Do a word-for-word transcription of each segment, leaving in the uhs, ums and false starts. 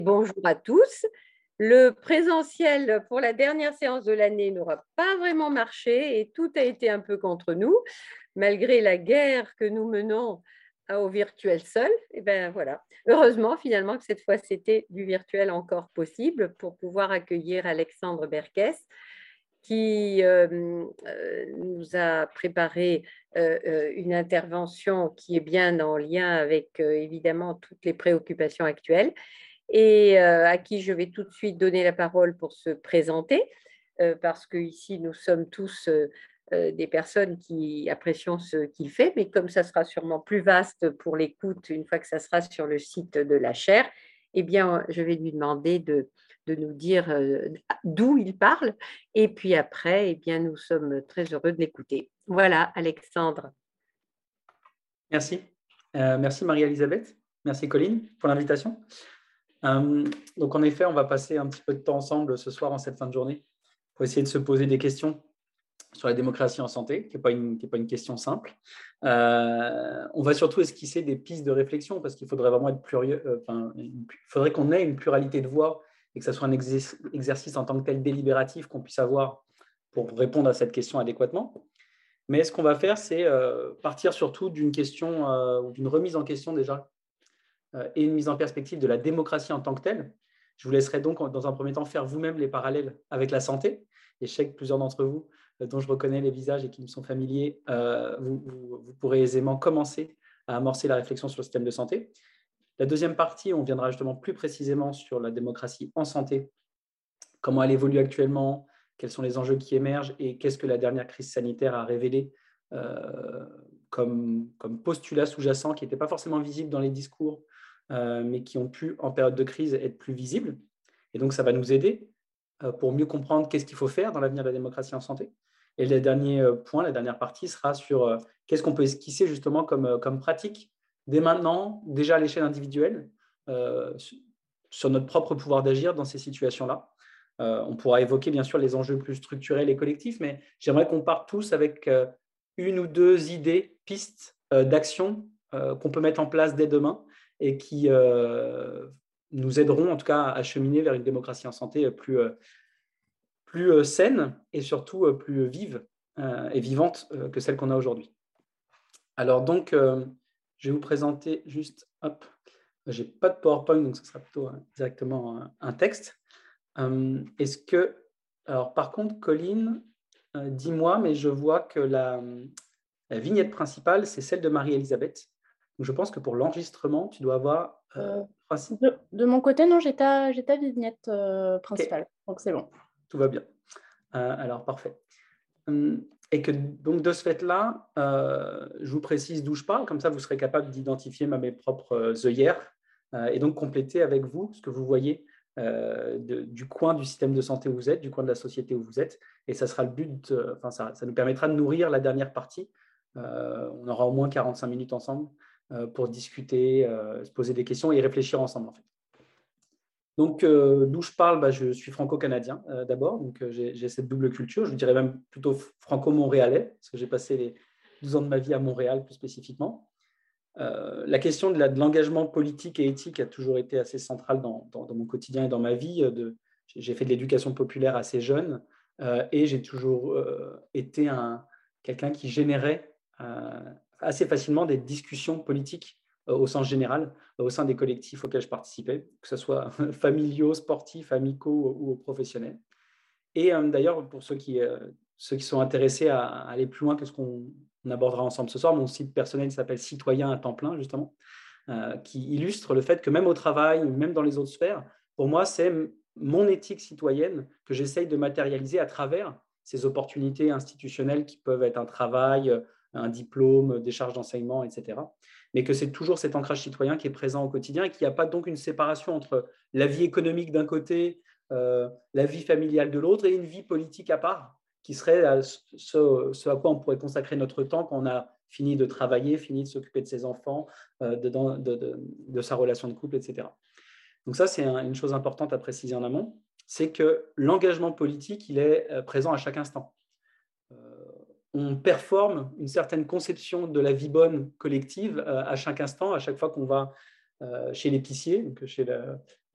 Bonjour à tous. Le présentiel pour la dernière séance de l'année n'aura pas vraiment marché et tout a été un peu contre nous, malgré la guerre que nous menons au virtuel seul. Et ben voilà. Heureusement finalement que cette fois c'était du virtuel encore possible pour pouvoir accueillir Alexandre Berkes qui euh, euh, nous a préparé euh, euh, une intervention qui est bien en lien avec euh, évidemment toutes les préoccupations actuelles et euh, à qui je vais tout de suite donner la parole pour se présenter, euh, parce qu'ici, nous sommes tous euh, euh, des personnes qui apprécions ce qu'il fait, mais comme ça sera sûrement plus vaste pour l'écoute une fois que ça sera sur le site de la chaire, eh bien, je vais lui demander de, de nous dire euh, d'où il parle, et puis après, eh bien, nous sommes très heureux de l'écouter. Voilà, Alexandre. Merci. Euh, merci Marie-Elisabeth. Merci Colline pour l'invitation. Euh, donc en effet, on va passer un petit peu de temps ensemble ce soir en cette fin de journée pour essayer de se poser des questions sur la démocratie en santé, qui n'est pas une, qui est pas une question simple. Euh, on va surtout esquisser des pistes de réflexion parce qu'il faudrait vraiment être plurieux, euh, enfin, il faudrait qu'on ait une pluralité de voix et que ça soit un exer- exercice en tant que tel délibératif qu'on puisse avoir pour répondre à cette question adéquatement. Mais ce qu'on va faire, c'est euh, partir surtout d'une question, euh, d'une remise en question déjà, euh, et une mise en perspective de la démocratie en tant que telle. Je vous laisserai donc, dans un premier temps, faire vous-même les parallèles avec la santé. Et je sais que plusieurs d'entre vous, euh, dont je reconnais les visages et qui me sont familiers, euh, vous, vous, vous pourrez aisément commencer à amorcer la réflexion sur le système de santé. La deuxième partie, on viendra justement plus précisément sur la démocratie en santé, comment elle évolue actuellement, quels sont les enjeux qui émergent et qu'est-ce que la dernière crise sanitaire a révélé euh, comme, comme postulat sous-jacent qui n'était pas forcément visible dans les discours, euh, mais qui ont pu, en période de crise, être plus visibles. Et donc, ça va nous aider euh, pour mieux comprendre qu'est-ce qu'il faut faire dans l'avenir de la démocratie en santé. Et le dernier point, la dernière partie sera sur euh, qu'est-ce qu'on peut esquisser justement comme, comme pratique dès maintenant, déjà à l'échelle individuelle, euh, sur notre propre pouvoir d'agir dans ces situations-là. Euh, on pourra évoquer bien sûr les enjeux plus structurels et collectifs, mais j'aimerais qu'on parte tous avec euh, une ou deux idées, pistes euh, d'action euh, qu'on peut mettre en place dès demain et qui euh, nous aideront en tout cas à cheminer vers une démocratie en santé plus, euh, plus euh, saine et surtout euh, plus vive euh, et vivante euh, que celle qu'on a aujourd'hui. Alors donc, euh, je vais vous présenter juste, hop, j'ai pas de PowerPoint, donc ce sera plutôt euh, directement un, un texte. Euh, est-ce que, alors par contre, Colline, euh, dis-moi, mais je vois que la, la vignette principale, c'est celle de Marie-Elisabeth. Donc je pense que pour l'enregistrement, tu dois avoir... Euh, euh, de, de mon côté, non, j'ai ta, j'ai ta vignette euh, principale, okay. Donc c'est bon. Tout va bien. Euh, alors, parfait. Et que donc de ce fait-là, euh, je vous précise d'où je parle, comme ça vous serez capable d'identifier mes propres euh, œillères euh, et donc compléter avec vous ce que vous voyez euh, de, du coin du système de santé où vous êtes, du coin de la société où vous êtes. Et ça sera le but, euh, enfin ça, ça nous permettra de nourrir la dernière partie. Euh, on aura au moins quarante-cinq minutes ensemble euh, pour discuter, euh, se poser des questions et réfléchir ensemble en fait. Donc, euh, d'où je parle, bah, je suis franco-canadien euh, d'abord, donc euh, j'ai cette double culture, je dirais même plutôt franco-montréalais, parce que j'ai passé les douze ans de ma vie à Montréal plus spécifiquement. Euh, la question de l'engagement politique et éthique a toujours été assez centrale dans, dans, dans mon quotidien et dans ma vie. J'ai fait de l'éducation populaire assez jeune euh, et j'ai toujours euh, été quelqu'un qui générait euh, assez facilement des discussions politiques au sens général, au sein des collectifs auxquels je participais, que ce soit familiaux, sportifs, amicaux ou professionnels. Et euh, d'ailleurs, pour ceux qui, euh, ceux qui sont intéressés à, à aller plus loin que ce qu'on abordera ensemble ce soir, mon site personnel s'appelle Citoyen à temps plein, justement, euh, qui illustre le fait que même au travail, même dans les autres sphères, pour moi, c'est mon éthique citoyenne que j'essaye de matérialiser à travers ces opportunités institutionnelles qui peuvent être un travail, un diplôme, des charges d'enseignement, et cetera. Mais que c'est toujours cet ancrage citoyen qui est présent au quotidien et qu'il n'y a pas donc une séparation entre la vie économique d'un côté, euh, la vie familiale de l'autre et une vie politique à part, qui serait ce, ce à quoi on pourrait consacrer notre temps quand on a fini de travailler, fini de s'occuper de ses enfants, euh, de, de, de, de sa relation de couple, et cetera. Donc ça, c'est un, une chose importante à préciser en amont, c'est que l'engagement politique, il est présent à chaque instant. Euh, on performe une certaine conception de la vie bonne collective euh, à chaque instant, à chaque fois qu'on va euh, chez l'épicier, donc chez, la,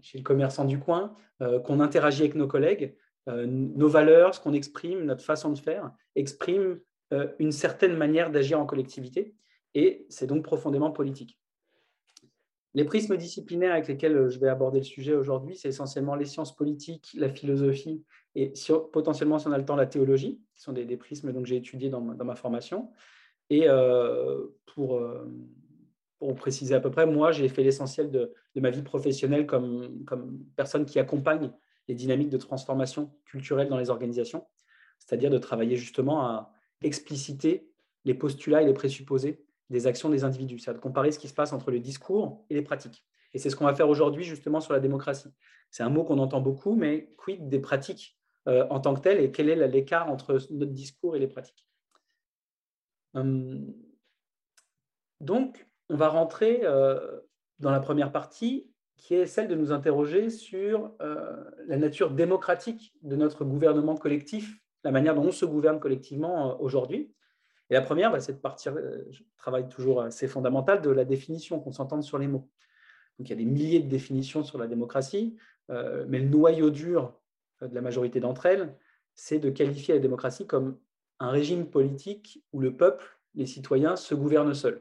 chez le commerçant du coin, euh, qu'on interagit avec nos collègues, euh, nos valeurs, ce qu'on exprime, notre façon de faire, exprime euh, une certaine manière d'agir en collectivité, et c'est donc profondément politique. Les prismes disciplinaires avec lesquels je vais aborder le sujet aujourd'hui, c'est essentiellement les sciences politiques, la philosophie et sur, potentiellement, si on a le temps, la théologie, qui sont des, des prismes que j'ai étudiés dans ma, dans ma formation. Et euh, pour, euh, pour préciser à peu près, moi, j'ai fait l'essentiel de, de ma vie professionnelle comme, comme personne qui accompagne les dynamiques de transformation culturelle dans les organisations, c'est-à-dire de travailler justement à expliciter les postulats et les présupposés des actions des individus, c'est-à-dire de comparer ce qui se passe entre le discours et les pratiques. Et c'est ce qu'on va faire aujourd'hui justement sur la démocratie. C'est un mot qu'on entend beaucoup, mais quid des pratiques euh, en tant que telles et quel est l'écart entre notre discours et les pratiques. Hum, donc, on va rentrer euh, dans la première partie qui est celle de nous interroger sur euh, la nature démocratique de notre gouvernement collectif, la manière dont on se gouverne collectivement euh, aujourd'hui. Et la première, bah, c'est de partir, je travaille toujours assez fondamental, de la définition, qu'on s'entende sur les mots. Donc, il y a des milliers de définitions sur la démocratie, euh, mais le noyau dur de la majorité d'entre elles, c'est de qualifier la démocratie comme un régime politique où le peuple, les citoyens, se gouvernent seuls.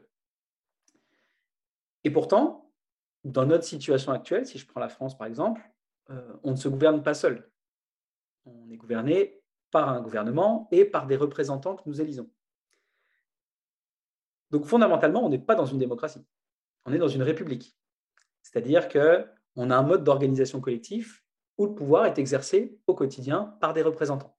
Et pourtant, dans notre situation actuelle, si je prends la France par exemple, euh, on ne se gouverne pas seul. On est gouverné par un gouvernement et par des représentants que nous élisons. Donc, fondamentalement, on n'est pas dans une démocratie. On est dans une république. C'est-à-dire qu'on a un mode d'organisation collectif où le pouvoir est exercé au quotidien par des représentants.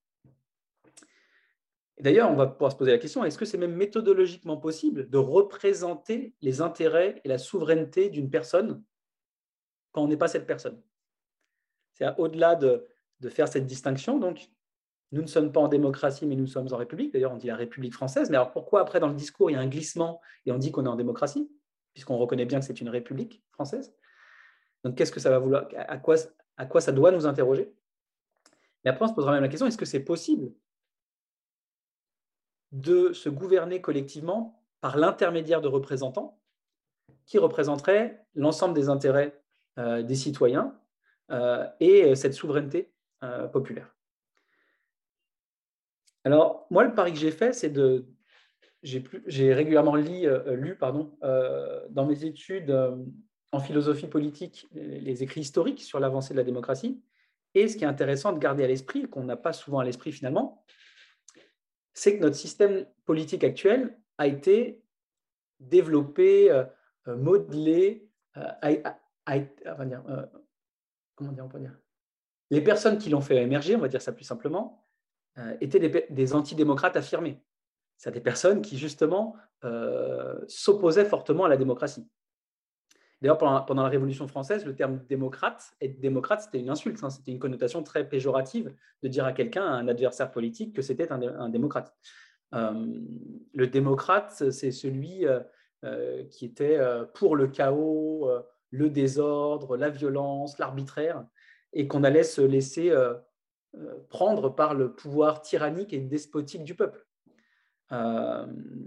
Et d'ailleurs, on va pouvoir se poser la question, est-ce que c'est même méthodologiquement possible de représenter les intérêts et la souveraineté d'une personne quand on n'est pas cette personne? C'est-à-dire, au-delà de, de faire cette distinction, donc, nous ne sommes pas en démocratie, mais nous sommes en République. D'ailleurs, on dit la République française. Mais alors, pourquoi après, dans le discours, il y a un glissement et on dit qu'on est en démocratie, puisqu'on reconnaît bien que c'est une République française? Donc, qu'est-ce que ça va vouloir, à quoi, à quoi ça doit nous interroger? Et après, on se posera même la question, est-ce que c'est possible de se gouverner collectivement par l'intermédiaire de représentants qui représenteraient l'ensemble des intérêts euh, des citoyens euh, et cette souveraineté euh, populaire? Alors, moi, le pari que j'ai fait, c'est de... J'ai, plus, j'ai régulièrement lu, euh, lu pardon, euh, dans mes études euh, en philosophie politique les, les écrits historiques sur l'avancée de la démocratie. Et ce qui est intéressant de garder à l'esprit, qu'on n'a pas souvent à l'esprit finalement, c'est que notre système politique actuel a été développé, euh, modelé, euh, a, a, a, a, dire, euh, comment dire, on peut dire, les personnes qui l'ont fait émerger, on va dire ça plus simplement, euh, étaient des, des antidémocrates affirmés. C'est des personnes qui, justement, euh, s'opposaient fortement à la démocratie. D'ailleurs, pendant, pendant la Révolution française, le terme démocrate, être démocrate, c'était une insulte, hein, c'était une connotation très péjorative de dire à quelqu'un, à un adversaire politique, que c'était un, un démocrate. Euh, le démocrate, c'est celui euh, euh, qui était euh, pour le chaos, euh, le désordre, la violence, l'arbitraire, et qu'on allait se laisser euh, euh, prendre par le pouvoir tyrannique et despotique du peuple. Euh,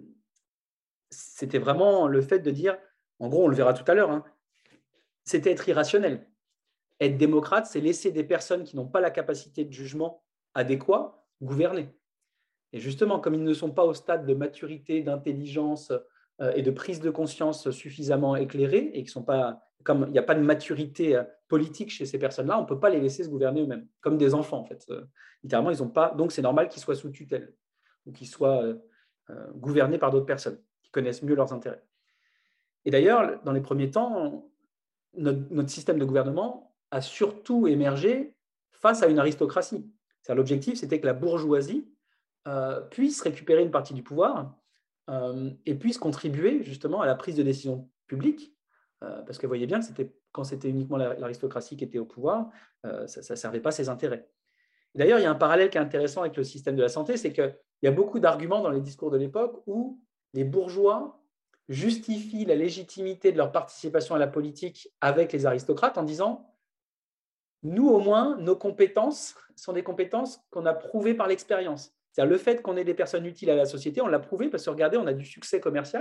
c'était vraiment le fait de dire, en gros, on le verra tout à l'heure, hein, c'était être irrationnel. Être démocrate, c'est laisser des personnes qui n'ont pas la capacité de jugement adéquat gouverner. Et justement, comme ils ne sont pas au stade de maturité, d'intelligence euh, et de prise de conscience suffisamment éclairée, et qui sont pas, comme il n'y a pas de maturité euh, politique chez ces personnes-là, on ne peut pas les laisser se gouverner eux-mêmes, comme des enfants en fait. Euh, littéralement, ils ont pas, donc c'est normal qu'ils soient sous tutelle ou qu'ils soient euh, euh, gouvernés par d'autres personnes qui connaissent mieux leurs intérêts. Et d'ailleurs, dans les premiers temps, notre, notre système de gouvernement a surtout émergé face à une aristocratie. C'est-à-dire, l'objectif, c'était que la bourgeoisie euh, puisse récupérer une partie du pouvoir euh, et puisse contribuer justement à la prise de décision publique, euh, parce qu'elle voyait bien que c'était, quand c'était uniquement l'aristocratie qui était au pouvoir, euh, ça ne servait pas ses intérêts. D'ailleurs, il y a un parallèle qui est intéressant avec le système de la santé, c'est qu'il y a beaucoup d'arguments dans les discours de l'époque où les bourgeois justifient la légitimité de leur participation à la politique avec les aristocrates en disant « nous, au moins, nos compétences sont des compétences qu'on a prouvées par l'expérience ». C'est-à-dire le fait qu'on ait des personnes utiles à la société, on l'a prouvé parce que regardez, on a du succès commercial,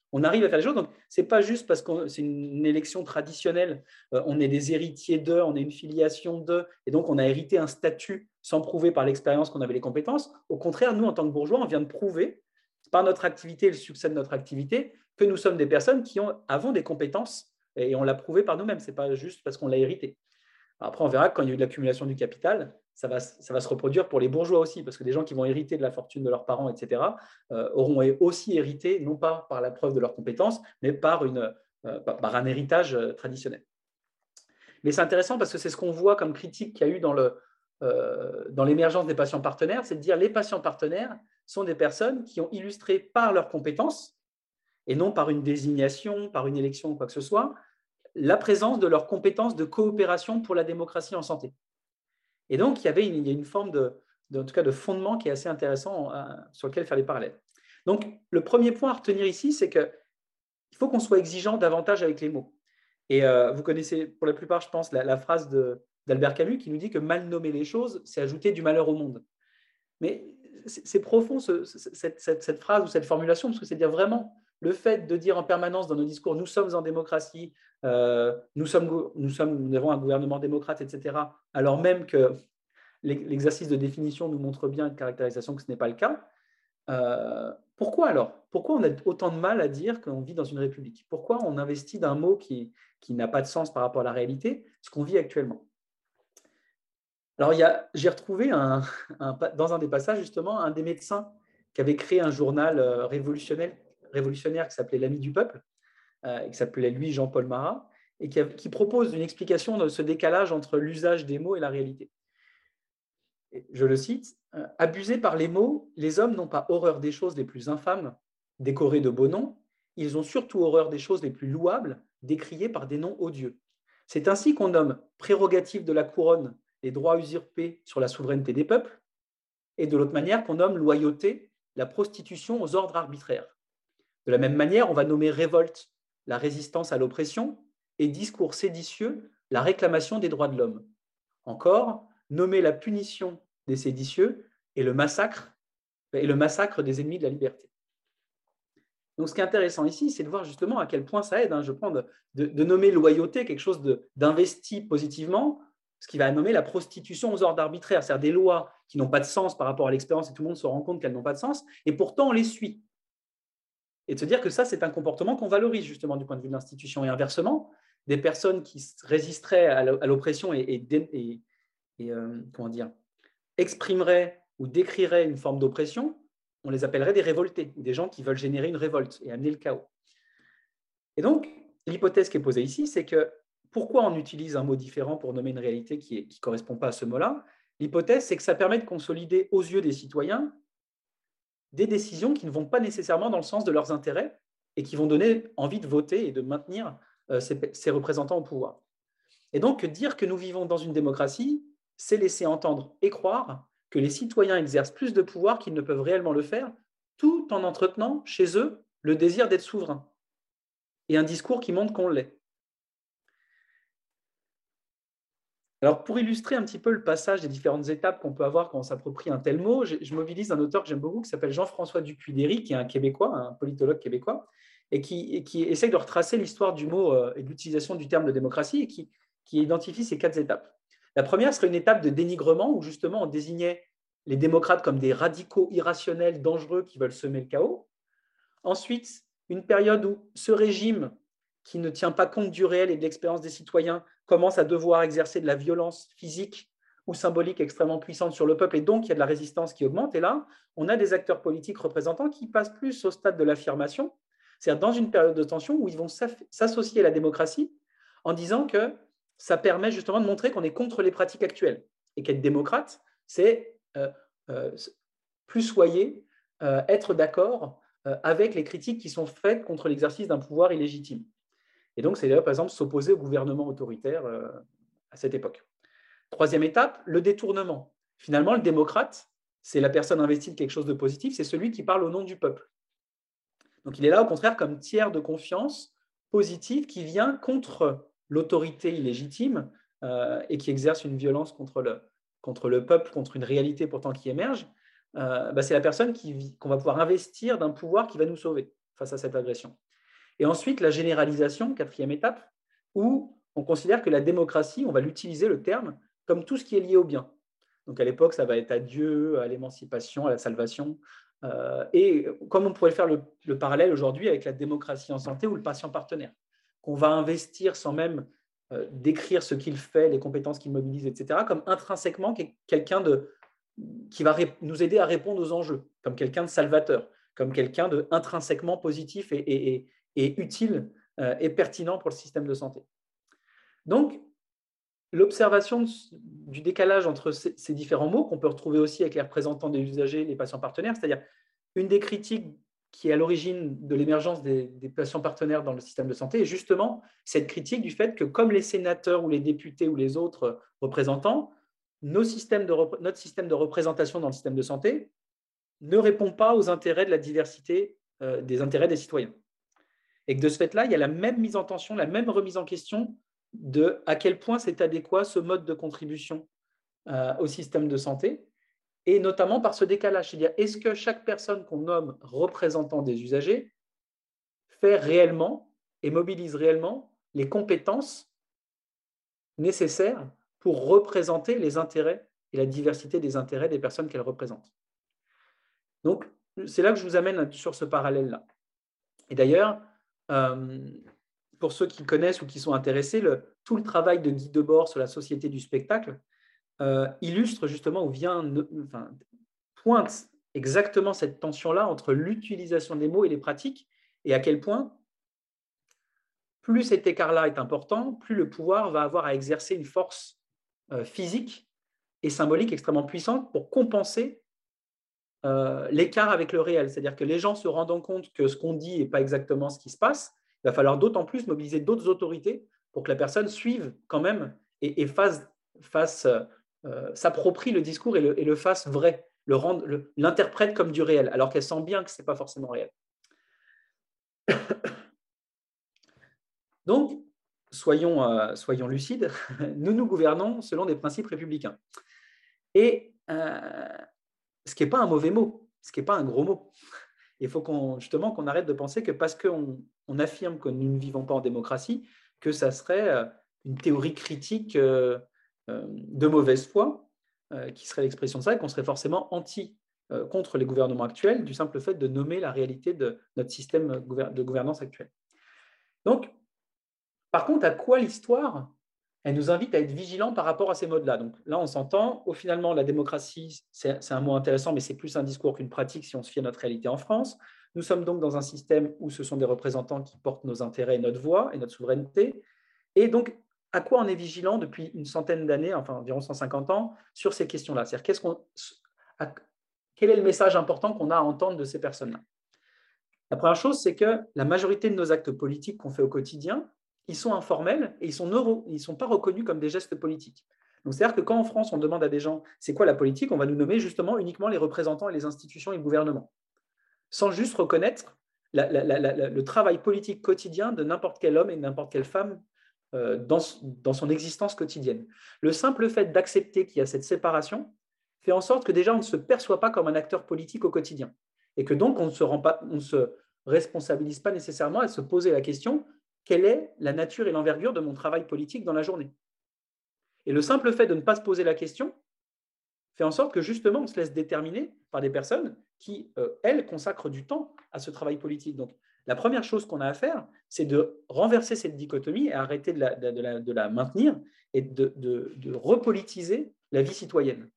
on arrive à faire les choses. Donc, ce n'est pas juste parce que c'est une élection traditionnelle, euh, on est des héritiers d'eux, on est une filiation d'eux, et donc on a hérité un statut sans prouver par l'expérience qu'on avait les compétences. Au contraire, nous, en tant que bourgeois, on vient de prouver, par notre activité et le succès de notre activité, que nous sommes des personnes qui ont, avons des compétences, et on l'a prouvé par nous-mêmes, ce n'est pas juste parce qu'on l'a hérité. Après, on verra que quand il y a eu de l'accumulation du capital, ça va, ça va se reproduire pour les bourgeois aussi, parce que des gens qui vont hériter de la fortune de leurs parents, et cetera, euh, auront aussi hérité, non pas par la preuve de leurs compétences, mais par, une, euh, par un héritage traditionnel. Mais c'est intéressant parce que c'est ce qu'on voit comme critique qu'il y a eu dans le, euh, dans l'émergence des patients partenaires, c'est de dire que les patients partenaires sont des personnes qui ont illustré par leurs compétences, et non par une désignation, par une élection ou quoi que ce soit, la présence de leurs compétences de coopération pour la démocratie en santé. Et donc, il y avait une, il y a une forme de, de, en tout cas, de fondement qui est assez intéressant à, sur lequel faire les parallèles. Donc, le premier point à retenir ici, c'est qu'il faut qu'on soit exigeant davantage avec les mots. Et euh, vous connaissez pour la plupart, je pense, la, la phrase d'Albert Camus qui nous dit que mal nommer les choses, c'est ajouter du malheur au monde. Mais c'est profond ce, cette, cette, cette phrase ou cette formulation, parce que c'est dire vraiment le fait de dire en permanence dans nos discours « nous sommes en démocratie, euh, nous, sommes, nous, sommes, nous avons un gouvernement démocrate, et cetera » alors même que l'exercice de définition nous montre bien de caractérisation que ce n'est pas le cas. Euh, pourquoi alors? Pourquoi on a autant de mal à dire qu'on vit dans une république? Pourquoi on investit d'un mot qui, qui n'a pas de sens par rapport à la réalité, ce qu'on vit actuellement? Alors, j'ai retrouvé un, un, dans un des passages, justement, un des médecins qui avait créé un journal révolutionnaire, révolutionnaire qui s'appelait L'Ami du Peuple, euh, qui s'appelait lui Jean-Paul Marat, et qui, a, qui propose une explication de ce décalage entre l'usage des mots et la réalité. Et je le cite, euh, « Abusés par les mots, les hommes n'ont pas horreur des choses les plus infâmes, décorées de beaux noms, ils ont surtout horreur des choses les plus louables, décriées par des noms odieux. C'est ainsi qu'on nomme prérogative de la couronne les droits usurpés sur la souveraineté des peuples, et de l'autre manière qu'on nomme loyauté la prostitution aux ordres arbitraires. De la même manière, on va nommer révolte la résistance à l'oppression et discours séditieux la réclamation des droits de l'homme. Encore, nommer la punition des séditieux et le massacre, et le massacre des ennemis de la liberté. » Donc, ce qui est intéressant ici, c'est de voir justement à quel point ça aide. Hein. Je prends de, de, de nommer loyauté quelque chose d'investi positivement, ce qui va nommer la prostitution aux ordres arbitraires, c'est-à-dire des lois qui n'ont pas de sens par rapport à l'expérience et tout le monde se rend compte qu'elles n'ont pas de sens, et pourtant on les suit. Et de se dire que ça, c'est un comportement qu'on valorise justement du point de vue de l'institution. Et inversement, des personnes qui résisteraient à l'oppression et, et, et, et euh, comment dire, exprimeraient ou décriraient une forme d'oppression, on les appellerait des révoltés, des gens qui veulent générer une révolte et amener le chaos. Et donc, l'hypothèse qui est posée ici, c'est que pourquoi on utilise un mot différent pour nommer une réalité qui ne correspond pas à ce mot-là? L'hypothèse, c'est que ça permet de consolider aux yeux des citoyens des décisions qui ne vont pas nécessairement dans le sens de leurs intérêts et qui vont donner envie de voter et de maintenir euh, ces, ces représentants au pouvoir. Et donc, dire que nous vivons dans une démocratie, c'est laisser entendre et croire que les citoyens exercent plus de pouvoir qu'ils ne peuvent réellement le faire, tout en entretenant chez eux le désir d'être souverain et un discours qui montre qu'on l'est. Alors, pour illustrer un petit peu le passage des différentes étapes qu'on peut avoir quand on s'approprie un tel mot, je, je mobilise un auteur que j'aime beaucoup qui s'appelle Jean-François Dupuy-Derry, qui est un Québécois, un politologue québécois, et qui, et qui essaie de retracer l'histoire du mot euh, et de l'utilisation du terme de démocratie et qui, qui identifie ces quatre étapes. La première serait une étape de dénigrement où justement on désignait les démocrates comme des radicaux irrationnels, dangereux qui veulent semer le chaos. Ensuite, une période où ce régime qui ne tient pas compte du réel et de l'expérience des citoyens commence à devoir exercer de la violence physique ou symbolique extrêmement puissante sur le peuple, et donc il y a de la résistance qui augmente. Et là, on a des acteurs politiques représentants qui passent plus au stade de l'affirmation, c'est-à-dire dans une période de tension où ils vont s'associer à la démocratie en disant que ça permet justement de montrer qu'on est contre les pratiques actuelles et qu'être démocrate, c'est euh, euh, plus soyer, euh, être d'accord euh, avec les critiques qui sont faites contre l'exercice d'un pouvoir illégitime. Et donc, c'est par exemple s'opposer au gouvernement autoritaire euh, à cette époque. Troisième étape, le détournement. Finalement, le démocrate, c'est la personne investie de quelque chose de positif, c'est celui qui parle au nom du peuple. Donc, il est là, au contraire, comme tiers de confiance positive qui vient contre l'autorité illégitime euh, et qui exerce une violence contre le, contre le peuple, contre une réalité pourtant qui émerge. Euh, bah, c'est la personne qui, qu'on va pouvoir investir d'un pouvoir qui va nous sauver face à cette agression. Et ensuite, la généralisation, quatrième étape, où on considère que la démocratie, on va l'utiliser, le terme, comme tout ce qui est lié au bien. Donc, à l'époque, ça va être à Dieu, à l'émancipation, à la salvation. Euh, et comme on pourrait faire le, le parallèle aujourd'hui avec la démocratie en santé ou le patient partenaire, qu'on va investir sans même euh, décrire ce qu'il fait, les compétences qu'il mobilise, et cetera, comme intrinsèquement quelqu'un de, qui va nous aider à répondre aux enjeux, comme quelqu'un de salvateur, comme quelqu'un de intrinsèquement positif et, et, et, et utile euh, et pertinent pour le système de santé. Donc, l'observation du décalage entre ces différents mots, qu'on peut retrouver aussi avec les représentants des usagers, les patients partenaires, c'est-à-dire une des critiques qui est à l'origine de l'émergence des, des patients partenaires dans le système de santé, est justement cette critique du fait que, comme les sénateurs ou les députés ou les autres représentants, nos systèmes de, notre système de représentation dans le système de santé ne répond pas aux intérêts de la diversité euh, des intérêts des citoyens. Et que de ce fait-là, il y a la même mise en tension, la même remise en question de à quel point c'est adéquat ce mode de contribution euh, au système de santé, et notamment par ce décalage. C'est-à-dire, est-ce que chaque personne qu'on nomme représentant des usagers fait réellement et mobilise réellement les compétences nécessaires pour représenter les intérêts et la diversité des intérêts des personnes qu'elle représente. Donc, c'est là que je vous amène sur ce parallèle-là. Et d'ailleurs, euh, pour ceux qui connaissent ou qui sont intéressés, le, tout le travail de Guy Debord sur la société du spectacle euh, illustre justement ou vient, enfin, pointe exactement cette tension-là entre l'utilisation des mots et les pratiques, et à quel point plus cet écart-là est important, plus le pouvoir va avoir à exercer une force euh, physique et symbolique extrêmement puissante pour compenser euh, l'écart avec le réel. C'est-à-dire que les gens se rendant compte que ce qu'on dit n'est pas exactement ce qui se passe, il va falloir d'autant plus mobiliser d'autres autorités pour que la personne suive quand même et, et fasse, fasse euh, s'approprie le discours et le, et le fasse vrai, le rende, le, l'interprète comme du réel, alors qu'elle sent bien que ce n'est pas forcément réel. Donc, soyons, euh, soyons lucides, nous nous gouvernons selon des principes républicains. Et euh, ce qui n'est pas un mauvais mot, ce qui n'est pas un gros mot. Il faut qu'on, justement qu'on arrête de penser que parce qu'on on affirme que nous ne vivons pas en démocratie, que ça serait une théorie critique euh, euh, de mauvaise foi, euh, qui serait l'expression de ça, et qu'on serait forcément anti euh, contre les gouvernements actuels, du simple fait de nommer la réalité de notre système de gouvernance actuel. Donc, par contre, à quoi l'histoire, elle nous invite à être vigilants par rapport à ces modes-là. Donc là, on s'entend, au finalement, la démocratie, c'est, c'est un mot intéressant, mais c'est plus un discours qu'une pratique si on se fie à notre réalité en France. Nous sommes donc dans un système où ce sont des représentants qui portent nos intérêts et notre voix et notre souveraineté. Et donc, à quoi on est vigilant depuis une centaine d'années, enfin environ cent cinquante ans, sur ces questions-là? C'est-à-dire, qu'est-ce qu'on, à, quel est le message important qu'on a à entendre de ces personnes-là? La première chose, c'est que la majorité de nos actes politiques qu'on fait au quotidien, ils sont informels et ils ne sont, ils sont pas reconnus comme des gestes politiques. Donc, c'est-à-dire que quand en France, on demande à des gens c'est quoi la politique, on va nous nommer justement uniquement les représentants et les institutions et le gouvernement, sans juste reconnaître la, la, la, la, le travail politique quotidien de n'importe quel homme et de n'importe quelle femme euh, dans, dans son existence quotidienne. Le simple fait d'accepter qu'il y a cette séparation fait en sorte que déjà on ne se perçoit pas comme un acteur politique au quotidien et que donc on ne se, rend pas, on ne se responsabilise pas nécessairement à se poser la question quelle est la nature et l'envergure de mon travail politique dans la journée. Et le simple fait de ne pas se poser la question fait en sorte que justement on se laisse déterminer par des personnes qui, euh, elles, consacrent du temps à ce travail politique. Donc la première chose qu'on a à faire, c'est de renverser cette dichotomie et arrêter de la, de la, de la maintenir et de, de, de repolitiser la vie citoyenne.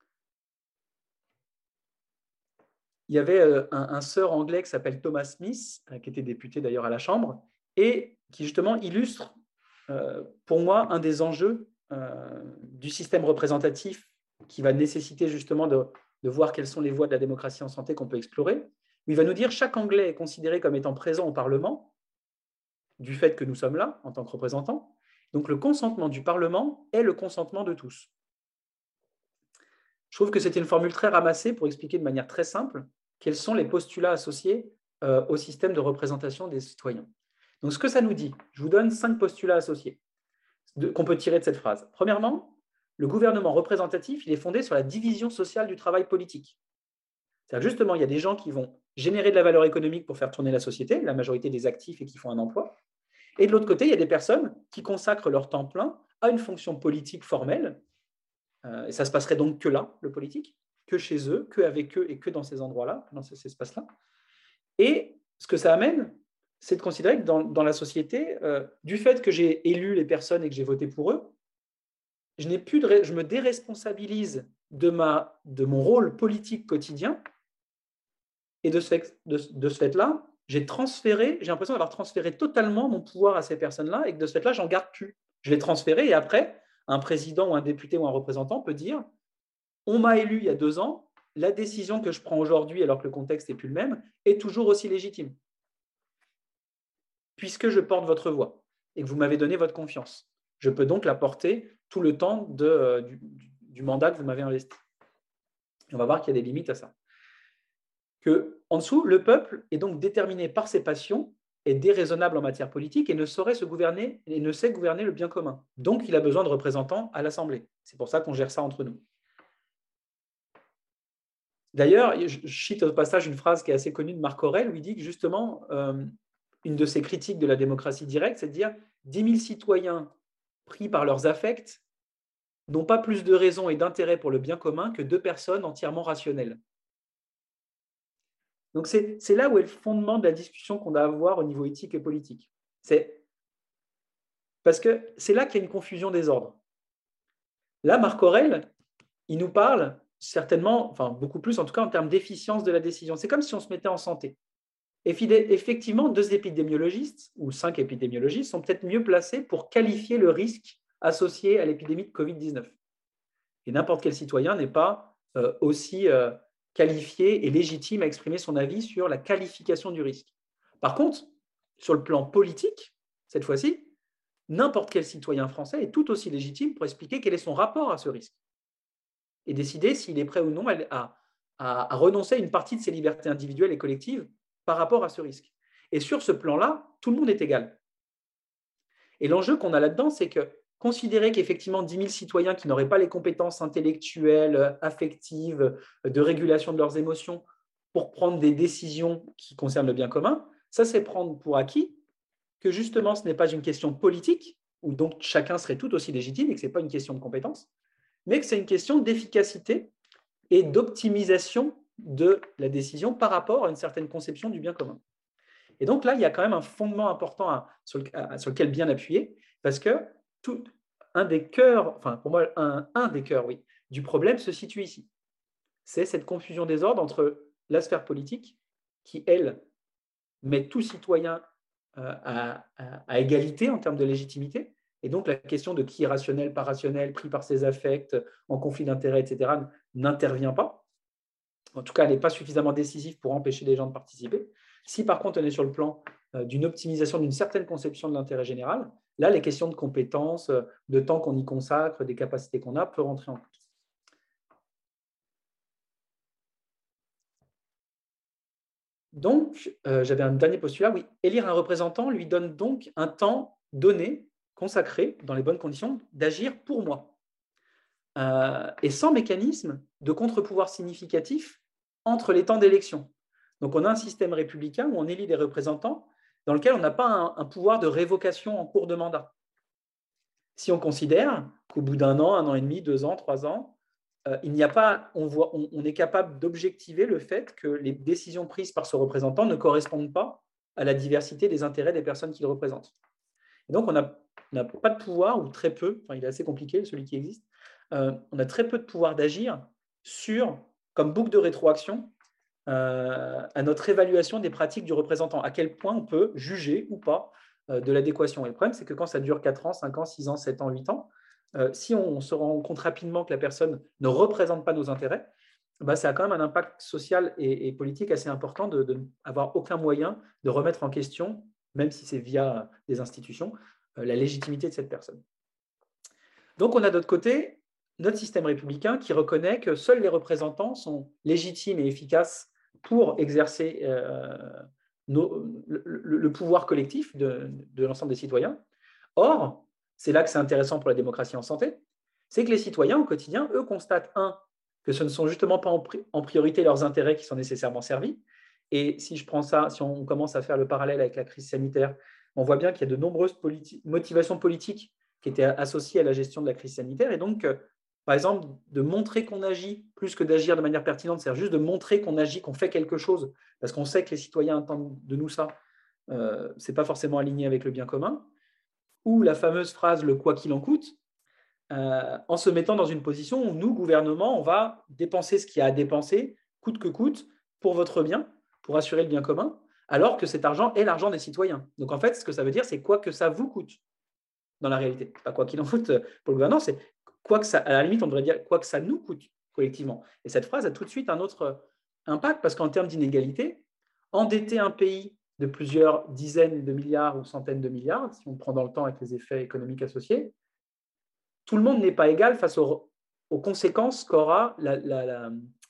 Il y avait un, un sir anglais qui s'appelle Thomas Smith, qui était député d'ailleurs à la Chambre, et qui justement illustre, euh, pour moi, un des enjeux euh, du système représentatif qui va nécessiter justement de, de voir quelles sont les voies de la démocratie en santé qu'on peut explorer. Il va nous dire que chaque Anglais est considéré comme étant présent au Parlement, du fait que nous sommes là en tant que représentants. Donc le consentement du Parlement est le consentement de tous. Je trouve que c'était une formule très ramassée pour expliquer de manière très simple quels sont les postulats associés euh, au système de représentation des citoyens. Donc, ce que ça nous dit, je vous donne cinq postulats associés de, qu'on peut tirer de cette phrase. Premièrement, le gouvernement représentatif, il est fondé sur la division sociale du travail politique. C'est-à-dire justement, il y a des gens qui vont générer de la valeur économique pour faire tourner la société, la majorité des actifs et qui font un emploi. Et de l'autre côté, il y a des personnes qui consacrent leur temps plein à une fonction politique formelle. Euh, et ça se passerait donc que là, le politique, que chez eux, que avec eux et que dans ces endroits-là, dans ces espaces-là. Et ce que ça amène, c'est de considérer que dans, dans la société, euh, du fait que j'ai élu les personnes et que j'ai voté pour eux, je, n'ai plus de, je me déresponsabilise de, ma, de mon rôle politique quotidien. Et de ce, fait, de, de ce fait-là, j'ai transféré, j'ai l'impression d'avoir transféré totalement mon pouvoir à ces personnes-là et que de ce fait-là, j'en garde plus. Je l'ai transféré et après, un président ou un député ou un représentant peut dire « On m'a élu il y a deux ans, la décision que je prends aujourd'hui, alors que le contexte n'est plus le même, est toujours aussi légitime. Puisque je porte votre voix et que vous m'avez donné votre confiance. Je peux donc la porter tout le temps de, euh, du, du mandat que vous m'avez investi. » On va voir qu'il y a des limites à ça. Que, en dessous, le peuple est donc déterminé par ses passions, est déraisonnable en matière politique et ne saurait se gouverner et ne sait gouverner le bien commun. Donc, il a besoin de représentants à l'Assemblée. C'est pour ça qu'on gère ça entre nous. D'ailleurs, je cite au passage une phrase qui est assez connue de Marc Aurèle, où il dit que justement, euh, une de ses critiques de la démocratie directe, c'est de dire dix mille citoyens pris par leurs affects n'ont pas plus de raisons et d'intérêt pour le bien commun que deux personnes entièrement rationnelles. Donc, c'est, c'est là où est le fondement de la discussion qu'on doit avoir au niveau éthique et politique. C'est parce que c'est là qu'il y a une confusion des ordres. Là, Marc Aurèle, il nous parle certainement, enfin beaucoup plus en tout cas en termes d'efficience de la décision. C'est comme si on se mettait en santé. Et effectivement, deux épidémiologistes ou cinq épidémiologistes sont peut-être mieux placés pour qualifier le risque associé à l'épidémie de covid dix-neuf. Et n'importe quel citoyen n'est pas euh, aussi... Euh, qualifié et légitime à exprimer son avis sur la qualification du risque. Par contre, sur le plan politique, cette fois-ci, n'importe quel citoyen français est tout aussi légitime pour expliquer quel est son rapport à ce risque et décider s'il est prêt ou non à, à, à renoncer à une partie de ses libertés individuelles et collectives par rapport à ce risque. Et sur ce plan-là, tout le monde est égal. Et l'enjeu qu'on a là-dedans, c'est que considérer qu'effectivement dix mille citoyens qui n'auraient pas les compétences intellectuelles, affectives, de régulation de leurs émotions pour prendre des décisions qui concernent le bien commun, ça c'est prendre pour acquis que justement ce n'est pas une question politique, où donc chacun serait tout aussi légitime et que ce n'est pas une question de compétence, mais que c'est une question d'efficacité et d'optimisation de la décision par rapport à une certaine conception du bien commun. Et donc là, il y a quand même un fondement important à, sur, le, à, sur lequel bien appuyer, parce que tout, un des cœurs, enfin pour moi, un, un des cœurs, oui, du problème se situe ici. C'est cette confusion des ordres entre la sphère politique, qui, elle, met tout citoyen euh, à, à, à égalité en termes de légitimité, et donc la question de qui est rationnel, pas rationnel, pris par ses affects, en conflit d'intérêts, et cetera, n'intervient pas. En tout cas, elle n'est pas suffisamment décisive pour empêcher les gens de participer. Si par contre on est sur le plan euh, d'une optimisation d'une certaine conception de l'intérêt général, là, les questions de compétences, de temps qu'on y consacre, des capacités qu'on a, peuvent rentrer en compte. Donc, euh, j'avais un dernier postulat, oui, élire un représentant lui donne donc un temps donné, consacré, dans les bonnes conditions, d'agir pour moi. Euh, et sans mécanisme de contre-pouvoir significatif entre les temps d'élection. Donc, on a un système républicain où on élit des représentants dans lequel on n'a pas un, un pouvoir de révocation en cours de mandat. Si on considère qu'au bout d'un an, un an et demi, deux ans, trois ans, euh, il n'y a pas, on, voit, on, on est capable d'objectiver le fait que les décisions prises par ce représentant ne correspondent pas à la diversité des intérêts des personnes qu'il représente. Et donc, on n'a pas de pouvoir, ou très peu, enfin, il est assez compliqué, celui qui existe, euh, on a très peu de pouvoir d'agir sur, comme boucle de rétroaction, euh, à notre évaluation des pratiques du représentant, à quel point on peut juger ou pas euh, de l'adéquation. Et le problème, c'est que quand ça dure quatre ans, cinq ans, six ans, sept ans, huit ans, euh, si on se rend compte rapidement que la personne ne représente pas nos intérêts, bah, ça a quand même un impact social et, et politique assez important de n'avoir aucun moyen de remettre en question, même si c'est via des institutions, euh, la légitimité de cette personne. Donc, on a d'autre côté notre système républicain qui reconnaît que seuls les représentants sont légitimes et efficaces pour exercer euh, nos, le, le, le pouvoir collectif de, de l'ensemble des citoyens. Or, c'est là que c'est intéressant pour la démocratie en santé, c'est que les citoyens, au quotidien, eux, constatent, un, que ce ne sont justement pas en, pri en priorité leurs intérêts qui sont nécessairement servis. Et si je prends ça, si on commence à faire le parallèle avec la crise sanitaire, on voit bien qu'il y a de nombreuses politi motivations politiques qui étaient associées à la gestion de la crise sanitaire. Et donc, euh, par exemple, de montrer qu'on agit plus que d'agir de manière pertinente, c'est-à-dire juste de montrer qu'on agit, qu'on fait quelque chose, parce qu'on sait que les citoyens attendent de nous ça, euh, ce n'est pas forcément aligné avec le bien commun. Ou la fameuse phrase « le quoi qu'il en coûte », euh, en se mettant dans une position où nous, gouvernement, on va dépenser ce qu'il y a à dépenser, coûte que coûte, pour votre bien, pour assurer le bien commun, alors que cet argent est l'argent des citoyens. Donc en fait, ce que ça veut dire, c'est quoi que ça vous coûte dans la réalité. Pas quoi qu'il en coûte pour le gouvernement, c'est quoi que ça, à la limite, on devrait dire quoi que ça nous coûte collectivement. Et cette phrase a tout de suite un autre impact, parce qu'en termes d'inégalité, endetter un pays de plusieurs dizaines de milliards ou centaines de milliards, si on prend dans le temps avec les effets économiques associés, tout le monde n'est pas égal face aux, aux conséquences qu'aura la, la, la,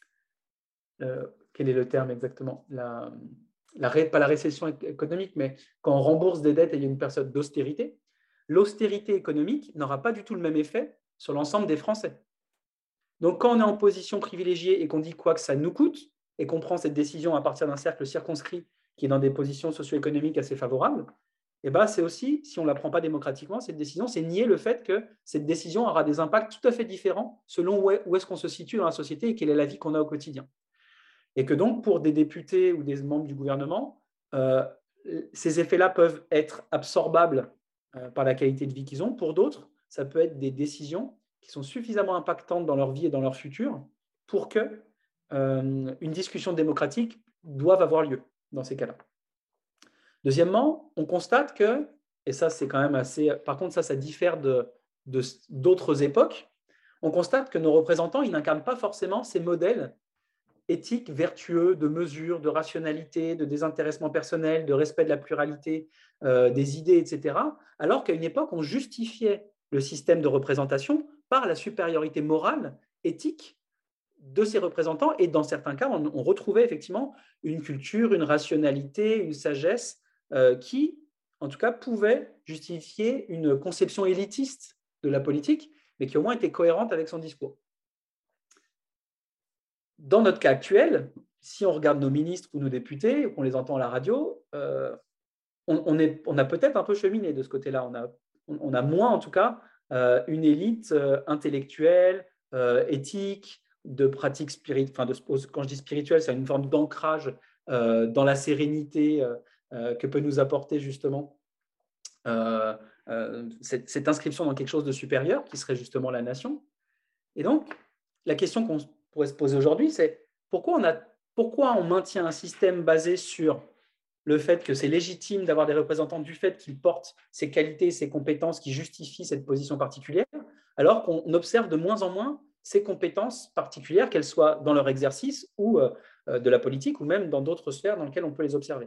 la, quel est le terme exactement la, la, pas la récession économique, mais quand on rembourse des dettes et il y a une période d'austérité, l'austérité économique n'aura pas du tout le même effet sur l'ensemble des Français. Donc, quand on est en position privilégiée et qu'on dit quoi que ça nous coûte, et qu'on prend cette décision à partir d'un cercle circonscrit qui est dans des positions socio-économiques assez favorables, eh ben, c'est aussi, si on ne la prend pas démocratiquement, cette décision, c'est nier le fait que cette décision aura des impacts tout à fait différents selon où est, où est-ce qu'on se situe dans la société et quelle est la vie qu'on a au quotidien. Et que donc, pour des députés ou des membres du gouvernement, euh, ces effets-là peuvent être absorbables euh, par la qualité de vie qu'ils ont. Pour d'autres, ça peut être des décisions qui sont suffisamment impactantes dans leur vie et dans leur futur pour que euh, une discussion démocratique doive avoir lieu dans ces cas-là. Deuxièmement, on constate que, et ça c'est quand même assez, par contre ça, ça diffère de, de, d'autres époques, on constate que nos représentants, ils n'incarnent pas forcément ces modèles éthiques, vertueux, de mesure, de rationalité, de désintéressement personnel, de respect de la pluralité euh, des idées, et cetera. Alors qu'à une époque, on justifiait le système de représentation par la supériorité morale, éthique de ces représentants, et dans certains cas, on, on retrouvait effectivement une culture, une rationalité, une sagesse euh, qui, en tout cas, pouvait justifier une conception élitiste de la politique, mais qui au moins était cohérente avec son discours. Dans notre cas actuel, si on regarde nos ministres ou nos députés, ou qu'on les entend à la radio, euh, on, on, est, on a peut-être un peu cheminé de ce côté-là. On a, on, on a moins, en tout cas, euh, une élite euh, intellectuelle, euh, éthique, de pratiques spirituelles. Enfin, de, quand je dis spirituelle, c'est une forme d'ancrage euh, dans la sérénité euh, euh, que peut nous apporter justement euh, euh, cette, cette inscription dans quelque chose de supérieur, qui serait justement la nation. Et donc, la question qu'on pourrait se poser aujourd'hui, c'est pourquoi on, a, pourquoi on maintient un système basé sur le fait que c'est légitime d'avoir des représentants du fait qu'ils portent ces qualités, ces compétences qui justifient cette position particulière, alors qu'on observe de moins en moins ces compétences particulières, qu'elles soient dans leur exercice ou euh, de la politique, ou même dans d'autres sphères dans lesquelles on peut les observer.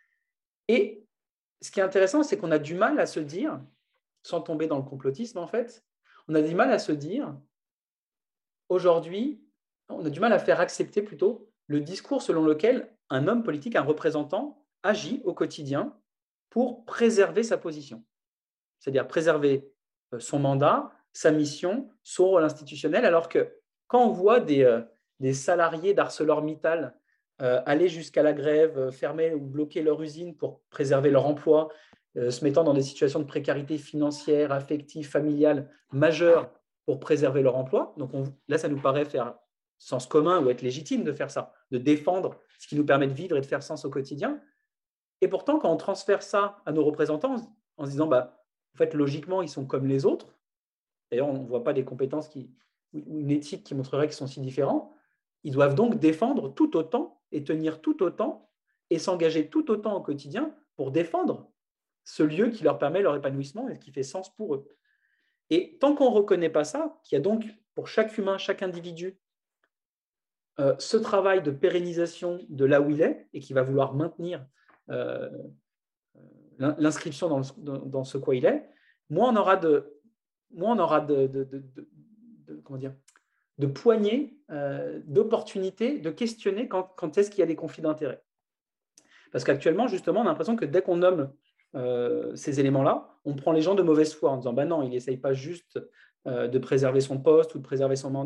Et ce qui est intéressant, c'est qu'on a du mal à se dire, sans tomber dans le complotisme en fait, on a du mal à se dire, aujourd'hui, on a du mal à faire accepter plutôt le discours selon lequel un homme politique, un représentant, agit au quotidien pour préserver sa position. C'est-à-dire préserver son mandat, sa mission, son rôle institutionnel, alors que quand on voit des, euh, des salariés d'ArcelorMittal euh, aller jusqu'à la grève, euh, fermer ou bloquer leur usine pour préserver leur emploi, euh, se mettant dans des situations de précarité financière, affective, familiale majeure pour préserver leur emploi, donc on, là, ça nous paraît faire sens commun ou être légitime de faire ça, de défendre ce qui nous permet de vivre et de faire sens au quotidien. Et pourtant, quand on transfère ça à nos représentants en se disant, bah, en fait, logiquement, ils sont comme les autres, d'ailleurs, on ne voit pas des compétences qui, ou une éthique qui montrerait qu'ils sont si différents, ils doivent donc défendre tout autant et tenir tout autant et s'engager tout autant au quotidien pour défendre ce lieu qui leur permet leur épanouissement et qui fait sens pour eux. Et tant qu'on ne reconnaît pas ça, qu'il y a donc pour chaque humain, chaque individu, euh, ce travail de pérennisation de là où il est et qui va vouloir maintenir euh, l'inscription dans, dans, dans ce quoi il est, moins on aura de, moins on aura de, de, de, de, de, comment dire, de poignées, euh, d'opportunités de questionner quand, quand est-ce qu'il y a des conflits d'intérêts. Parce qu'actuellement, justement, on a l'impression que dès qu'on nomme euh, ces éléments-là, on prend les gens de mauvaise foi en disant bah « non, il n'essaye pas juste euh, de préserver son poste ou de préserver son mandat,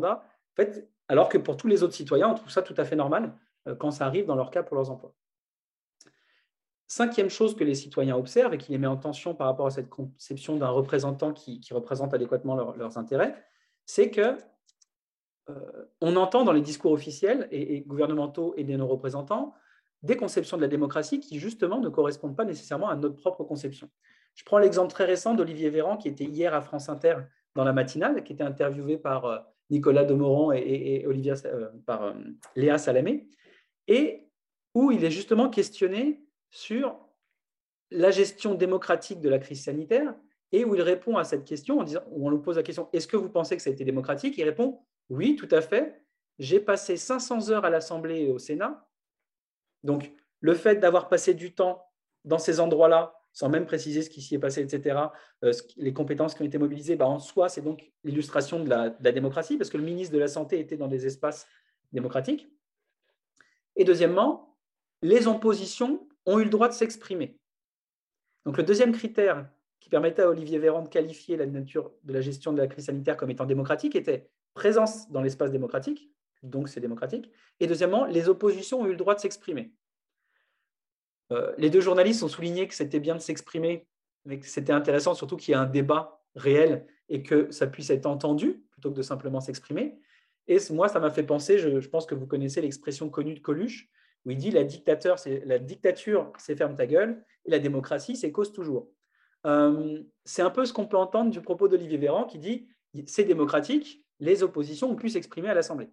En fait, alors que pour tous les autres citoyens, on trouve ça tout à fait normal euh, quand ça arrive dans leur cas pour leurs emplois. Cinquième chose que les citoyens observent et qui les met en tension par rapport à cette conception d'un représentant qui, qui représente adéquatement leur, leurs intérêts, c'est que euh, on entend dans les discours officiels et, et gouvernementaux et de nos représentants des conceptions de la démocratie qui, justement, ne correspondent pas nécessairement à notre propre conception. Je prends l'exemple très récent d'Olivier Véran, qui était hier à France Inter dans la matinale, qui était interviewé par euh, Nicolas Demorand et, et, et Olivia, euh, par euh, Léa Salamé, et où il est justement questionné sur la gestion démocratique de la crise sanitaire, et où il répond à cette question, en disant, où on lui pose la question « Est-ce que vous pensez que ça a été démocratique ?» Il répond « Oui, tout à fait. J'ai passé cinq cents heures à l'Assemblée et au Sénat. Donc, le fait d'avoir passé du temps dans ces endroits-là, sans même préciser ce qui s'y est passé, et cetera, euh, les compétences qui ont été mobilisées, bah, en soi, c'est donc l'illustration de la, de la démocratie, parce que le ministre de la Santé était dans des espaces démocratiques. Et deuxièmement, les oppositions ont eu le droit de s'exprimer. Donc, le deuxième critère qui permettait à Olivier Véran de qualifier la nature de la gestion de la crise sanitaire comme étant démocratique était présence dans l'espace démocratique, donc c'est démocratique, et deuxièmement, les oppositions ont eu le droit de s'exprimer. Euh, les deux journalistes ont souligné que c'était bien de s'exprimer, mais que c'était intéressant surtout qu'il y ait un débat réel et que ça puisse être entendu plutôt que de simplement s'exprimer. Et moi, ça m'a fait penser, je, je pense que vous connaissez l'expression connue de Coluche, où il dit la, dictateur, c'est, la dictature, c'est ferme ta gueule, et la démocratie, c'est cause toujours. Euh, c'est un peu ce qu'on peut entendre du propos d'Olivier Véran qui dit c'est démocratique, les oppositions ont pu s'exprimer à l'Assemblée.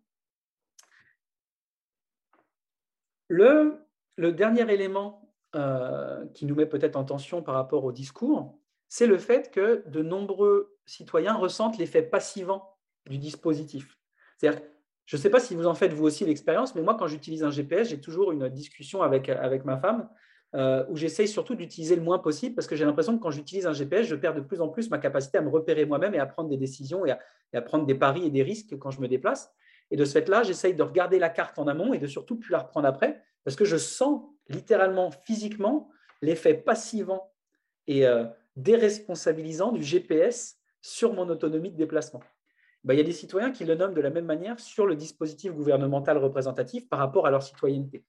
Le, le dernier élément euh, qui nous met peut-être en tension par rapport au discours, c'est le fait que de nombreux citoyens ressentent l'effet passivant du dispositif. C'est-à-dire, je ne sais pas si vous en faites vous aussi l'expérience, mais moi, quand j'utilise un G P S, j'ai toujours une discussion avec, avec ma femme euh, où j'essaye surtout d'utiliser le moins possible parce que j'ai l'impression que quand j'utilise un G P S, je perds de plus en plus ma capacité à me repérer moi-même et à prendre des décisions et à, et à prendre des paris et des risques quand je me déplace. Et de ce fait-là, j'essaye de regarder la carte en amont et de surtout plus la reprendre après parce que je sens littéralement, physiquement, l'effet passivant et euh, déresponsabilisant du G P S sur mon autonomie de déplacement. Ben, il y a des citoyens qui le nomment de la même manière sur le dispositif gouvernemental représentatif par rapport à leur citoyenneté.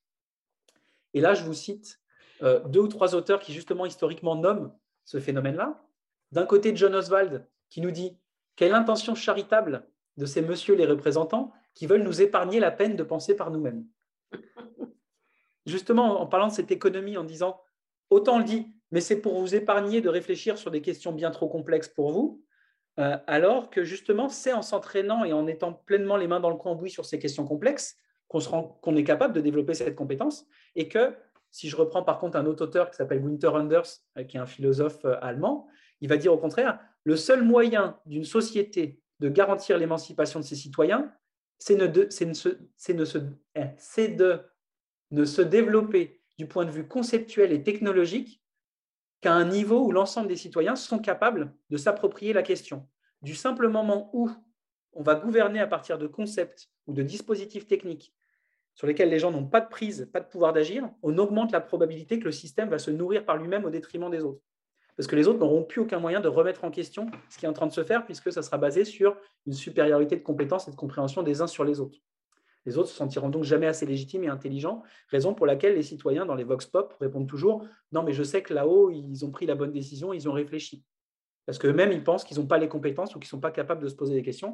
Et là, je vous cite euh, deux ou trois auteurs qui, justement, historiquement, nomment ce phénomène-là. D'un côté, John Oswald, qui nous dit « Quelle intention charitable de ces messieurs les représentants qui veulent nous épargner la peine de penser par nous-mêmes. » Justement, en parlant de cette économie, en disant « Autant on le dit, mais c'est pour vous épargner de réfléchir sur des questions bien trop complexes pour vous. » Euh, alors que justement, c'est en s'entraînant et en étant pleinement les mains dans le cambouis sur ces questions complexes qu'on se rend, qu'on est capable de développer cette compétence. Et que, si je reprends par contre un autre auteur qui s'appelle Günther Anders, qui est un philosophe allemand, il va dire au contraire, le seul moyen d'une société de garantir l'émancipation de ses citoyens, c'est, ne de, c'est, ne se, c'est, ne se, c'est de ne se développer du point de vue conceptuel et technologique qu'à un niveau où l'ensemble des citoyens sont capables de s'approprier la question. Du simple moment où on va gouverner à partir de concepts ou de dispositifs techniques sur lesquels les gens n'ont pas de prise, pas de pouvoir d'agir, on augmente la probabilité que le système va se nourrir par lui-même au détriment des autres. Parce que les autres n'auront plus aucun moyen de remettre en question ce qui est en train de se faire, puisque ça sera basé sur une supériorité de compétences et de compréhension des uns sur les autres. Les autres se sentiront donc jamais assez légitimes et intelligents, raison pour laquelle les citoyens dans les vox pop répondent toujours « Non, mais je sais que là-haut, ils ont pris la bonne décision, ils ont réfléchi. » Parce qu'eux-mêmes, ils pensent qu'ils n'ont pas les compétences ou qu'ils ne sont pas capables de se poser des questions.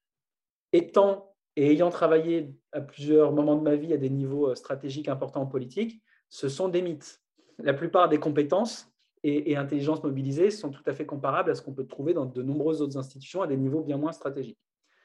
Étant et ayant travaillé à plusieurs moments de ma vie à des niveaux stratégiques importants en politique, ce sont des mythes. La plupart des compétences et, et intelligences mobilisées sont tout à fait comparables à ce qu'on peut trouver dans de nombreuses autres institutions à des niveaux bien moins stratégiques.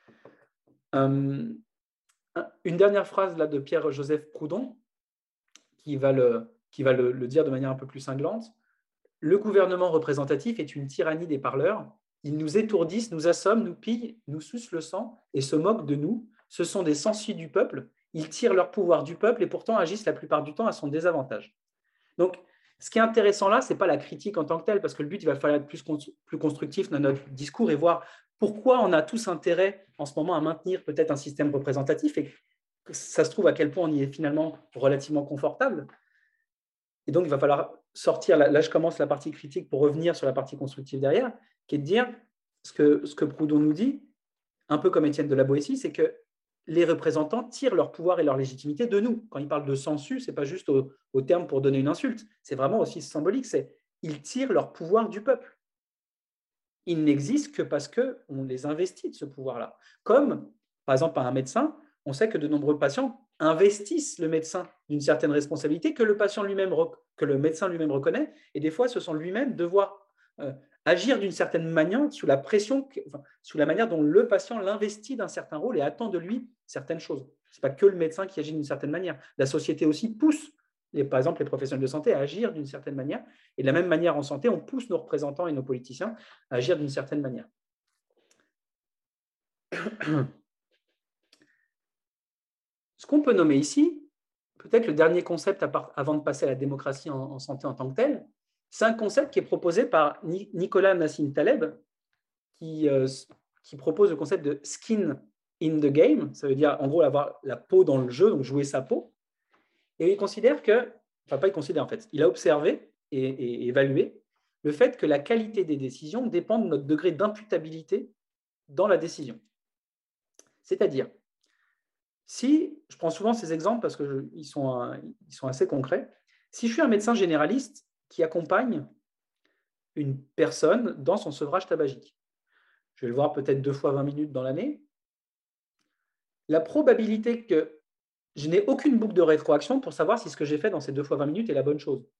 Euh, Une dernière phrase là, de Pierre-Joseph Proudhon qui va, le, qui va le, le dire de manière un peu plus cinglante. Le gouvernement représentatif est une tyrannie des parleurs. Ils nous étourdissent, nous assomment, nous pillent, nous sucent le sang et se moquent de nous. Ce sont des sensuits du peuple. Ils tirent leur pouvoir du peuple et pourtant agissent la plupart du temps à son désavantage. Donc, ce qui est intéressant là, ce n'est pas la critique en tant que telle, parce que le but, il va falloir être plus, plus constructif dans notre discours et voir pourquoi on a tous intérêt en ce moment à maintenir peut-être un système représentatif et que ça se trouve à quel point on y est finalement relativement confortable. Et donc, il va falloir sortir, là, là je commence la partie critique pour revenir sur la partie constructive derrière, qui est de dire ce que, ce que Proudhon nous dit, un peu comme Étienne de la Boétie, c'est que les représentants tirent leur pouvoir et leur légitimité de nous. Quand ils parlent de sensu, ce n'est pas juste au, au terme pour donner une insulte, c'est vraiment aussi symbolique, c'est ils tirent leur pouvoir du peuple. Ils n'existent que parce qu'on les investit de ce pouvoir-là. Comme, par exemple, par un médecin, on sait que de nombreux patients investissent le médecin d'une certaine responsabilité que le patient lui-même, que le médecin lui-même reconnaît, et des fois, ce sont lui-même devoir euh, agir d'une certaine manière sous la pression, enfin, sous la manière dont le patient l'investit d'un certain rôle et attend de lui certaines choses. Ce n'est pas que le médecin qui agit d'une certaine manière. La société aussi pousse, les, par exemple, les professionnels de santé à agir d'une certaine manière. Et de la même manière, en santé, on pousse nos représentants et nos politiciens à agir d'une certaine manière. Ce qu'on peut nommer ici, peut-être le dernier concept avant de passer à la démocratie en, en santé en tant que telle, c'est un concept qui est proposé par Nicolas Nassim Taleb, qui, euh, qui propose le concept de skin in the game. Ça veut dire, en gros, avoir la peau dans le jeu, donc jouer sa peau. Et il considère que, enfin pas il considère en fait, il a observé et, et évalué le fait que la qualité des décisions dépend de notre degré d'imputabilité dans la décision. C'est-à-dire, si, je prends souvent ces exemples parce qu'ils sont, ils sont assez concrets, si je suis un médecin généraliste qui accompagne une personne dans son sevrage tabagique, je vais le voir peut-être deux fois vingt minutes dans l'année, la probabilité que je n'ai aucune boucle de rétroaction pour savoir si ce que j'ai fait dans ces deux fois vingt minutes est la bonne chose.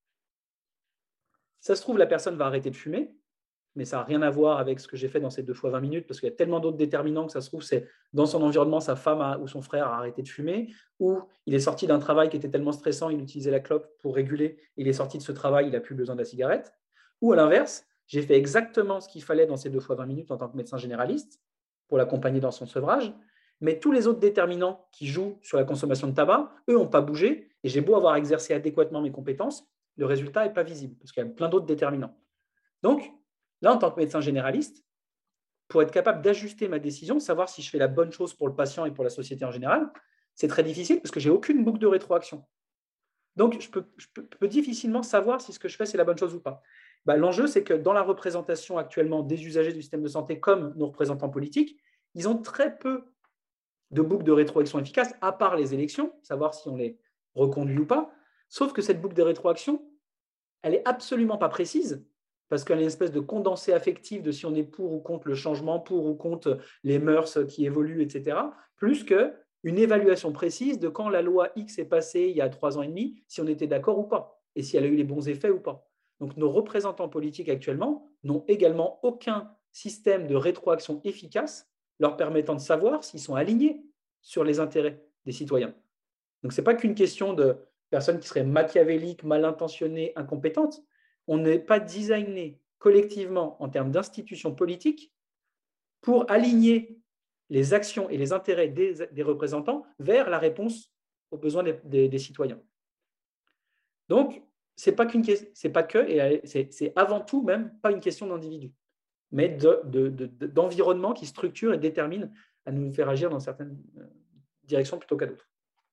Ça se trouve, la personne va arrêter de fumer, mais ça n'a rien à voir avec ce que j'ai fait dans ces deux fois vingt minutes, parce qu'il y a tellement d'autres déterminants que ça se trouve, c'est dans son environnement, sa femme a, ou son frère a arrêté de fumer, ou il est sorti d'un travail qui était tellement stressant, il utilisait la clope pour réguler, il est sorti de ce travail, il n'a plus besoin de la cigarette. Ou à l'inverse, j'ai fait exactement ce qu'il fallait dans ces deux fois vingt minutes en tant que médecin généraliste, pour l'accompagner dans son sevrage, mais tous les autres déterminants qui jouent sur la consommation de tabac, eux, n'ont pas bougé, et j'ai beau avoir exercé adéquatement mes compétences, le résultat n'est pas visible, parce qu'il y a plein d'autres déterminants. Donc, là, en tant que médecin généraliste, pour être capable d'ajuster ma décision, savoir si je fais la bonne chose pour le patient et pour la société en général, c'est très difficile parce que je n'ai aucune boucle de rétroaction. Donc, je peux, je peux, peux difficilement savoir si ce que je fais, c'est la bonne chose ou pas. Bah, l'enjeu, c'est que dans la représentation actuellement des usagers du système de santé comme nos représentants politiques, ils ont très peu de boucles de rétroaction efficaces, à part les élections, savoir si on les reconduit ou pas. Sauf que cette boucle de rétroaction, elle n'est absolument pas précise, parce qu'elle est une espèce de condensé affectif de si on est pour ou contre le changement, pour ou contre les mœurs qui évoluent, et cetera, plus qu'une évaluation précise de quand la loi X est passée il y a trois ans et demi, si on était d'accord ou pas, et si elle a eu les bons effets ou pas. Donc nos représentants politiques actuellement n'ont également aucun système de rétroaction efficace leur permettant de savoir s'ils sont alignés sur les intérêts des citoyens. Donc ce n'est pas qu'une question de personnes qui seraient machiavéliques, mal intentionnées, incompétentes. On n'est pas designé collectivement en termes d'institutions politiques pour aligner les actions et les intérêts des, des représentants vers la réponse aux besoins des, des, des citoyens. Donc, ce n'est pas, qu'une, c'est pas que, et c'est, c'est avant tout même pas une question d'individu, mais de, de, de, d'environnement qui structure et détermine à nous faire agir dans certaines directions plutôt qu'à d'autres.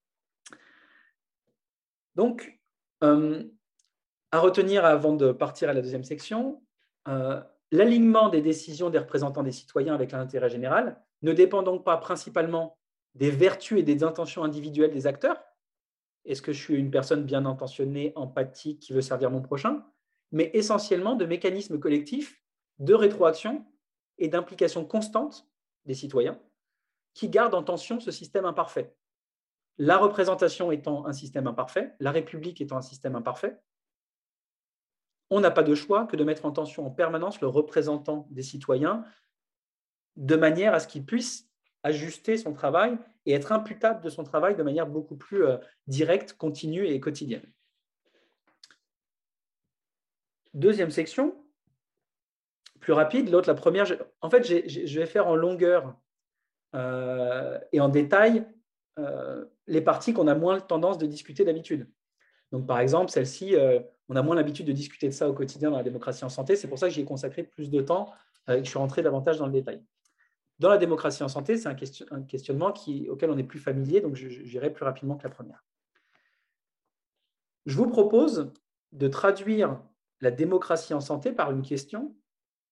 Donc, euh, à retenir avant de partir à la deuxième section, euh, l'alignement des décisions des représentants des citoyens avec l'intérêt général ne dépend donc pas principalement des vertus et des intentions individuelles des acteurs. Est-ce que je suis une personne bien intentionnée, empathique, qui veut servir mon prochain, mais essentiellement de mécanismes collectifs de rétroaction et d'implication constante des citoyens qui gardent en tension ce système imparfait. La représentation étant un système imparfait, la République étant un système imparfait, on n'a pas de choix que de mettre en tension en permanence le représentant des citoyens de manière à ce qu'il puisse ajuster son travail et être imputable de son travail de manière beaucoup plus euh, directe, continue et quotidienne. Deuxième section, plus rapide. L'autre, la première, je, en fait, j'ai, je vais faire en longueur euh, et en détail euh, les parties qu'on a moins tendance de discuter d'habitude. Donc, par exemple, celle-ci, euh, on a moins l'habitude de discuter de ça au quotidien dans la démocratie en santé. C'est pour ça que j'y ai consacré plus de temps euh, et que je suis rentré davantage dans le détail. Dans la démocratie en santé, c'est un, question, un questionnement qui, auquel on est plus familier, donc j'irai plus rapidement que la première. Je vous propose de traduire la démocratie en santé par une question,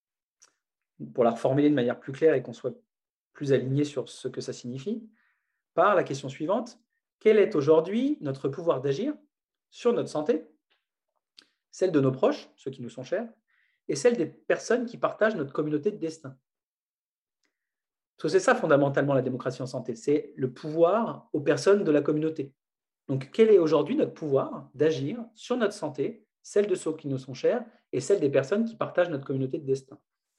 pour la reformuler de manière plus claire et qu'on soit plus aligné sur ce que ça signifie. par la question suivante. Quel est aujourd'hui notre pouvoir d'agir sur notre santé, celle de nos proches, ceux qui nous sont chers, et celle des personnes qui partagent notre communauté de destin? Parce que c'est ça fondamentalement la démocratie en santé, c'est le pouvoir aux personnes de la communauté. Donc, quel est aujourd'hui notre pouvoir d'agir sur notre santé, celle de ceux qui nous sont chers et celle des personnes qui partagent notre communauté de destin?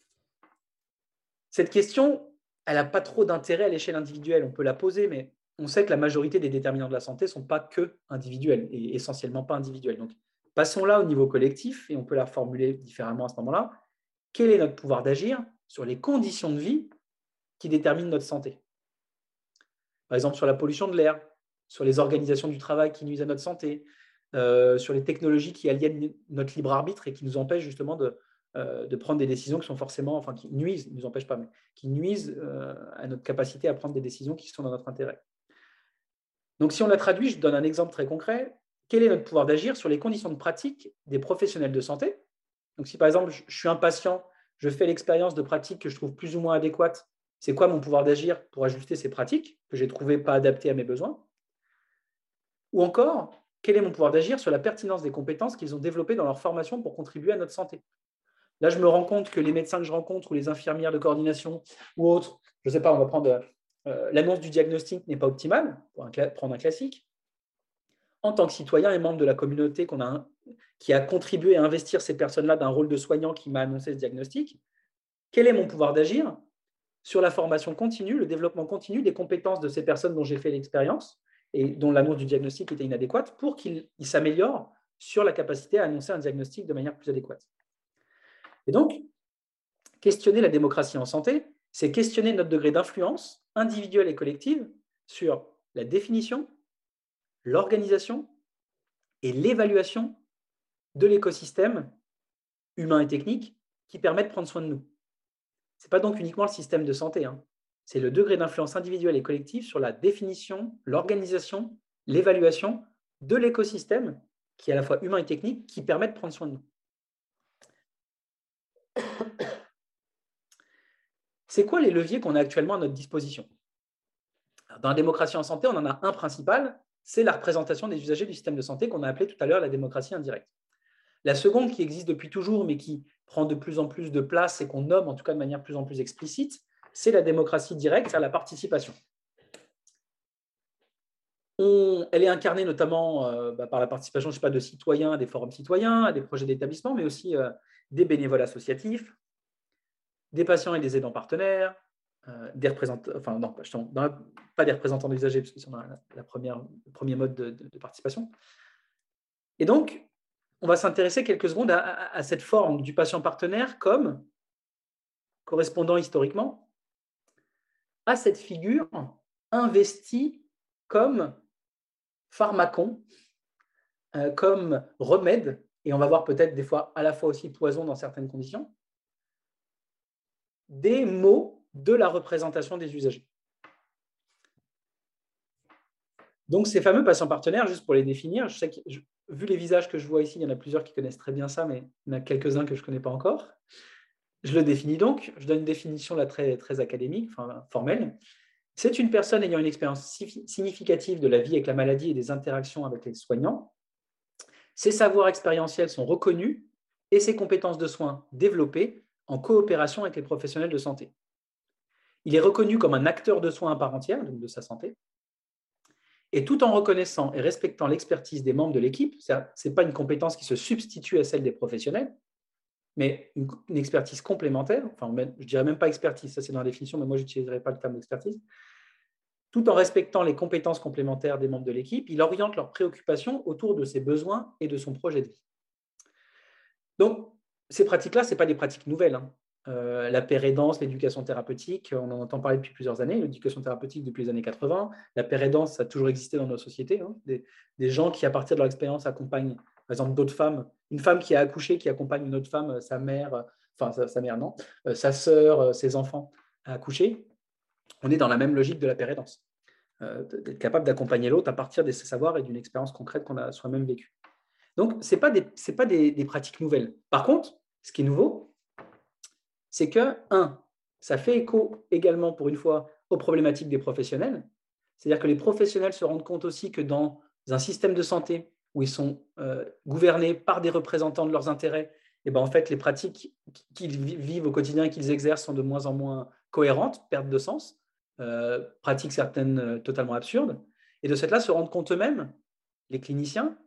Cette question, elle n'a pas trop d'intérêt à l'échelle individuelle. On peut la poser, mais on sait que la majorité des déterminants de la santé ne sont pas que individuels et essentiellement pas individuels. Donc, passons là au niveau collectif et on peut la formuler différemment à ce moment-là. Quel est notre pouvoir d'agir sur les conditions de vie qui déterminent notre santé? Par exemple, sur la pollution de l'air, sur les organisations du travail qui nuisent à notre santé, euh, sur les technologies qui aliènent notre libre arbitre et qui nous empêchent justement de, euh, de prendre des décisions qui sont forcément, enfin qui nuisent, ne nous empêchent pas, mais qui nuisent euh, à notre capacité à prendre des décisions qui sont dans notre intérêt. Donc, si on la traduit, je donne un exemple très concret. Quel est notre pouvoir d'agir sur les conditions de pratique des professionnels de santé? Donc, si par exemple, je suis un patient, je fais l'expérience de pratiques que je trouve plus ou moins adéquates, c'est quoi mon pouvoir d'agir pour ajuster ces pratiques que j'ai trouvées pas adaptées à mes besoins? Ou encore, quel est mon pouvoir d'agir sur la pertinence des compétences qu'ils ont développées dans leur formation pour contribuer à notre santé? Là, je me rends compte que les médecins que je rencontre ou les infirmières de coordination ou autres, je ne sais pas, on va prendre euh, l'annonce du diagnostic n'est pas optimale, pour un, prendre un classique. En tant que citoyen et membre de la communauté qu'on a, qui a contribué à investir ces personnes-là d'un rôle de soignant qui m'a annoncé ce diagnostic, quel est mon pouvoir d'agir sur la formation continue, le développement continu des compétences de ces personnes dont j'ai fait l'expérience et dont l'annonce du diagnostic était inadéquate pour qu'ils s'améliorent sur la capacité à annoncer un diagnostic de manière plus adéquate. Et donc, questionner la démocratie en santé, c'est questionner notre degré d'influence individuelle et collective sur la définition, l'organisation et l'évaluation de l'écosystème humain et technique qui permet de prendre soin de nous. Ce n'est pas donc uniquement le système de santé, hein. C'est le degré d'influence individuelle et collective sur la définition, l'organisation, l'évaluation de l'écosystème qui est à la fois humain et technique qui permet de prendre soin de nous. C'est quoi les leviers qu'on a actuellement à notre disposition? Dans la démocratie en santé, on en a un principal, c'est la représentation des usagers du système de santé qu'on a appelé tout à l'heure la démocratie indirecte. La seconde, qui existe depuis toujours, mais qui prend de plus en plus de place et qu'on nomme en tout cas de manière de plus en plus explicite, c'est la démocratie directe, c'est la participation. On, elle est incarnée notamment euh, bah, par la participation, je sais pas, de citoyens à des forums citoyens, à des projets d'établissement, mais aussi euh, des bénévoles associatifs, des patients et des aidants partenaires, euh, des représentants, enfin non, dans la, pas des représentants des usagers, parce que c'est la, la première, le premier mode de, de, de participation. Et donc, on va s'intéresser quelques secondes à, à, à cette forme du patient partenaire comme correspondant historiquement à cette figure investie comme pharmacon, euh, comme remède, et on va voir peut-être des fois à la fois aussi poison dans certaines conditions, des mots de la représentation des usagers. Donc, ces fameux patients partenaires, juste pour les définir, je sais que, je, vu les visages que je vois ici, il y en a plusieurs qui connaissent très bien ça, mais il y en a quelques-uns que je ne connais pas encore. Je le définis donc, je donne une définition là très, très académique, enfin formelle. C'est une personne ayant une expérience significative de la vie avec la maladie et des interactions avec les soignants. Ses savoirs expérientiels sont reconnus et ses compétences de soins développées en coopération avec les professionnels de santé. Il est reconnu comme un acteur de soins à part entière, donc de sa santé, et tout en reconnaissant et respectant l'expertise des membres de l'équipe, ce n'est pas une compétence qui se substitue à celle des professionnels, mais une, une expertise complémentaire, enfin, je ne dirais même pas expertise, ça c'est dans la définition, mais moi je n'utiliserai pas le terme d'expertise, tout en respectant les compétences complémentaires des membres de l'équipe, il oriente leurs préoccupations autour de ses besoins et de son projet de vie. Donc, ces pratiques-là, ce n'est pas des pratiques nouvelles, hein. Euh, la pérédance, l'éducation thérapeutique, on en entend parler depuis plusieurs années, l'éducation thérapeutique depuis les années quatre-vingts, la pérédance, ça a toujours existé dans nos sociétés, hein. des, des gens qui, à partir de leur expérience, accompagnent, par exemple, d'autres femmes, une femme qui a accouché, qui accompagne une autre femme, sa mère, enfin, sa, sa mère, non, euh, sa sœur, ses enfants à accoucher, on est dans la même logique de la pérédance, euh, d'être capable d'accompagner l'autre à partir de ses savoirs et d'une expérience concrète qu'on a soi-même vécue. Donc, ce n'est pas, des, c'est pas des, des pratiques nouvelles. Par contre, ce qui est nouveau, c'est que, un, ça fait écho également, pour une fois, aux problématiques des professionnels. C'est-à-dire que les professionnels se rendent compte aussi que dans un système de santé où ils sont euh, gouvernés par des représentants de leurs intérêts, et ben en fait, les pratiques qu'ils vivent au quotidien et qu'ils exercent sont de moins en moins cohérentes, perte de sens, euh, pratiques certaines euh, totalement absurdes. Et de cette là, se rendent compte eux-mêmes, les cliniciens,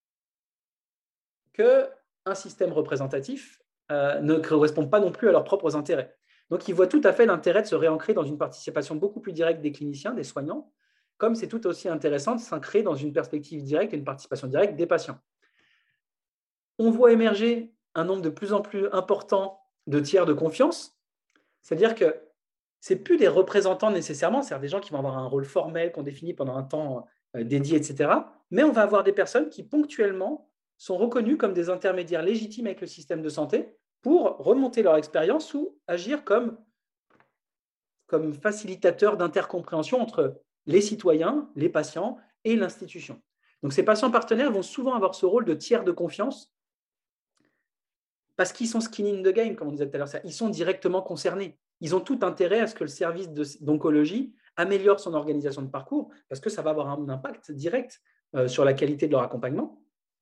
qu'un système représentatif euh, ne correspond pas non plus à leurs propres intérêts. Donc, ils voient tout à fait l'intérêt de se réancrer dans une participation beaucoup plus directe des cliniciens, des soignants, comme c'est tout aussi intéressant de s'ancrer dans une perspective directe et une participation directe des patients. On voit émerger un nombre de plus en plus important de tiers de confiance, c'est-à-dire que ce n'est plus des représentants nécessairement, c'est-à-dire des gens qui vont avoir un rôle formel qu'on définit pendant un temps dédié, et cetera, mais on va avoir des personnes qui ponctuellement sont reconnus comme des intermédiaires légitimes avec le système de santé pour remonter leur expérience ou agir comme, comme facilitateurs d'intercompréhension entre les citoyens, les patients et l'institution. Donc ces patients partenaires vont souvent avoir ce rôle de tiers de confiance parce qu'ils sont skin in the game, comme on disait tout à l'heure. Ils sont directement concernés. Ils ont tout intérêt à ce que le service d'oncologie améliore son organisation de parcours parce que ça va avoir un impact direct euh, sur la qualité de leur accompagnement.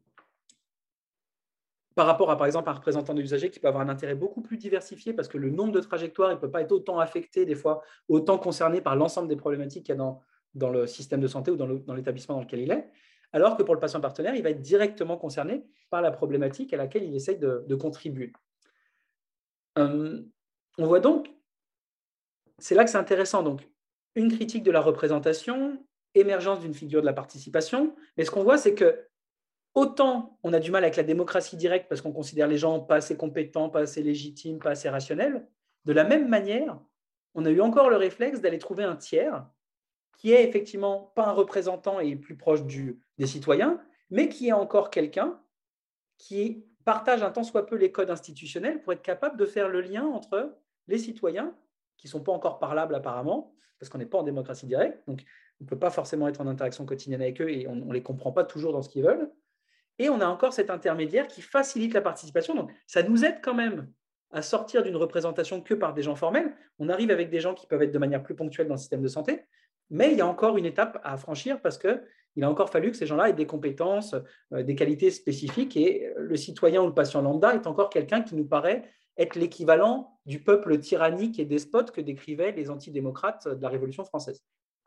Par rapport à, par exemple, un représentant de l'usager qui peut avoir un intérêt beaucoup plus diversifié parce que le nombre de trajectoires ne peut pas être autant affecté, des fois, autant concerné par l'ensemble des problématiques qu'il y a dans, dans le système de santé ou dans l'établissement dans lequel il est, alors que pour le patient partenaire, il va être directement concerné par la problématique à laquelle il essaye de, de contribuer. Hum, on voit donc, c'est là que c'est intéressant, donc, une critique de la représentation, émergence d'une figure de la participation, mais ce qu'on voit, c'est que autant on a du mal avec la démocratie directe parce qu'on considère les gens pas assez compétents, pas assez légitimes, pas assez rationnels. De la même manière, on a eu encore le réflexe d'aller trouver un tiers qui est effectivement pas un représentant et plus proche du, des citoyens, mais qui est encore quelqu'un qui partage un tant soit peu les codes institutionnels pour être capable de faire le lien entre les citoyens, qui ne sont pas encore parlables apparemment, parce qu'on n'est pas en démocratie directe, donc on ne peut pas forcément être en interaction quotidienne avec eux et on ne les comprend pas toujours dans ce qu'ils veulent. Et on a encore cet intermédiaire qui facilite la participation. Donc, ça nous aide quand même à sortir d'une représentation que par des gens formels. On arrive avec des gens qui peuvent être de manière plus ponctuelle dans le système de santé, mais il y a encore une étape à franchir parce qu'il a encore fallu que ces gens-là aient des compétences, euh, des qualités spécifiques et le citoyen ou le patient lambda est encore quelqu'un qui nous paraît être l'équivalent du peuple tyrannique et despote que décrivaient les antidémocrates de la Révolution française.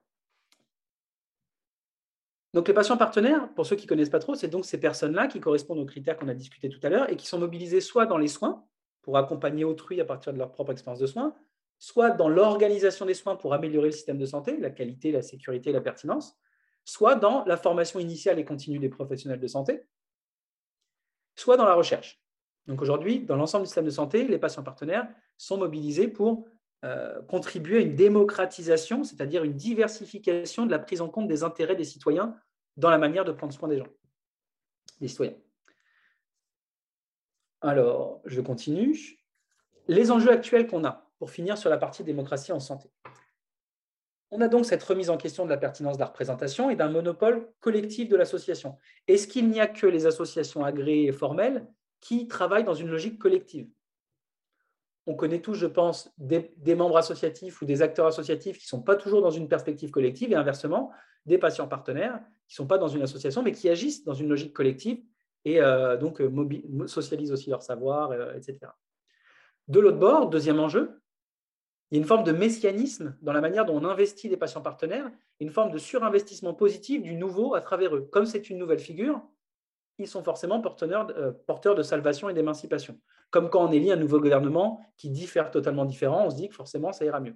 Donc, les patients partenaires, pour ceux qui ne connaissent pas trop, c'est donc ces personnes-là qui correspondent aux critères qu'on a discutés tout à l'heure et qui sont mobilisées soit dans les soins, pour accompagner autrui à partir de leur propre expérience de soins, soit dans l'organisation des soins pour améliorer le système de santé, la qualité, la sécurité, la pertinence, soit dans la formation initiale et continue des professionnels de santé, soit dans la recherche. Donc aujourd'hui, dans l'ensemble du système de santé, les patients partenaires sont mobilisés pour euh, contribuer à une démocratisation, c'est-à-dire une diversification de la prise en compte des intérêts des citoyens dans la manière de prendre soin des gens, des citoyens. Alors, je continue. Les enjeux actuels qu'on a, pour finir sur la partie démocratie en santé. On a donc cette remise en question de la pertinence de la représentation et d'un monopole collectif de l'association. Est-ce qu'il n'y a que les associations agréées et formelles qui travaillent dans une logique collective? On connaît tous, je pense, des, des membres associatifs ou des acteurs associatifs qui ne sont pas toujours dans une perspective collective et inversement, des patients partenaires qui ne sont pas dans une association mais qui agissent dans une logique collective et euh, donc euh, socialisent aussi leur savoir, euh, et cetera. De l'autre bord, deuxième enjeu, il y a une forme de messianisme dans la manière dont on investit les patients partenaires, une forme de surinvestissement positif du nouveau à travers eux. Comme c'est une nouvelle figure, ils sont forcément porteurs, euh, porteurs de salvation et d'émancipation. Comme quand on élit un nouveau gouvernement qui diffère totalement différent, on se dit que forcément, ça ira mieux.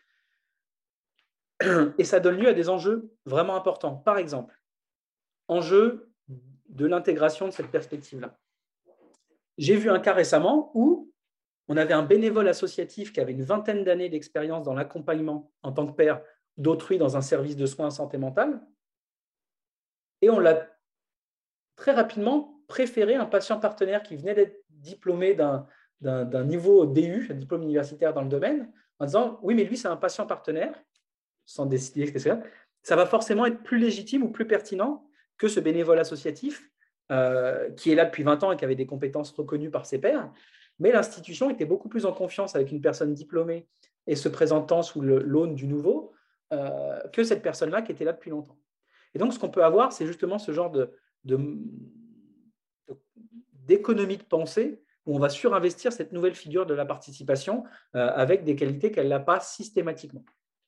Et ça donne lieu à des enjeux vraiment importants. Par exemple, enjeu de l'intégration de cette perspective-là. J'ai vu un cas récemment où on avait un bénévole associatif qui avait une vingtaine d'années d'expérience dans l'accompagnement en tant que père d'autrui dans un service de soins en santé mentale. Et on l'a très rapidement préféré un patient partenaire qui venait d'être diplômé d'un, d'un, d'un niveau D U, un diplôme universitaire dans le domaine, en disant « oui, mais lui, c'est un patient partenaire », sans décider ce que c'est, ça va forcément être plus légitime ou plus pertinent que ce bénévole associatif euh, qui est là depuis vingt ans et qui avait des compétences reconnues par ses pairs. Mais l'institution était beaucoup plus en confiance avec une personne diplômée et se présentant sous le, l'aune du nouveau euh, que cette personne-là qui était là depuis longtemps. Et donc, ce qu'on peut avoir, c'est justement ce genre de, de, d'économie de pensée où on va surinvestir cette nouvelle figure de la participation euh, avec des qualités qu'elle n'a pas systématiquement.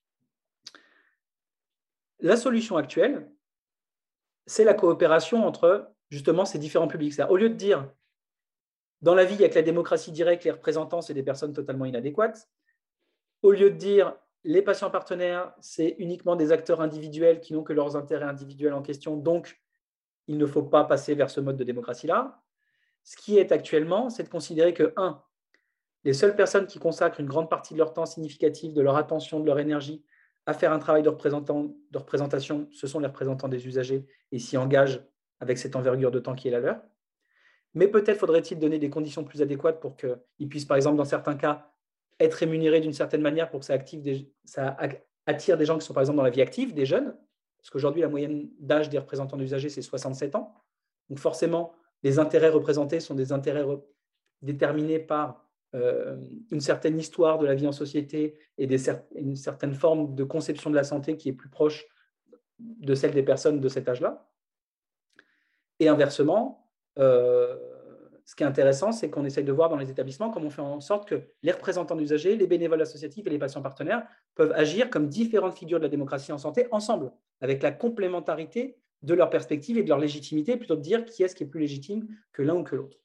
La solution actuelle, c'est la coopération entre justement ces différents publics. C'est-à-dire, au lieu de dire dans la vie, il n'y a que la démocratie directe, les représentants, c'est des personnes totalement inadéquates, au lieu de dire les patients partenaires, c'est uniquement des acteurs individuels qui n'ont que leurs intérêts individuels en question, donc il ne faut pas passer vers ce mode de démocratie-là. Ce qui est actuellement, c'est de considérer que, un, les seules personnes qui consacrent une grande partie de leur temps significatif, de leur attention, de leur énergie à faire un travail de, de représentation, ce sont les représentants des usagers et s'y engagent avec cette envergure de temps qui est la leur. Mais peut-être faudrait-il donner des conditions plus adéquates pour qu'ils puissent, par exemple, dans certains cas, être rémunérés d'une certaine manière pour que ça, active des, ça attire des gens qui sont, par exemple, dans la vie active, des jeunes, parce qu'aujourd'hui, la moyenne d'âge des représentants d'usagers, c'est soixante-sept ans. Donc forcément, les intérêts représentés sont des intérêts déterminés par euh, une certaine histoire de la vie en société et des, une certaine forme de conception de la santé qui est plus proche de celle des personnes de cet âge-là. Et inversement, euh, ce qui est intéressant, c'est qu'on essaye de voir dans les établissements comment on fait en sorte que les représentants d'usagers, les bénévoles associatifs et les patients partenaires peuvent agir comme différentes figures de la démocratie en santé ensemble, avec la complémentarité de leur perspective et de leur légitimité, plutôt que de dire qui est-ce qui est plus légitime que l'un ou que l'autre.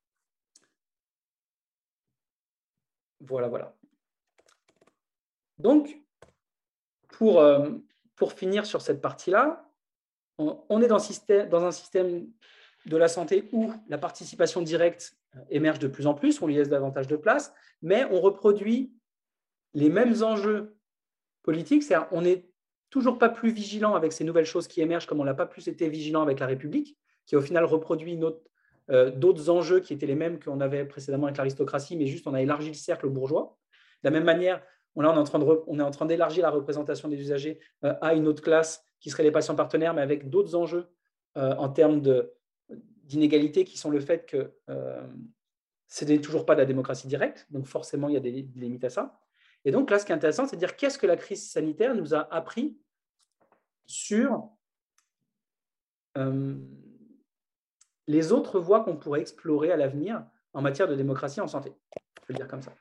Voilà, voilà. Donc, pour, euh, pour finir sur cette partie-là, on, on est dans, système, dans un système de la santé où la participation directe émerge de plus en plus, on lui laisse davantage de place, mais on reproduit les mêmes enjeux politiques, c'est-à-dire on n'est toujours pas plus vigilant avec ces nouvelles choses qui émergent comme on n'a pas plus été vigilant avec la République, qui au final reproduit euh, d'autres enjeux qui étaient les mêmes qu'on avait précédemment avec l'aristocratie, mais juste on a élargi le cercle bourgeois. De la même manière, on, là, on est en train de, on est en train d'élargir la représentation des usagers euh, à une autre classe qui serait les patients partenaires, mais avec d'autres enjeux euh, en termes de d'inégalités qui sont le fait que euh, ce n'est toujours pas de la démocratie directe, donc forcément, il y a des, des limites à ça. Et donc là, ce qui est intéressant, c'est de dire qu'est-ce que la crise sanitaire nous a appris sur euh, les autres voies qu'on pourrait explorer à l'avenir en matière de démocratie en santé. Je vais le dire comme ça.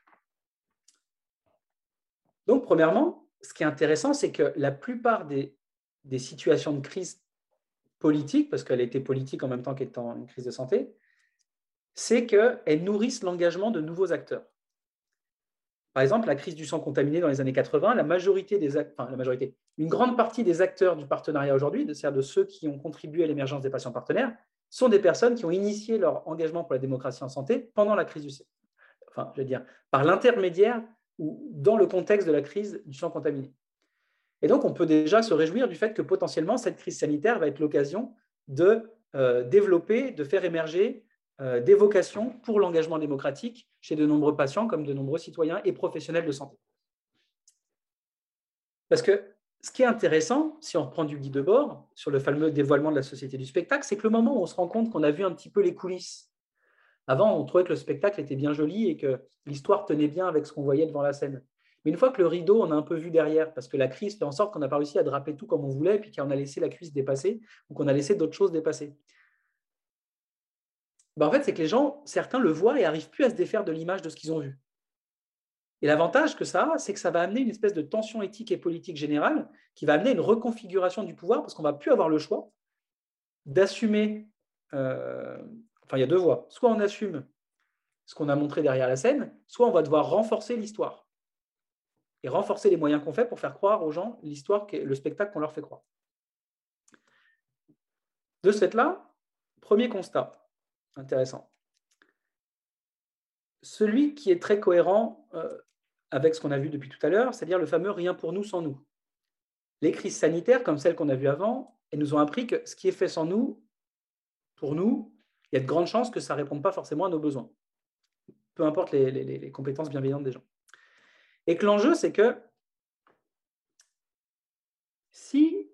Donc, premièrement, ce qui est intéressant, c'est que la plupart des, des situations de crise politique, parce qu'elle a été politique en même temps qu'étant une crise de santé, c'est qu'elles nourrissent l'engagement de nouveaux acteurs. Par exemple, la crise du sang contaminé dans les années quatre-vingts, la majorité des enfin, la majorité, une grande partie des acteurs du partenariat aujourd'hui, c'est-à-dire de ceux qui ont contribué à l'émergence des patients partenaires, sont des personnes qui ont initié leur engagement pour la démocratie en santé pendant la crise du sang. Enfin, je veux dire, par l'intermédiaire ou dans le contexte de la crise du sang contaminé. Et donc, on peut déjà se réjouir du fait que potentiellement, cette crise sanitaire va être l'occasion de euh, développer, de faire émerger euh, des vocations pour l'engagement démocratique chez de nombreux patients comme de nombreux citoyens et professionnels de santé. Parce que ce qui est intéressant, si on reprend du guide de bord, sur le fameux dévoilement de la société du spectacle, c'est que le moment où on se rend compte qu'on a vu un petit peu les coulisses. Avant, on trouvait que le spectacle était bien joli et que l'histoire tenait bien avec ce qu'on voyait devant la scène. Mais une fois que le rideau, on a un peu vu derrière, parce que la crise fait en sorte qu'on n'a pas réussi à draper tout comme on voulait, et puis qu'on a laissé la cuisse dépasser, ou qu'on a laissé d'autres choses dépasser. Ben en fait, c'est que les gens, certains le voient et n'arrivent plus à se défaire de l'image de ce qu'ils ont vu. Et l'avantage que ça a, c'est que ça va amener une espèce de tension éthique et politique générale qui va amener une reconfiguration du pouvoir, parce qu'on ne va plus avoir le choix d'assumer... Euh, enfin, il y a deux voies. Soit on assume ce qu'on a montré derrière la scène, soit on va devoir renforcer l'histoire et renforcer les moyens qu'on fait pour faire croire aux gens l'histoire, le spectacle qu'on leur fait croire. De ce fait-là, premier constat intéressant. Celui qui est très cohérent euh, avec ce qu'on a vu depuis tout à l'heure, c'est-à-dire le fameux « rien pour nous sans nous ». Les crises sanitaires, comme celles qu'on a vues avant, elles nous ont appris que ce qui est fait sans nous, pour nous, il y a de grandes chances que ça ne réponde pas forcément à nos besoins, peu importe les, les, les compétences bienveillantes des gens. Et que l'enjeu, c'est que si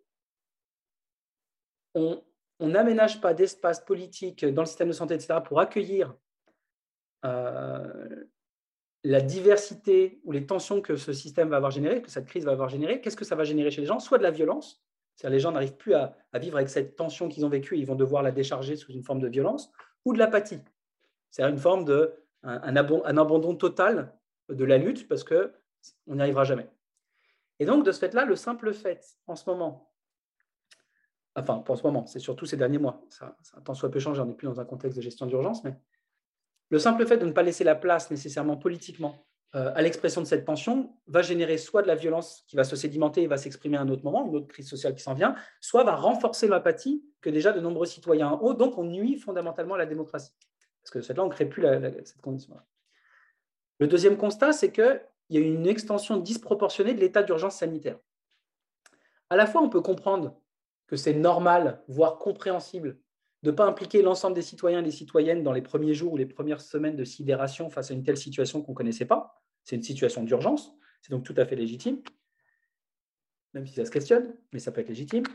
on n'aménage pas d'espace politique dans le système de santé, et cetera, pour accueillir euh, la diversité ou les tensions que ce système va avoir généré, que cette crise va avoir généré, qu'est-ce que ça va générer chez les gens? Soit de la violence, c'est-à-dire les gens n'arrivent plus à, à vivre avec cette tension qu'ils ont vécue et ils vont devoir la décharger sous une forme de violence, ou de l'apathie, c'est-à-dire une forme de un, un, abandon, un abandon total de la lutte parce qu'on n'y arrivera jamais. Et donc, de ce fait-là, le simple fait, en ce moment, enfin, pas en ce moment, c'est surtout ces derniers mois, ça, ça a tant soit peu changé, on n'est plus dans un contexte de gestion d'urgence, mais le simple fait de ne pas laisser la place nécessairement politiquement euh, à l'expression de cette tension va générer soit de la violence qui va se sédimenter et va s'exprimer à un autre moment, une autre crise sociale qui s'en vient, soit va renforcer l'apathie que déjà de nombreux citoyens ont, donc on nuit fondamentalement à la démocratie. Parce que de cette là, on ne crée plus la, la, cette condition-là. Le deuxième constat, c'est qu'il y a une extension disproportionnée de l'état d'urgence sanitaire. À la fois, on peut comprendre que c'est normal, voire compréhensible, de ne pas impliquer l'ensemble des citoyens et des citoyennes dans les premiers jours ou les premières semaines de sidération face à une telle situation qu'on ne connaissait pas. C'est une situation d'urgence, c'est donc tout à fait légitime, même si ça se questionne, mais ça peut être légitime.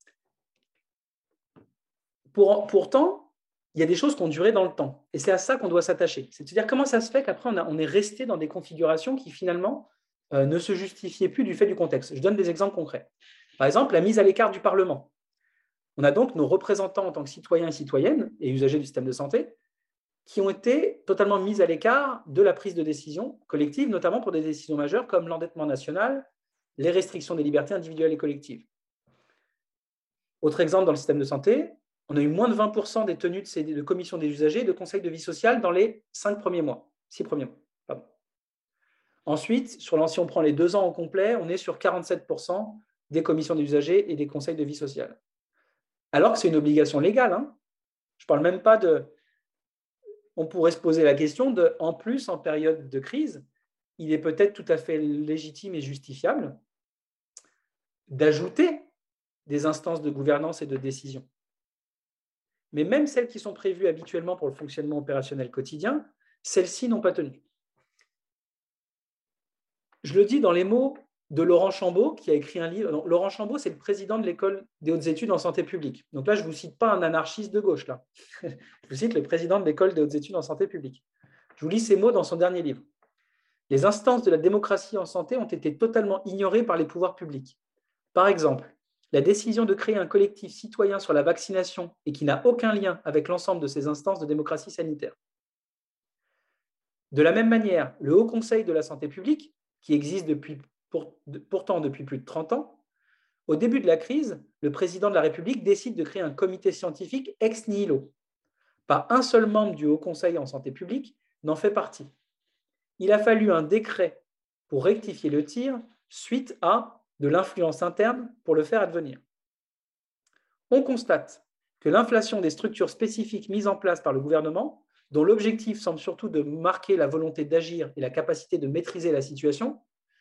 Pour, pourtant, il y a des choses qui ont duré dans le temps, et c'est à ça qu'on doit s'attacher. C'est-à-dire comment ça se fait qu'après, on, a, on est resté dans des configurations qui, finalement, euh, ne se justifiaient plus du fait du contexte. Je donne des exemples concrets. Par exemple, la mise à l'écart du Parlement. On a donc nos représentants en tant que citoyens et citoyennes et usagers du système de santé qui ont été totalement mis à l'écart de la prise de décision collective, notamment pour des décisions majeures comme l'endettement national, les restrictions des libertés individuelles et collectives. Autre exemple dans le système de santé, on a eu moins de vingt pour cent des tenues de, ces, de commissions des usagers et de conseils de vie sociale dans les cinq premiers mois, six premiers mois. Pardon. Ensuite, sur, si on prend les deux ans au complet, on est sur quarante-sept pour cent des commissions des usagers et des conseils de vie sociale. Alors que c'est une obligation légale. Hein. Je ne parle même pas de... On pourrait se poser la question de, en plus, en période de crise, il est peut-être tout à fait légitime et justifiable d'ajouter des instances de gouvernance et de décision. Mais même celles qui sont prévues habituellement pour le fonctionnement opérationnel quotidien, celles-ci n'ont pas tenu. Je le dis dans les mots de Laurent Chambaud, qui a écrit un livre. Non, Laurent Chambaud, c'est le président de l'École des hautes études en santé publique. Donc là, je ne vous cite pas un anarchiste de gauche, là. Je vous cite le président de l'École des hautes études en santé publique. Je vous lis ces mots dans son dernier livre. Les instances de la démocratie en santé ont été totalement ignorées par les pouvoirs publics. Par exemple, la décision de créer un collectif citoyen sur la vaccination et qui n'a aucun lien avec l'ensemble de ces instances de démocratie sanitaire. De la même manière, le Haut Conseil de la santé publique, qui existe depuis Pour, de, pourtant depuis plus de trente ans, au début de la crise, le président de la République décide de créer un comité scientifique ex nihilo. Pas un seul membre du Haut Conseil en santé publique n'en fait partie. Il a fallu un décret pour rectifier le tir suite à de l'influence interne pour le faire advenir. On constate que l'inflation des structures spécifiques mises en place par le gouvernement, dont l'objectif semble surtout de marquer la volonté d'agir et la capacité de maîtriser la situation,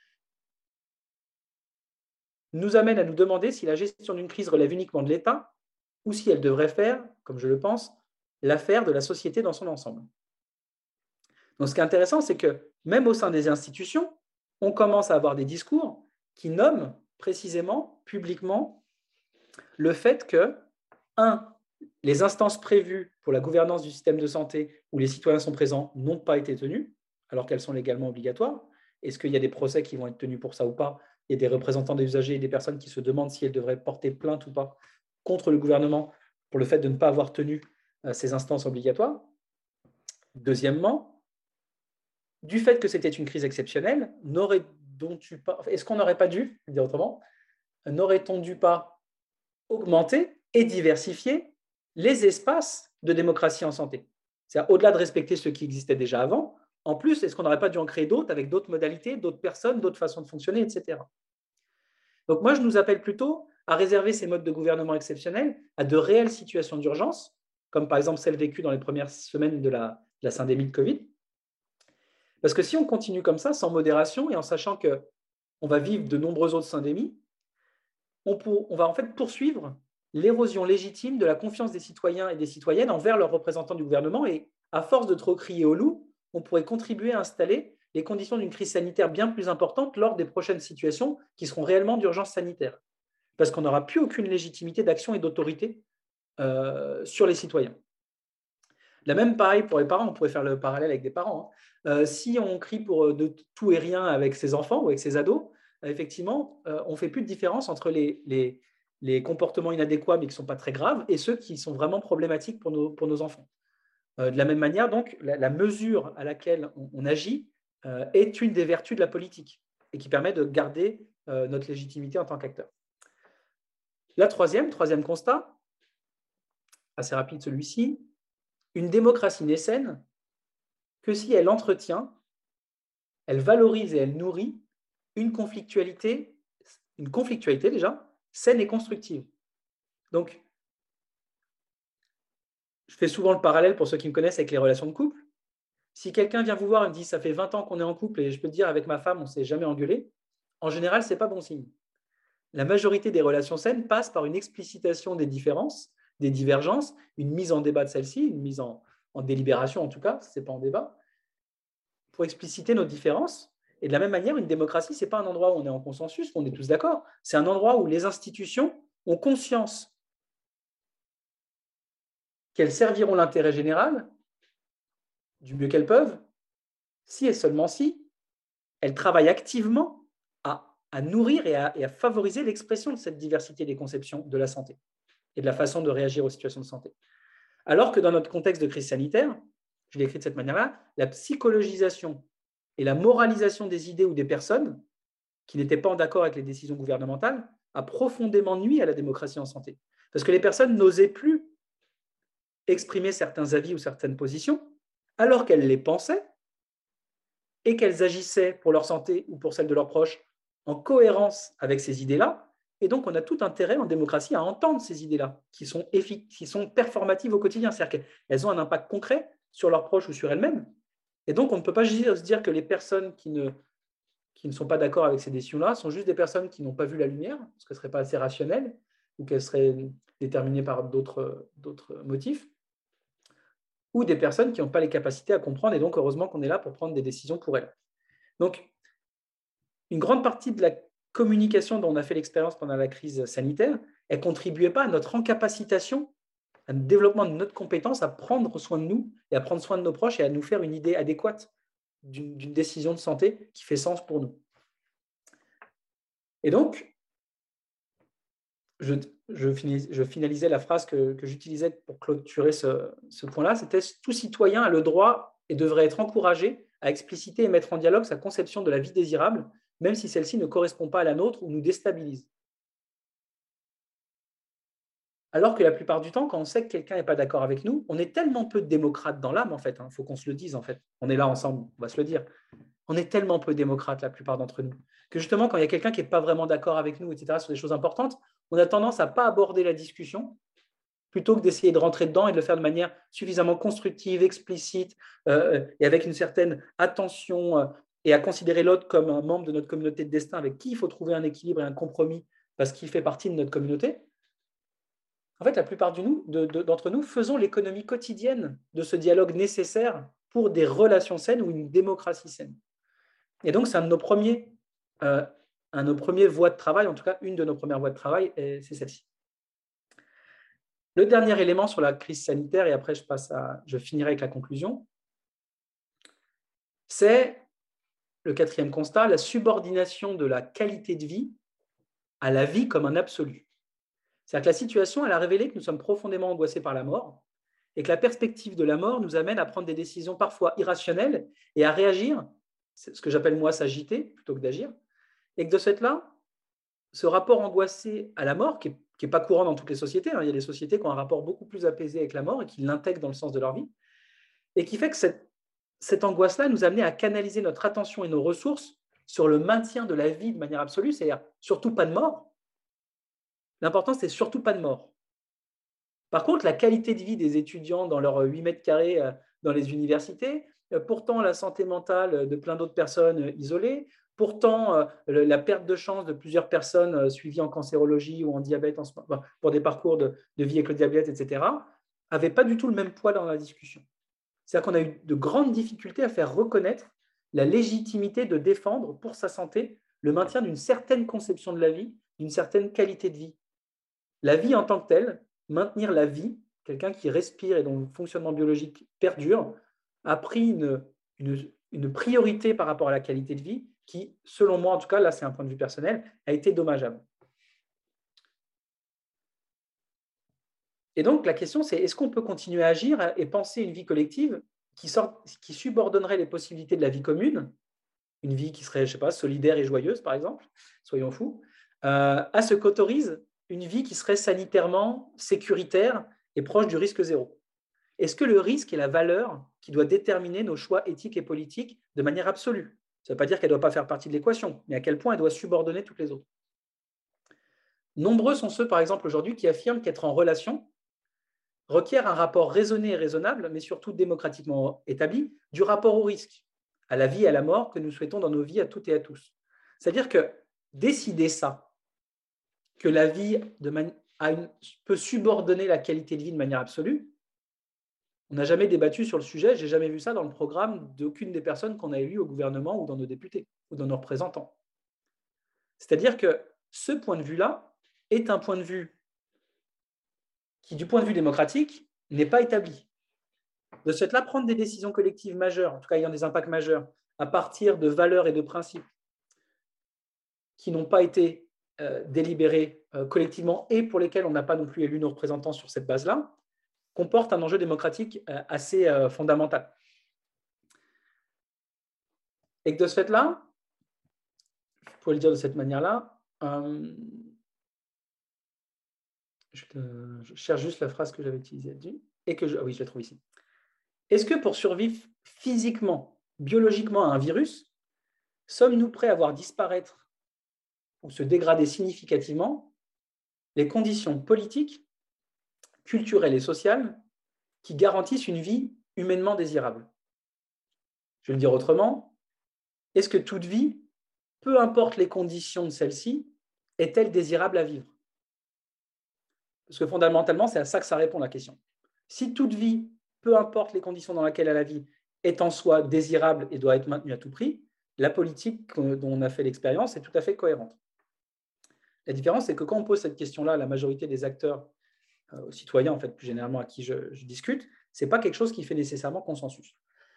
nous amène à nous demander si la gestion d'une crise relève uniquement de l'État ou si elle devrait faire, comme je le pense, l'affaire de la société dans son ensemble. Donc, ce qui est intéressant, c'est que même au sein des institutions, on commence à avoir des discours qui nomment précisément, publiquement, le fait que, un, les instances prévues pour la gouvernance du système de santé où les citoyens sont présents n'ont pas été tenues, alors qu'elles sont légalement obligatoires. Est-ce qu'il y a des procès qui vont être tenus pour ça ou pas? Il y a des représentants des usagers et des personnes qui se demandent si elles devraient porter plainte ou pas contre le gouvernement pour le fait de ne pas avoir tenu ces instances obligatoires. Deuxièmement, du fait que c'était une crise exceptionnelle, n'aurait-on pas, est-ce qu'on n'aurait pas dû, je vais dire autrement, n'aurait-on dû pas augmenter et diversifier les espaces de démocratie en santé? C'est-à-dire, au-delà de respecter ceux qui existaient déjà avant, en plus, est-ce qu'on n'aurait pas dû en créer d'autres avec d'autres modalités, d'autres personnes, d'autres façons de fonctionner, et cetera. Donc moi, je nous appelle plutôt à réserver ces modes de gouvernement exceptionnels à de réelles situations d'urgence, comme par exemple celles vécues dans les premières semaines de la, de la syndémie de Covid. Parce que si on continue comme ça, sans modération et en sachant qu'on va vivre de nombreuses autres syndémies, on, pour, on va en fait poursuivre l'érosion légitime de la confiance des citoyens et des citoyennes envers leurs représentants du gouvernement et à force de trop crier au loup, on pourrait contribuer à installer les conditions d'une crise sanitaire bien plus importante lors des prochaines situations qui seront réellement d'urgence sanitaire. Parce qu'on n'aura plus aucune légitimité d'action et d'autorité euh, sur les citoyens. La même pareil pour les parents, on pourrait faire le parallèle avec des parents. Hein. Euh, si on crie pour de tout et rien avec ses enfants ou avec ses ados, euh, effectivement, euh, on ne fait plus de différence entre les, les, les comportements inadéquats mais qui ne sont pas très graves et ceux qui sont vraiment problématiques pour nos, pour nos enfants. Euh, de la même manière, donc, la, la mesure à laquelle on, on agit euh, est une des vertus de la politique et qui permet de garder euh, notre légitimité en tant qu'acteur. La troisième, troisième constat, assez rapide celui-ci, une démocratie n'est saine que si elle entretient, elle valorise et elle nourrit une conflictualité, une conflictualité déjà, saine et constructive. Donc, je fais souvent le parallèle pour ceux qui me connaissent avec les relations de couple. Si quelqu'un vient vous voir et me dit « ça fait vingt ans qu'on est en couple et je peux te dire avec ma femme, on ne s'est jamais engueulé », en général, ce n'est pas bon signe. La majorité des relations saines passent par une explicitation des différences, des divergences, une mise en débat de celle-ci, une mise en, en délibération en tout cas, ce n'est pas en débat, pour expliciter nos différences. Et de la même manière, une démocratie, ce n'est pas un endroit où on est en consensus, où on est tous d'accord, c'est un endroit où les institutions ont conscience qu'elles serviront l'intérêt général du mieux qu'elles peuvent, si et seulement si elles travaillent activement à, à nourrir et à, et à favoriser l'expression de cette diversité des conceptions de la santé et de la façon de réagir aux situations de santé. Alors que dans notre contexte de crise sanitaire, je l'ai écrit de cette manière-là, la psychologisation et la moralisation des idées ou des personnes qui n'étaient pas en accord avec les décisions gouvernementales a profondément nui à la démocratie en santé. Parce que les personnes n'osaient plus exprimer certains avis ou certaines positions, alors qu'elles les pensaient et qu'elles agissaient pour leur santé ou pour celle de leurs proches en cohérence avec ces idées-là. Et donc, on a tout intérêt en démocratie à entendre ces idées-là, qui sont, effic- qui sont performatives au quotidien. C'est-à-dire qu'elles ont un impact concret sur leurs proches ou sur elles-mêmes. Et donc, on ne peut pas se dire que les personnes qui ne, qui ne sont pas d'accord avec ces décisions-là sont juste des personnes qui n'ont pas vu la lumière, parce qu'elles ne seraient pas assez rationnelles, ou qu'elles seraient déterminées par d'autres, d'autres motifs, ou des personnes qui n'ont pas les capacités à comprendre, et donc heureusement qu'on est là pour prendre des décisions pour elles. Donc, une grande partie de la communication dont on a fait l'expérience pendant la crise sanitaire, elle ne contribuait pas à notre incapacitation, à notre développement de notre compétence à prendre soin de nous et à prendre soin de nos proches et à nous faire une idée adéquate d'une, d'une décision de santé qui fait sens pour nous. Et donc, je, je, finis, je finalisais la phrase que, que j'utilisais pour clôturer ce, ce point-là, c'était « Tout citoyen a le droit et devrait être encouragé à expliciter et mettre en dialogue sa conception de la vie désirable, même si celle-ci ne correspond pas à la nôtre ou nous déstabilise. » Alors que la plupart du temps, quand on sait que quelqu'un n'est pas d'accord avec nous, on est tellement peu démocrate dans l'âme, en fait, il hein, faut qu'on se le dise, en fait. On est là ensemble, on va se le dire. On est tellement peu démocrate, la plupart d'entre nous, que justement, quand il y a quelqu'un qui n'est pas vraiment d'accord avec nous, et cetera, sur des choses importantes, on a tendance à ne pas aborder la discussion, plutôt que d'essayer de rentrer dedans et de le faire de manière suffisamment constructive, explicite, euh, et avec une certaine attention, euh, et à considérer l'autre comme un membre de notre communauté de destin avec qui il faut trouver un équilibre et un compromis, parce qu'il fait partie de notre communauté. En fait, la plupart de nous, de, de, d'entre nous faisons l'économie quotidienne de ce dialogue nécessaire pour des relations saines ou une démocratie saine. Et donc, c'est un de nos premiers, euh, un de nos premiers voies de travail, en tout cas, une de nos premières voies de travail, et c'est celle-ci. Le dernier élément sur la crise sanitaire, et après je, passe à, je finirai avec la conclusion, c'est le quatrième constat, la subordination de la qualité de vie à la vie comme un absolu. C'est-à-dire que la situation, elle a révélé que nous sommes profondément angoissés par la mort et que la perspective de la mort nous amène à prendre des décisions parfois irrationnelles et à réagir, c'est ce que j'appelle moi s'agiter plutôt que d'agir, et que de ce fait-là, ce rapport angoissé à la mort, qui n'est pas courant dans toutes les sociétés, hein, il y a des sociétés qui ont un rapport beaucoup plus apaisé avec la mort et qui l'intègrent dans le sens de leur vie, et qui fait que cette, cette angoisse-là nous a amené à canaliser notre attention et nos ressources sur le maintien de la vie de manière absolue, c'est-à-dire surtout pas de mort. L'important, c'est surtout pas de mort. Par contre, la qualité de vie des étudiants dans leurs huit mètres carrés dans les universités, pourtant la santé mentale de plein d'autres personnes isolées, pourtant la perte de chance de plusieurs personnes suivies en cancérologie ou en diabète en ce moment, pour des parcours de, de vie avec le diabète, et cetera, n'avaient pas du tout le même poids dans la discussion. C'est-à-dire qu'on a eu de grandes difficultés à faire reconnaître la légitimité de défendre pour sa santé le maintien d'une certaine conception de la vie, d'une certaine qualité de vie. La vie en tant que telle, maintenir la vie, quelqu'un qui respire et dont le fonctionnement biologique perdure, a pris une, une, une priorité par rapport à la qualité de vie qui, selon moi, en tout cas, là c'est un point de vue personnel, a été dommageable. Et donc, la question, c'est est-ce qu'on peut continuer à agir et penser une vie collective qui, sort, qui subordonnerait les possibilités de la vie commune, une vie qui serait, je ne sais pas, solidaire et joyeuse, par exemple, soyons fous, euh, à ce qu'autorise une vie qui serait sanitairement sécuritaire et proche du risque zéro. Est-ce que le risque est la valeur qui doit déterminer nos choix éthiques et politiques de manière absolue? Ça ne veut pas dire qu'elle ne doit pas faire partie de l'équation, mais à quel point elle doit subordonner toutes les autres. Nombreux sont ceux, par exemple, aujourd'hui, qui affirment qu'être en relation requiert un rapport raisonné et raisonnable, mais surtout démocratiquement établi, du rapport au risque, à la vie et à la mort que nous souhaitons dans nos vies à toutes et à tous. C'est-à-dire que décider ça, que la vie de mani- a une, peut subordonner la qualité de vie de manière absolue, on n'a jamais débattu sur le sujet, je n'ai jamais vu ça dans le programme d'aucune des personnes qu'on a élues au gouvernement ou dans nos députés ou dans nos représentants. C'est-à-dire que ce point de vue-là est un point de vue qui, du point de vue démocratique, n'est pas établi. De ce fait-là, prendre des décisions collectives majeures, en tout cas ayant des impacts majeurs, à partir de valeurs et de principes qui n'ont pas été euh, délibérés euh, collectivement et pour lesquels on n'a pas non plus élu nos représentants sur cette base-là, comporte un enjeu démocratique euh, assez euh, fondamental. Et que de ce fait-là, je pourrais le dire de cette manière-là, euh, je, euh, je cherche juste la phrase que j'avais utilisée, et que je, ah oui, je la trouve ici. Est-ce que pour survivre physiquement, biologiquement à un virus, sommes-nous prêts à voir disparaître ou se dégrader significativement les conditions politiques, culturelles et sociales qui garantissent une vie humainement désirable? Je vais le dire autrement, est-ce que toute vie, peu importe les conditions de celle-ci, est-elle désirable à vivre? Parce que fondamentalement, c'est à ça que ça répond la question. Si toute vie, peu importe les conditions dans lesquelles elle vit, est en soi désirable et doit être maintenue à tout prix, la politique dont on a fait l'expérience est tout à fait cohérente. La différence, c'est que quand on pose cette question-là à la majorité des acteurs, euh, aux citoyens, en fait, plus généralement à qui je, je discute, ce n'est pas quelque chose qui fait nécessairement consensus.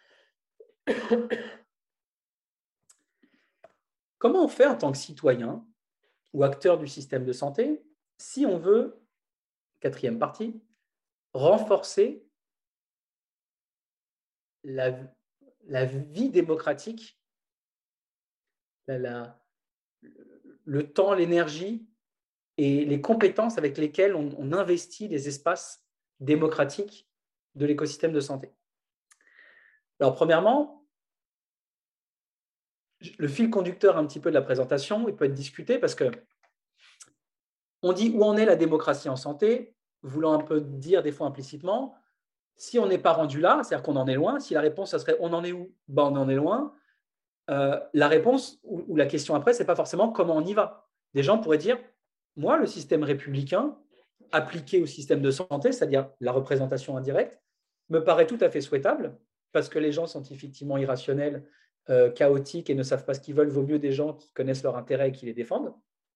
Comment on fait en tant que citoyen ou acteur du système de santé si on veut, quatrième partie, renforcer la, la vie démocratique, la, la, le temps, l'énergie et les compétences avec lesquelles on, on investit les espaces démocratiques de l'écosystème de santé. Alors, premièrement, le fil conducteur un petit peu de la présentation, il peut être discuté parce que on dit où en est la démocratie en santé, voulant un peu dire des fois implicitement, si on n'est pas rendu là, c'est-à-dire qu'on en est loin, si la réponse, ça serait on en est où? Ben, on en est loin. Euh, la réponse ou, ou la question après, ce n'est pas forcément comment on y va. Des gens pourraient dire, moi, le système républicain appliqué au système de santé, c'est-à-dire la représentation indirecte, me paraît tout à fait souhaitable parce que les gens sont effectivement irrationnels, euh, chaotiques et ne savent pas ce qu'ils veulent. Vaut mieux des gens qui connaissent leurs intérêts et qui les défendent.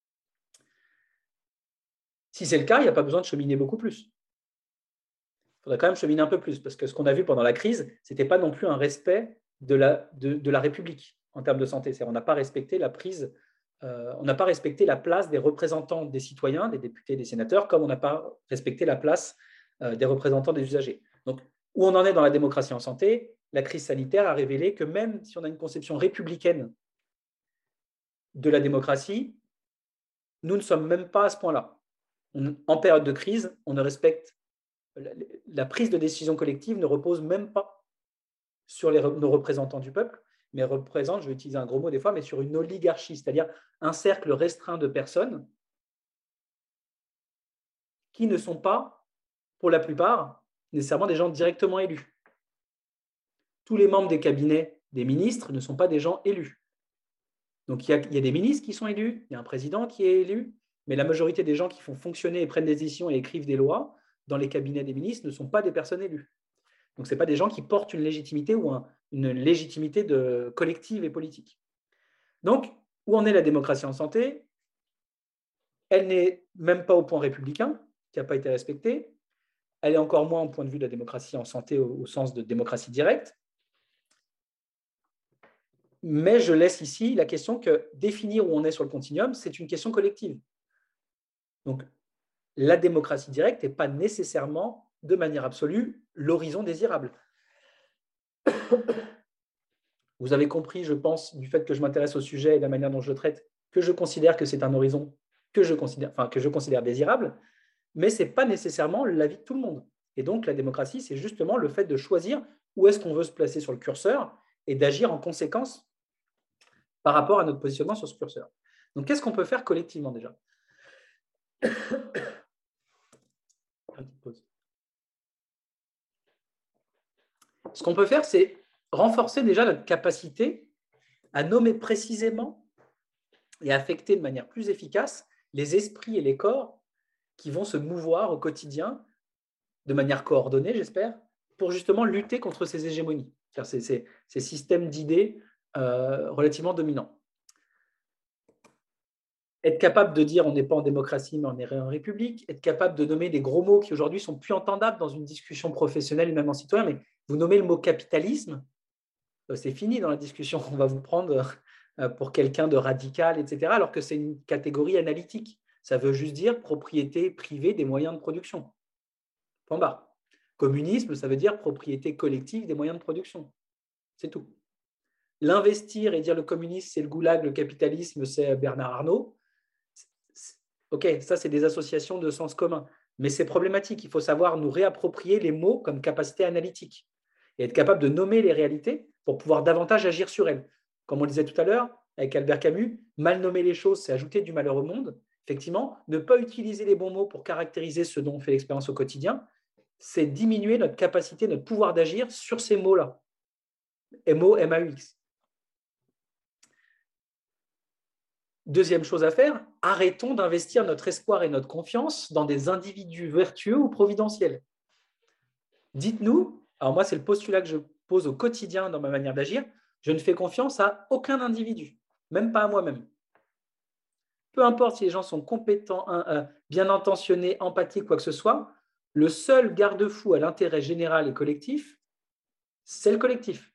Si c'est le cas, il n'y a pas besoin de cheminer beaucoup plus. Il faudrait quand même cheminer un peu plus parce que ce qu'on a vu pendant la crise, ce n'était pas non plus un respect de la, de, de la République en termes de santé. C'est-à-dire on n'a pas respecté la prise, euh, on n'a pas respecté la place des représentants des citoyens, des députés, des sénateurs, comme on n'a pas respecté la place euh, des représentants des usagers. Donc, où on en est dans la démocratie en santé, la crise sanitaire a révélé que même si on a une conception républicaine de la démocratie, nous ne sommes même pas à ce point-là. On, en période de crise, on ne respecte la, la prise de décision collective ne repose même pas sur les, nos représentants du peuple, mais représente, je vais utiliser un gros mot des fois, mais sur une oligarchie, c'est-à-dire un cercle restreint de personnes qui ne sont pas, pour la plupart, nécessairement des gens directement élus. Tous les membres des cabinets des ministres ne sont pas des gens élus. Donc il y a, il y a des ministres qui sont élus, il y a un président qui est élu, mais la majorité des gens qui font fonctionner et prennent des décisions et écrivent des lois dans les cabinets des ministres ne sont pas des personnes élues. Donc, ce n'est pas des gens qui portent une légitimité ou un, une légitimité de, collective et politique. Donc, où en est la démocratie en santé? Elle n'est même pas au point républicain, qui n'a pas été respectée. Elle est encore moins au point de vue de la démocratie en santé au, au sens de démocratie directe. Mais je laisse ici la question que définir où on est sur le continuum, c'est une question collective. Donc, la démocratie directe n'est pas nécessairement, de manière absolue, l'horizon désirable. Vous avez compris, je pense, du fait que je m'intéresse au sujet et de la manière dont je le traite, que je considère que c'est un horizon que je considère, enfin, que je considère désirable, mais ce n'est pas nécessairement l'avis de tout le monde. Et donc, la démocratie, c'est justement le fait de choisir où est-ce qu'on veut se placer sur le curseur et d'agir en conséquence par rapport à notre positionnement sur ce curseur. Donc, qu'est-ce qu'on peut faire collectivement déjà? Ce qu'on peut faire, c'est renforcer déjà notre capacité à nommer précisément et à affecter de manière plus efficace les esprits et les corps qui vont se mouvoir au quotidien de manière coordonnée, j'espère, pour justement lutter contre ces hégémonies, ces, ces, ces systèmes d'idées euh, relativement dominants. Être capable de dire on n'est pas en démocratie, mais on est en république, être capable de nommer des gros mots qui aujourd'hui sont plus entendables dans une discussion professionnelle et même en citoyen, mais vous nommez le mot capitalisme, c'est fini dans la discussion, on va vous prendre pour quelqu'un de radical, et cetera, alors que c'est une catégorie analytique. Ça veut juste dire propriété privée des moyens de production. Point barre. Communisme, ça veut dire propriété collective des moyens de production. C'est tout. L'investir et dire le communisme, c'est le goulag, le capitalisme, c'est Bernard Arnault. Ok, ça, c'est des associations de sens commun. Mais c'est problématique. Il faut savoir nous réapproprier les mots comme capacité analytique et être capable de nommer les réalités pour pouvoir davantage agir sur elles. Comme on le disait tout à l'heure avec Albert Camus, mal nommer les choses, c'est ajouter du malheur au monde. Effectivement, ne pas utiliser les bons mots pour caractériser ce dont on fait l'expérience au quotidien, c'est diminuer notre capacité, notre pouvoir d'agir sur ces mots-là. M O M A U X. Deuxième chose à faire, arrêtons d'investir notre espoir et notre confiance dans des individus vertueux ou providentiels. Dites-nous, alors moi c'est le postulat que je pose au quotidien dans ma manière d'agir, je ne fais confiance à aucun individu, même pas à moi-même. Peu importe si les gens sont compétents, bien intentionnés, empathiques, quoi que ce soit, le seul garde-fou à l'intérêt général et collectif, c'est le collectif.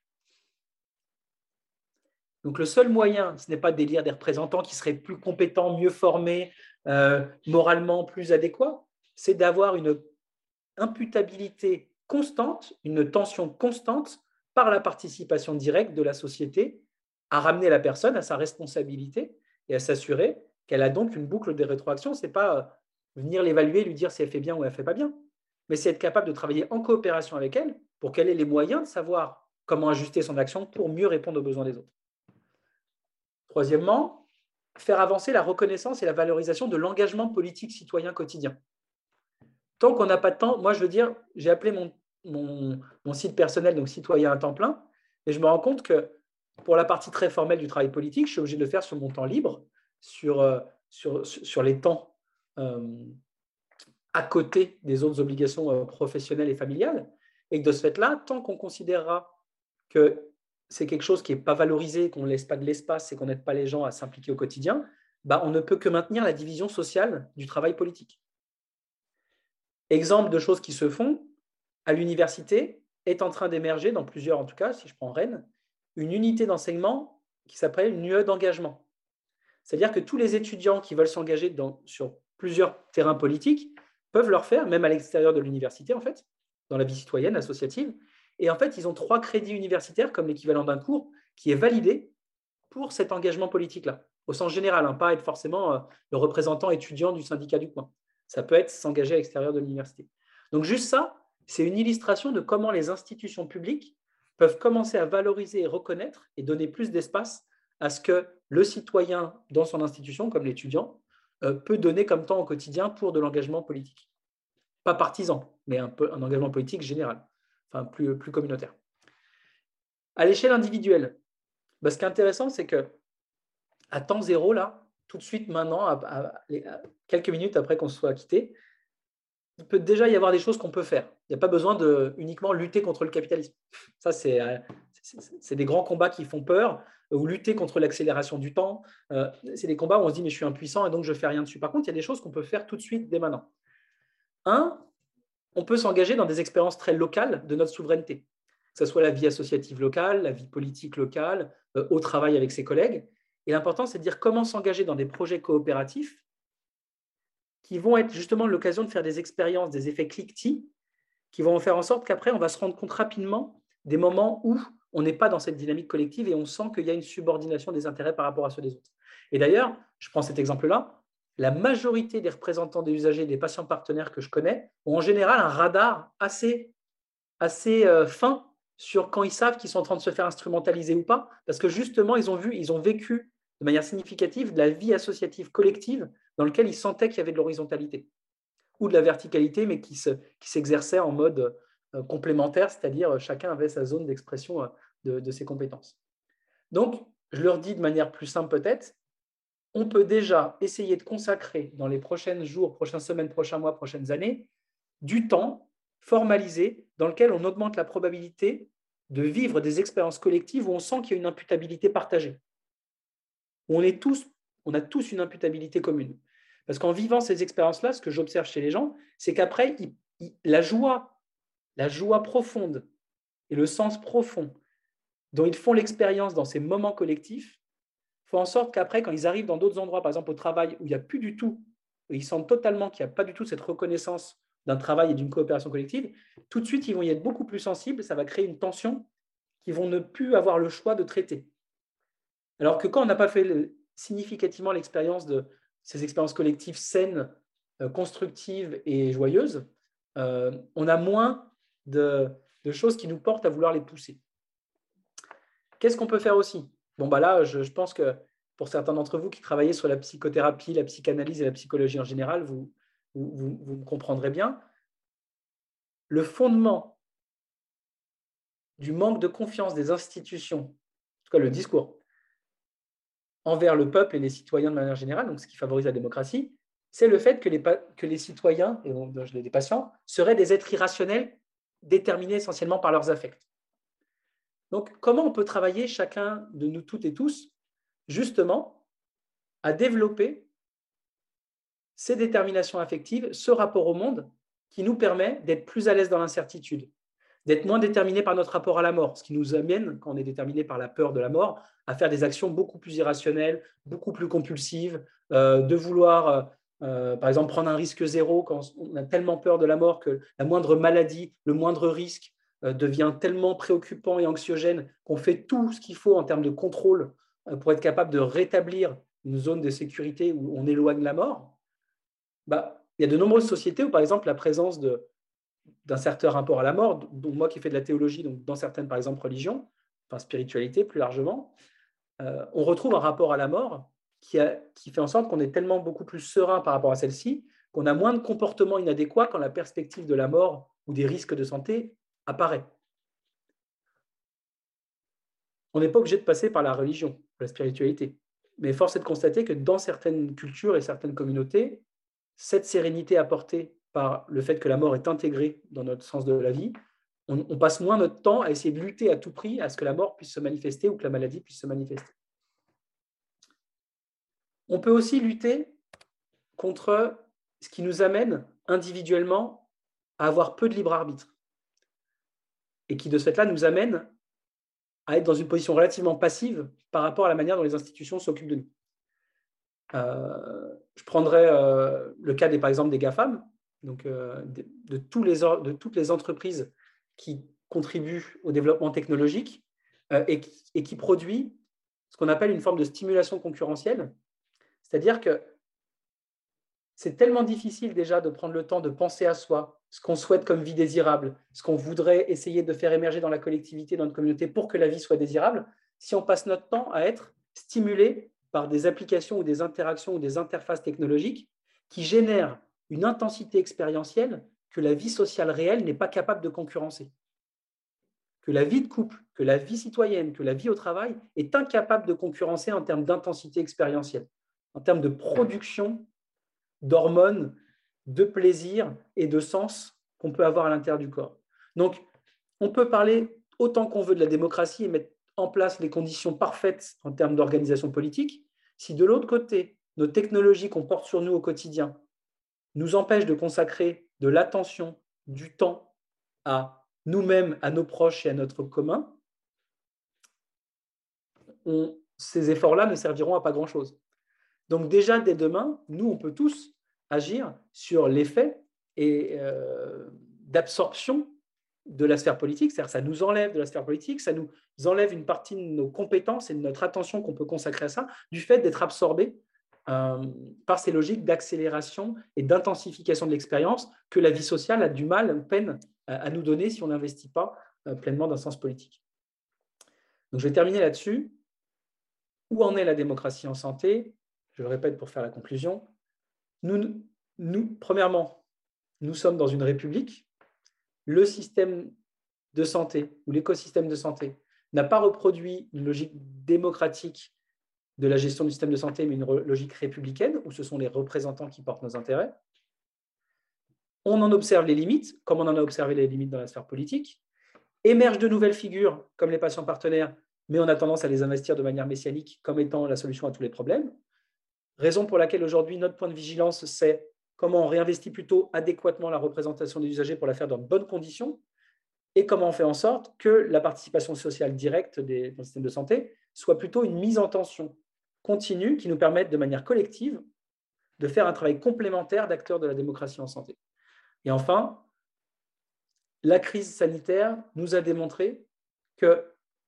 Donc, le seul moyen, ce n'est pas d'élire des représentants qui seraient plus compétents, mieux formés, euh, moralement plus adéquats, c'est d'avoir une imputabilité constante, une tension constante par la participation directe de la société à ramener la personne à sa responsabilité et à s'assurer qu'elle a donc une boucle de rétroaction. Ce n'est pas venir l'évaluer, lui dire si elle fait bien ou elle ne fait pas bien, mais c'est être capable de travailler en coopération avec elle pour qu'elle ait les moyens de savoir comment ajuster son action pour mieux répondre aux besoins des autres. Troisièmement, faire avancer la reconnaissance et la valorisation de l'engagement politique citoyen quotidien. Tant qu'on n'a pas de temps, moi je veux dire, j'ai appelé mon, mon, mon site personnel donc citoyen à temps plein, et je me rends compte que pour la partie très formelle du travail politique, je suis obligé de le faire sur mon temps libre, sur, euh, sur, sur les temps euh, à côté des autres obligations euh, professionnelles et familiales, et que de ce fait-là, tant qu'on considérera que c'est quelque chose qui n'est pas valorisé, qu'on ne laisse pas de l'espace et qu'on n'aide pas les gens à s'impliquer au quotidien, bah, on ne peut que maintenir la division sociale du travail politique. Exemple de choses qui se font, à l'université est en train d'émerger, dans plusieurs en tout cas, si je prends Rennes, une unité d'enseignement qui s'appelle une U E d'engagement. C'est-à-dire que tous les étudiants qui veulent s'engager sur plusieurs terrains politiques peuvent le faire, même à l'extérieur de l'université, en fait, dans la vie citoyenne, associative. Et en fait, ils ont trois crédits universitaires comme l'équivalent d'un cours qui est validé pour cet engagement politique-là, au sens général, hein, pas être forcément euh, le représentant étudiant du syndicat du coin. Ça peut être s'engager à l'extérieur de l'université. Donc juste ça, c'est une illustration de comment les institutions publiques peuvent commencer à valoriser et reconnaître et donner plus d'espace à ce que le citoyen dans son institution, comme l'étudiant, euh, peut donner comme temps au quotidien pour de l'engagement politique. Pas partisan, mais un, peu, un engagement politique général. Enfin, plus, plus communautaire. À l'échelle individuelle, bah, ce qui est intéressant, c'est qu'à temps zéro, là, tout de suite, maintenant, à, à, à quelques minutes après qu'on se soit quitté, il peut déjà y avoir des choses qu'on peut faire. Il n'y a pas besoin de uniquement lutter contre le capitalisme. Ça, c'est, c'est, c'est des grands combats qui font peur, ou lutter contre l'accélération du temps. Euh, c'est des combats où on se dit, mais je suis impuissant et donc je ne fais rien dessus. Par contre, il y a des choses qu'on peut faire tout de suite, dès maintenant. Un, on peut s'engager dans des expériences très locales de notre souveraineté, que ce soit la vie associative locale, la vie politique locale, euh, au travail avec ses collègues. Et l'important, c'est de dire comment s'engager dans des projets coopératifs qui vont être justement l'occasion de faire des expériences, des effets cliquetis, qui vont faire en sorte qu'après, on va se rendre compte rapidement des moments où on n'est pas dans cette dynamique collective et on sent qu'il y a une subordination des intérêts par rapport à ceux des autres. Et d'ailleurs, je prends cet exemple-là, la majorité des représentants des usagers, des patients partenaires que je connais, ont en général un radar assez, assez euh, fin sur quand ils savent qu'ils sont en train de se faire instrumentaliser ou pas, parce que justement, ils ont vu, ils ont vécu de manière significative de la vie associative collective dans laquelle ils sentaient qu'il y avait de l'horizontalité ou de la verticalité, mais qui, se, qui s'exerçait en mode euh, complémentaire, c'est-à-dire chacun avait sa zone d'expression euh, de, de ses compétences. Donc, je leur dis de manière plus simple peut-être, on peut déjà essayer de consacrer dans les prochains jours, prochaines semaines, prochains mois, prochaines années, du temps formalisé dans lequel on augmente la probabilité de vivre des expériences collectives où on sent qu'il y a une imputabilité partagée. Où on, est tous, on a tous une imputabilité commune. Parce qu'en vivant ces expériences-là, ce que j'observe chez les gens, c'est qu'après, il, il, la joie, la joie profonde et le sens profond dont ils font l'expérience dans ces moments collectifs font en sorte qu'après, quand ils arrivent dans d'autres endroits, par exemple au travail, où il n'y a plus du tout, où ils sentent totalement qu'il n'y a pas du tout cette reconnaissance d'un travail et d'une coopération collective, tout de suite, ils vont y être beaucoup plus sensibles, ça va créer une tension qu'ils vont ne plus avoir le choix de traiter. Alors que quand on n'a pas fait le, significativement l'expérience de ces expériences collectives saines, euh, constructives et joyeuses, euh, on a moins de, de choses qui nous portent à vouloir les pousser. Qu'est-ce qu'on peut faire aussi? Bon, bah là, je, je pense que pour certains d'entre vous qui travaillez sur la psychothérapie, la psychanalyse et la psychologie en général, vous, vous, vous, vous me comprendrez bien. Le fondement du manque de confiance des institutions, en tout cas le discours, envers le peuple et les citoyens de manière générale, donc ce qui favorise la démocratie, c'est le fait que les, que les citoyens, et donc les patients, seraient des êtres irrationnels déterminés essentiellement par leurs affects. Donc, comment on peut travailler, chacun de nous toutes et tous, justement, à développer ces déterminations affectives, ce rapport au monde qui nous permet d'être plus à l'aise dans l'incertitude, d'être moins déterminé par notre rapport à la mort, ce qui nous amène, quand on est déterminé par la peur de la mort, à faire des actions beaucoup plus irrationnelles, beaucoup plus compulsives, euh, de vouloir, euh, par exemple, prendre un risque zéro quand on a tellement peur de la mort que la moindre maladie, le moindre risque euh, devient tellement préoccupant et anxiogène qu'on fait tout ce qu'il faut en termes de contrôle euh, pour être capable de rétablir une zone de sécurité où on éloigne la mort. Bah, il y a de nombreuses sociétés où, par exemple, la présence de d'un certain rapport à la mort, dont moi qui fais de la théologie, donc dans certaines, par exemple, religions, enfin spiritualité plus largement, euh, on retrouve un rapport à la mort qui, a, qui fait en sorte qu'on est tellement beaucoup plus serein par rapport à celle-ci, qu'on a moins de comportements inadéquats quand la perspective de la mort ou des risques de santé apparaît. On n'est pas obligé de passer par la religion, la spiritualité, mais force est de constater que dans certaines cultures et certaines communautés, cette sérénité apportée par le fait que la mort est intégrée dans notre sens de la vie, on, on passe moins notre temps à essayer de lutter à tout prix à ce que la mort puisse se manifester ou que la maladie puisse se manifester. On peut aussi lutter contre ce qui nous amène individuellement à avoir peu de libre arbitre et qui de ce fait-là nous amène à être dans une position relativement passive par rapport à la manière dont les institutions s'occupent de nous. Euh, je prendrai euh, le cas des, par exemple des GAFAM, donc euh, de, de, tous les, de toutes les entreprises qui contribuent au développement technologique euh, et, qui, et qui produisent ce qu'on appelle une forme de stimulation concurrentielle, c'est-à-dire que c'est tellement difficile déjà de prendre le temps de penser à soi, ce qu'on souhaite comme vie désirable, ce qu'on voudrait essayer de faire émerger dans la collectivité, dans notre communauté pour que la vie soit désirable, si on passe notre temps à être stimulé par des applications ou des interactions ou des interfaces technologiques qui génèrent une intensité expérientielle que la vie sociale réelle n'est pas capable de concurrencer. Que la vie de couple, que la vie citoyenne, que la vie au travail est incapable de concurrencer en termes d'intensité expérientielle, en termes de production d'hormones, de plaisir et de sens qu'on peut avoir à l'intérieur du corps. Donc, on peut parler autant qu'on veut de la démocratie et mettre en place les conditions parfaites en termes d'organisation politique. Si de l'autre côté, nos technologies qu'on porte sur nous au quotidien nous empêchent de consacrer de l'attention du temps à nous-mêmes, à nos proches et à notre commun, on, ces efforts-là ne serviront à pas grand-chose. Donc déjà, dès demain, nous, on peut tous agir sur l'effet et euh, d'absorption de la sphère politique, c'est-à-dire ça nous enlève de la sphère politique, ça nous enlève une partie de nos compétences et de notre attention qu'on peut consacrer à ça, du fait d'être absorbé euh, par ces logiques d'accélération et d'intensification de l'expérience que la vie sociale a du mal, peine à, à nous donner si on n'investit pas euh, pleinement d'un sens politique. Donc je vais terminer là-dessus. Où en est la démocratie en santé? Je le répète pour faire la conclusion. Nous, nous, premièrement, nous sommes dans une république. Le système de santé ou l'écosystème de santé n'a pas reproduit une logique démocratique de la gestion du système de santé, mais une logique républicaine, où ce sont les représentants qui portent nos intérêts. On en observe les limites, comme on en a observé les limites dans la sphère politique. Émergent de nouvelles figures, comme les patients partenaires, mais on a tendance à les investir de manière messianique comme étant la solution à tous les problèmes. Raison pour laquelle aujourd'hui, notre point de vigilance, c'est comment on réinvestit plutôt adéquatement la représentation des usagers pour la faire dans de bonnes conditions et comment on fait en sorte que la participation sociale directe des, dans le système de santé soit plutôt une mise en tension continue qui nous permette de manière collective de faire un travail complémentaire d'acteurs de la démocratie en santé. Et enfin, la crise sanitaire nous a démontré que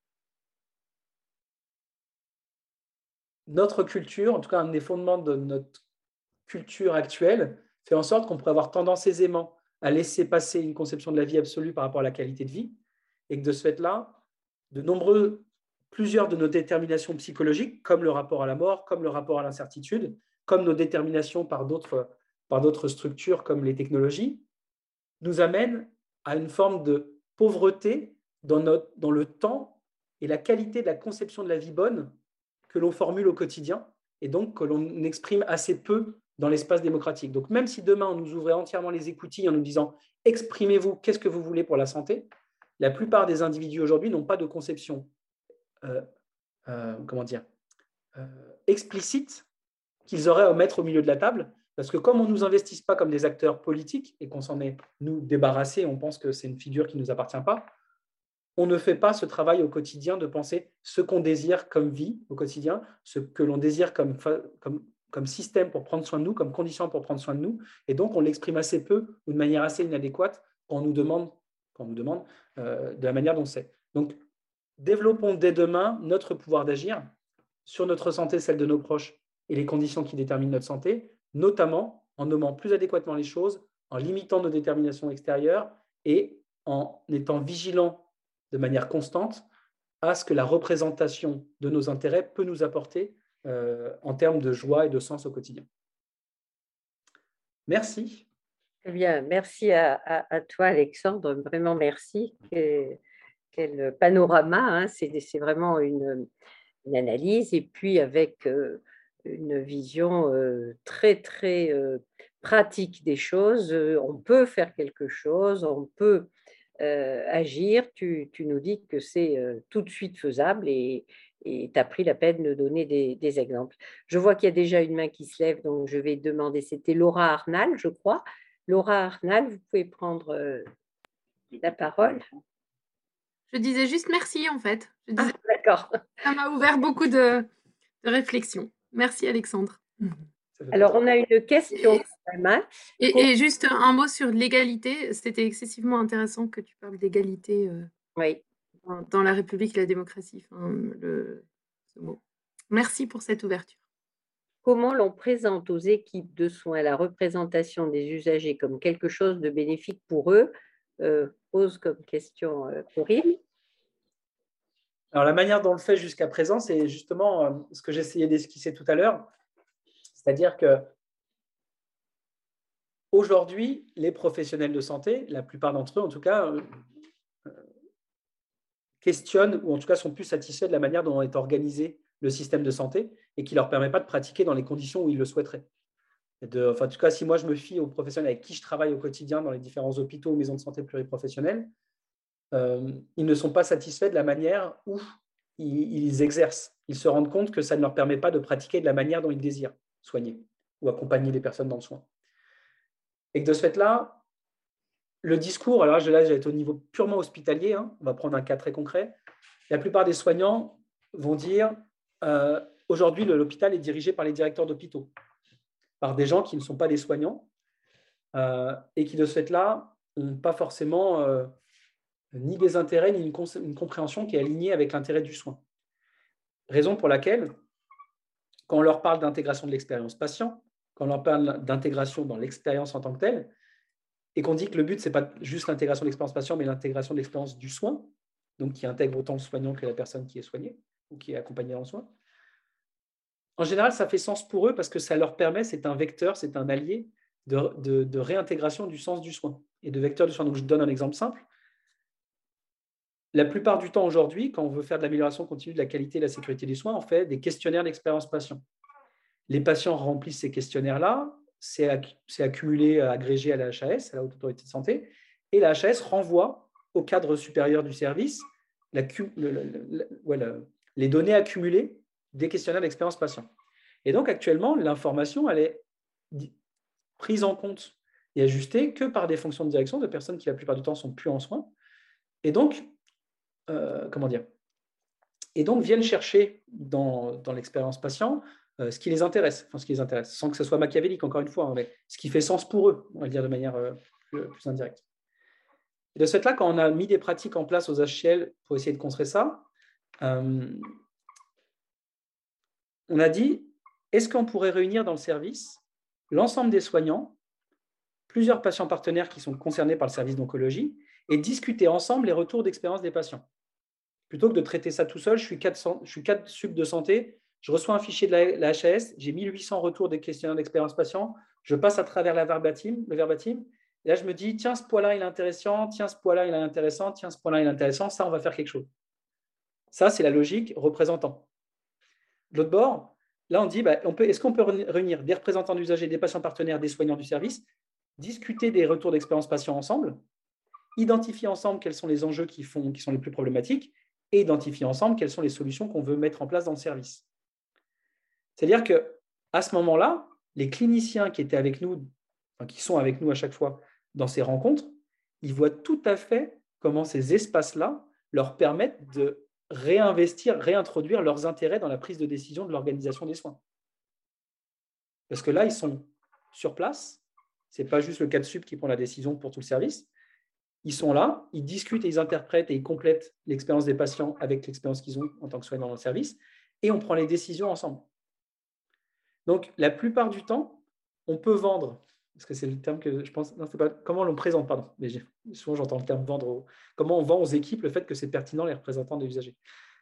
notre culture, en tout cas un des fondements de notre culture actuelle, fait en sorte qu'on pourrait avoir tendance aisément à laisser passer une conception de la vie absolue par rapport à la qualité de vie, et que de ce fait-là, de nombreux, plusieurs de nos déterminations psychologiques, comme le rapport à la mort, comme le rapport à l'incertitude, comme nos déterminations par d'autres, par d'autres structures comme les technologies, nous amènent à une forme de pauvreté dans, notre, dans le temps et la qualité de la conception de la vie bonne que l'on formule au quotidien et donc que l'on exprime assez peu dans l'espace démocratique. Donc même si demain on nous ouvrait entièrement les écoutilles en nous disant « exprimez-vous, qu'est-ce que vous voulez pour la santé ?» la plupart des individus aujourd'hui n'ont pas de conception euh, euh, comment dire, euh, explicite qu'ils auraient à mettre au milieu de la table, parce que comme on ne nous investisse pas comme des acteurs politiques et qu'on s'en est, nous, débarrassés, on pense que c'est une figure qui ne nous appartient pas, on ne fait pas ce travail au quotidien de penser ce qu'on désire comme vie au quotidien, ce que l'on désire comme, comme, comme système pour prendre soin de nous, comme condition pour prendre soin de nous, et donc on l'exprime assez peu ou de manière assez inadéquate quand on nous demande, quand on nous demande euh, de la manière dont c'est. Donc, développons dès demain notre pouvoir d'agir sur notre santé, celle de nos proches et les conditions qui déterminent notre santé, notamment en nommant plus adéquatement les choses, en limitant nos déterminations extérieures et en étant vigilants de manière constante à ce que la représentation de nos intérêts peut nous apporter euh, en termes de joie et de sens au quotidien. Merci. Eh bien, merci à, à, à toi, Alexandre. Vraiment, merci. Quel, quel panorama, hein. C'est vraiment une, une analyse et puis avec euh, une vision euh, très, très euh, pratique des choses. Euh, on peut faire quelque chose, on peut Euh, agir, tu, tu nous dis que c'est euh, tout de suite faisable et tu as pris la peine de donner des, des exemples. Je vois qu'il y a déjà une main qui se lève, donc je vais demander, c'était Laura Arnal, je crois. Laura Arnal, vous pouvez prendre euh, la parole. Je disais juste merci en fait. Je disais, ah, d'accord. Ça m'a ouvert beaucoup de, de réflexion. Merci Alexandre. Alors, on a une question. Et, et juste un mot sur l'égalité. C'était excessivement intéressant que tu parles d'égalité euh, oui. dans, dans la République et la démocratie. Enfin, le, ce mot. Merci pour cette ouverture. Comment l'on présente aux équipes de soins la représentation des usagers comme quelque chose de bénéfique pour eux, euh, pose comme question euh, Corinne. Alors, la manière dont on le fait jusqu'à présent, c'est justement euh, ce que j'essayais d'esquisser tout à l'heure. C'est-à-dire que aujourd'hui, les professionnels de santé, la plupart d'entre eux en tout cas, euh, euh, questionnent ou en tout cas sont plus satisfaits de la manière dont est organisé le système de santé et qui ne leur permet pas de pratiquer dans les conditions où ils le souhaiteraient. Et de, enfin, en tout cas, si moi je me fie aux professionnels avec qui je travaille au quotidien dans les différents hôpitaux ou maisons de santé pluriprofessionnelles, euh, ils ne sont pas satisfaits de la manière où ils, ils exercent. Ils se rendent compte que ça ne leur permet pas de pratiquer de la manière dont ils désirent soigner ou accompagner les personnes dans le soin. Et que de ce fait-là, le discours, alors là, je vais être au niveau purement hospitalier, hein, on va prendre un cas très concret. La plupart des soignants vont dire euh, aujourd'hui, l'hôpital est dirigé par les directeurs d'hôpitaux, par des gens qui ne sont pas des soignants euh, et qui, de ce fait-là, n'ont pas forcément euh, ni des intérêts, ni une, une compréhension qui est alignée avec l'intérêt du soin. Raison pour laquelle, quand on leur parle d'intégration de l'expérience patient, quand on leur parle d'intégration dans l'expérience en tant que telle, et qu'on dit que le but, ce n'est pas juste l'intégration de l'expérience patient, mais l'intégration de l'expérience du soin, donc qui intègre autant le soignant que la personne qui est soignée ou qui est accompagnée dans le soin. En général, ça fait sens pour eux parce que ça leur permet, c'est un vecteur, c'est un allié de, de, de réintégration du sens du soin et de vecteur du soin. Donc, je donne un exemple simple. La plupart du temps aujourd'hui, quand on veut faire de l'amélioration continue de la qualité et de la sécurité des soins, on fait des questionnaires d'expérience patient. Les patients remplissent ces questionnaires-là, c'est accumulé, agrégé à la H A S, à la Haute Autorité de Santé, et la H A S renvoie au cadre supérieur du service la, le, le, le, ouais, le, les données accumulées des questionnaires d'expérience patient. Et donc, actuellement, l'information, elle est prise en compte et ajustée que par des fonctions de direction de personnes qui, la plupart du temps, sont plus en soins. Et donc, euh, comment dire Et donc, viennent chercher dans, dans l'expérience patient euh, ce qui les intéresse, enfin, ce qui les intéresse, sans que ce soit machiavélique, encore une fois, hein, mais ce qui fait sens pour eux, on va le dire de manière euh, plus, plus indirecte. Et de ce fait-là, quand on a mis des pratiques en place aux H C L pour essayer de contrer ça, euh, on a dit, est-ce qu'on pourrait réunir dans le service l'ensemble des soignants, plusieurs patients partenaires qui sont concernés par le service d'oncologie, et discuter ensemble les retours d'expérience des patients. Plutôt que de traiter ça tout seul, je suis quatre sub de santé, je reçois un fichier de la, la H A S, j'ai mille huit cents retours des questionnaires d'expérience patient, je passe à travers la verbatim, le verbatim, et là je me dis, tiens, ce point-là, il est intéressant, tiens, ce point-là, il est intéressant, tiens, ce point-là, il est intéressant, ça, on va faire quelque chose. Ça, c'est la logique représentant. De l'autre bord, là, on dit, bah, on peut, est-ce qu'on peut réunir des représentants d'usagers, des patients partenaires, des soignants du service, discuter des retours d'expérience patient ensemble, identifier ensemble quels sont les enjeux qui, font, qui sont les plus problématiques, et identifier ensemble quelles sont les solutions qu'on veut mettre en place dans le service. C'est-à-dire qu'à ce moment-là, les cliniciens qui étaient avec nous, enfin, qui sont avec nous à chaque fois dans ces rencontres, ils voient tout à fait comment ces espaces-là leur permettent de réinvestir, réintroduire leurs intérêts dans la prise de décision de l'organisation des soins. Parce que là, ils sont sur place, ce n'est pas juste le cadre sup qui prend la décision pour tout le service. Ils sont là, ils discutent et ils interprètent et ils complètent l'expérience des patients avec l'expérience qu'ils ont en tant que soignants dans le service, et on prend les décisions ensemble. Donc, la plupart du temps, on peut vendre, parce que c'est le terme que je pense, non, c'est pas, comment on le présente, pardon, mais souvent j'entends le terme vendre, comment on vend aux équipes le fait que c'est pertinent les représentants des usagers.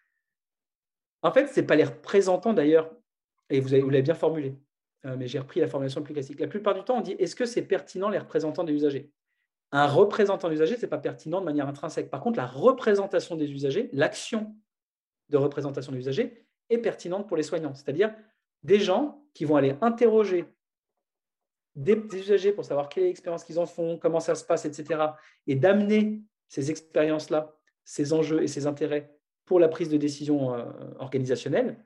En fait, ce n'est pas les représentants d'ailleurs, et vous l'avez bien formulé, euh, mais j'ai repris la formulation plus classique. La plupart du temps, on dit, est-ce que c'est pertinent les représentants des usagers ? Un représentant d'usagers, ce n'est pas pertinent de manière intrinsèque. Par contre, la représentation des usagers, l'action de représentation des usagers est pertinente pour les soignants. C'est-à-dire des gens qui vont aller interroger des, des usagers pour savoir quelle est l'expérience qu'ils en font, comment ça se passe, et cetera. Et d'amener ces expériences-là, ces enjeux et ces intérêts pour la prise de décision euh, organisationnelle.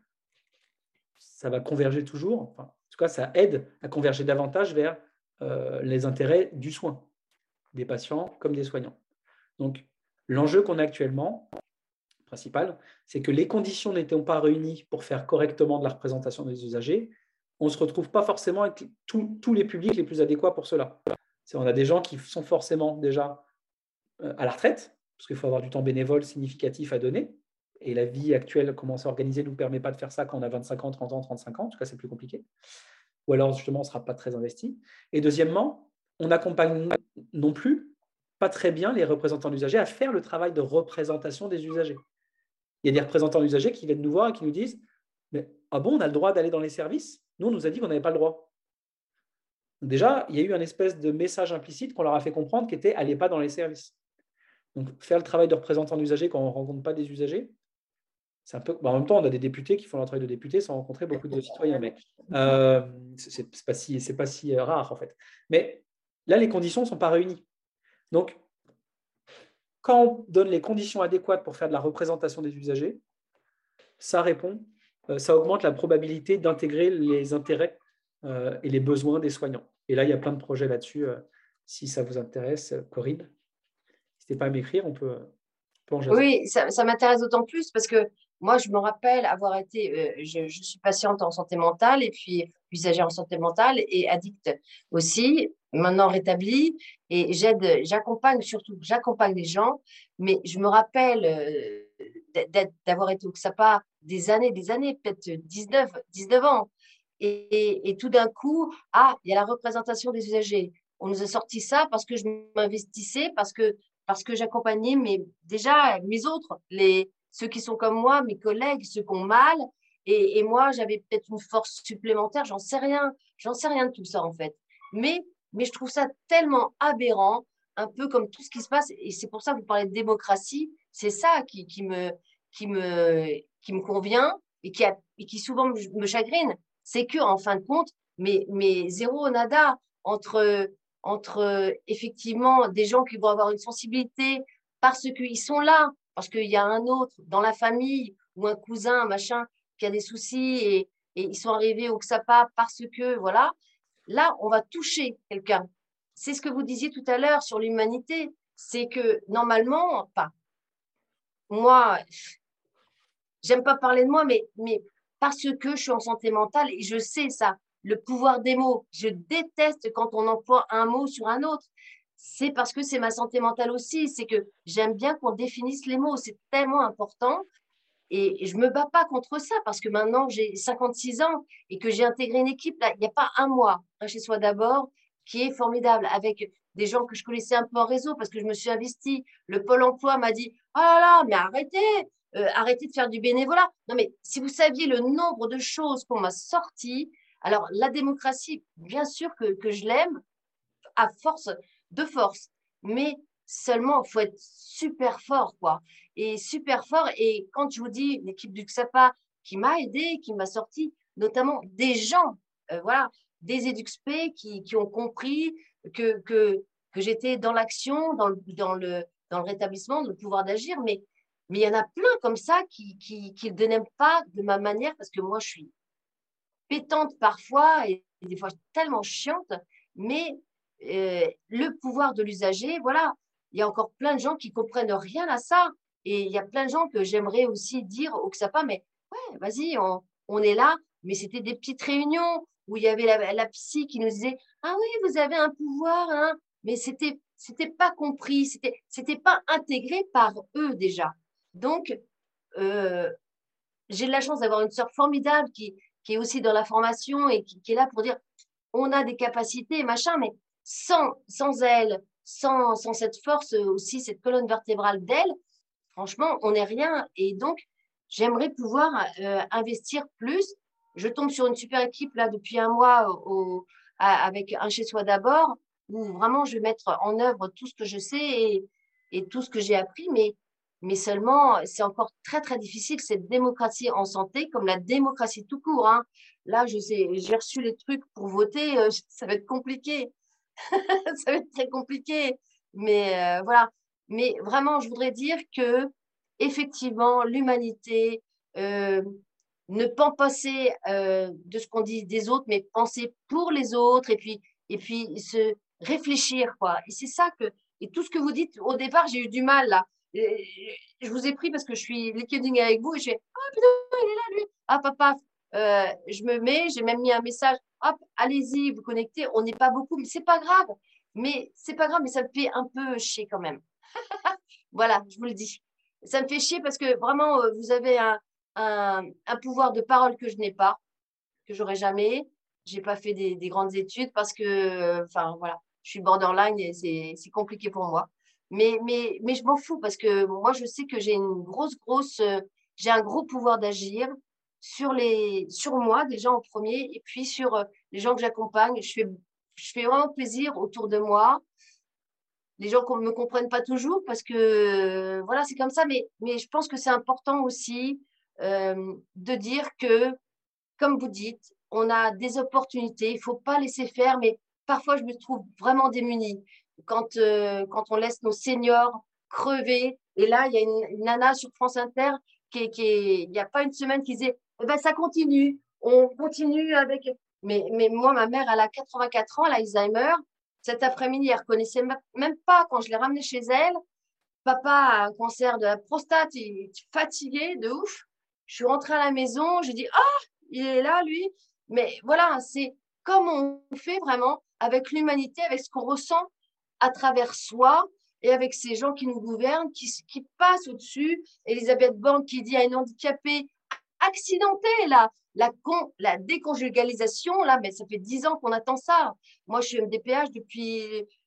Ça va converger toujours. Enfin, en tout cas, ça aide à converger davantage vers euh, les intérêts du soin, des patients comme des soignants. Donc, l'enjeu qu'on a actuellement, principal, c'est que les conditions n'étant pas réunies pour faire correctement de la représentation des usagers, on ne se retrouve pas forcément avec tous, tous les publics les plus adéquats pour cela. On a des gens qui sont forcément déjà à la retraite, parce qu'il faut avoir du temps bénévole significatif à donner, et la vie actuelle, comment c'est organisé, ne nous permet pas de faire ça quand on a vingt-cinq ans, trente ans, trente-cinq ans, en tout cas c'est plus compliqué. Ou alors justement, on ne sera pas très investi. Et deuxièmement, on n'accompagne non plus pas très bien les représentants d'usagers à faire le travail de représentation des usagers. Il y a des représentants d'usagers qui viennent nous voir et qui nous disent mais, « Ah bon, on a le droit d'aller dans les services ? Nous, on nous a dit qu'on n'avait pas le droit. » Déjà, il y a eu un espèce de message implicite qu'on leur a fait comprendre qui était « Allez pas dans les services ». Donc, faire le travail de représentant d'usagers quand on ne rencontre pas des usagers, c'est un peu… Bah, en même temps, on a des députés qui font leur travail de député sans rencontrer beaucoup de citoyens. Mais euh, ce n'est pas, si, c'est pas si rare, en fait. Mais là, les conditions ne sont pas réunies. Donc, quand on donne les conditions adéquates pour faire de la représentation des usagers, ça répond, ça augmente la probabilité d'intégrer les intérêts et les besoins des soignants. Et là, il y a plein de projets là-dessus si ça vous intéresse, Corinne, n'hésitez pas à m'écrire, on peut, on peut en jaser. Oui, ça, ça m'intéresse d'autant plus parce que moi, je me rappelle avoir été, euh, je, je suis patiente en santé mentale et puis usagère en santé mentale et addicte aussi, maintenant rétablie. Et j'aide, j'accompagne surtout, j'accompagne les gens, mais je me rappelle euh, d'être- d'avoir été au X A P A des années, des années, peut-être dix-neuf, dix-neuf ans. Et, et, et tout d'un coup, ah, il y a la représentation des usagers. On nous a sorti ça parce que je m'investissais, parce que parce que j'accompagnais mes, déjà mes autres, les, ceux qui sont comme moi, mes collègues, ceux qui ont mal. Et, et moi, j'avais peut-être une force supplémentaire, j'en sais rien, j'en sais rien de tout ça en fait. Mais, mais je trouve ça tellement aberrant, un peu comme tout ce qui se passe. Et c'est pour ça que vous parlez de démocratie. C'est ça qui, qui, me, qui, me, qui me convient et qui, a, et qui souvent me, me chagrine. C'est que en fin de compte, mais, mais zéro nada entre entre euh, effectivement des gens qui vont avoir une sensibilité parce qu'ils sont là, parce qu'il y a un autre dans la famille ou un cousin, un machin, qui a des soucis et, et ils sont arrivés au X A P A parce que, voilà, là, on va toucher quelqu'un. C'est ce que vous disiez tout à l'heure sur l'humanité, c'est que normalement, enfin, moi, j'aime pas parler de moi, mais, mais parce que je suis en santé mentale et je sais ça, le pouvoir des mots. Je déteste quand on emploie un mot sur un autre. C'est parce que c'est ma santé mentale aussi. C'est que j'aime bien qu'on définisse les mots. C'est tellement important. Et je ne me bats pas contre ça parce que maintenant j'ai cinquante-six ans et que j'ai intégré une équipe. Là, il n'y a pas un mois, un chez soi d'abord, qui est formidable avec des gens que je connaissais un peu en réseau parce que je me suis investie. Le Pôle emploi m'a dit oh là là, mais arrêtez, euh, arrêtez de faire du bénévolat. Non, mais si vous saviez le nombre de choses qu'on m'a sorties, alors la démocratie, bien sûr que, que je l'aime à force de force, mais seulement il faut être super fort, quoi. Et super fort. Et quand je vous dis l'équipe du X A P A qui m'a aidé, qui m'a sorti, notamment des gens, euh, voilà, des EduxP qui, qui ont compris que, que, que j'étais dans l'action, dans le, dans, le, dans le rétablissement, dans le pouvoir d'agir, mais mais il y en a plein comme ça qui qui, qui ne n'aiment pas de ma manière parce que moi, je suis pétante parfois et des fois tellement chiante, mais euh, le pouvoir de l'usager, voilà, il y a encore plein de gens qui comprennent rien à ça. Et il y a plein de gens que j'aimerais aussi dire au X A P A, mais ouais, vas-y, on, on est là. Mais c'était des petites réunions où il y avait la, la psy qui nous disait, ah oui, vous avez un pouvoir, hein. Mais c'était, c'était pas compris, c'était, c'était pas intégré par eux déjà. Donc, euh, j'ai de la chance d'avoir une sœur formidable qui, qui est aussi dans la formation et qui, qui est là pour dire on a des capacités, machin, mais sans, sans elle, sans, sans cette force aussi, cette colonne vertébrale d'elle, franchement, on n'est rien. Et donc, j'aimerais pouvoir euh, investir plus. Je tombe sur une super équipe là depuis un mois au, à, avec un chez soi d'abord, où vraiment je vais mettre en œuvre tout ce que je sais et, et tout ce que j'ai appris, mais mais seulement, c'est encore très, très difficile, cette démocratie en santé, comme la démocratie tout court. Hein. Là, je sais, j'ai reçu les trucs pour voter, euh, ça va être compliqué. Ça va être très compliqué. Mais euh, voilà. Mais vraiment, je voudrais dire que, effectivement, l'humanité, euh, ne pas penser euh, de ce qu'on dit des autres, mais penser pour les autres et puis, et puis se réfléchir, quoi. Et c'est ça que, et tout ce que vous dites, au départ, j'ai eu du mal, là. Et je vous ai pris parce que je suis LinkedIn avec vous et je fais ah putain il est là lui ah papa euh, je me mets j'ai même mis un message hop allez-y vous connectez on n'est pas beaucoup mais c'est pas grave mais c'est pas grave mais ça me fait un peu chier quand même voilà je vous le dis ça me fait chier parce que vraiment euh, vous avez un, un, un pouvoir de parole que je n'ai pas que j'aurai jamais j'ai pas fait des, des grandes études parce que enfin euh, voilà je suis borderline et c'est c'est compliqué pour moi. Mais, mais, mais je m'en fous parce que moi, je sais que j'ai une grosse, grosse, euh, j'ai un gros pouvoir d'agir sur les, sur moi déjà en premier et puis sur euh, les gens que j'accompagne. Je fais, je fais vraiment plaisir autour de moi. Les gens ne me comprennent pas toujours parce que euh, voilà, c'est comme ça. Mais, mais je pense que c'est important aussi euh, de dire que, comme vous dites, on a des opportunités. Il ne faut pas laisser faire, mais parfois, je me trouve vraiment démunie quand, euh, quand on laisse nos seniors crever. Et là, il y a une, une nana sur France Inter qui, est, qui est, il n'y a pas une semaine qui disait eh ben, ça continue, on continue avec. Mais, mais moi, ma mère, elle a quatre-vingt-quatre ans, elle a Alzheimer. cet après-midi, elle ne reconnaissait même pas quand je l'ai ramenée chez elle. Papa a un cancer de la prostate, il est fatigué de ouf. Je suis rentrée à la maison, j'ai dit « Ah, il est là, lui !» Mais voilà, c'est comme on fait vraiment avec l'humanité, avec ce qu'on ressent à travers soi et avec ces gens qui nous gouvernent, qui, qui passent au-dessus. Elisabeth Borne qui dit à une handicapée accidentée, là, la, con, la déconjugalisation, là, mais ça fait dix ans qu'on attend ça. Moi, je suis M D P H depuis,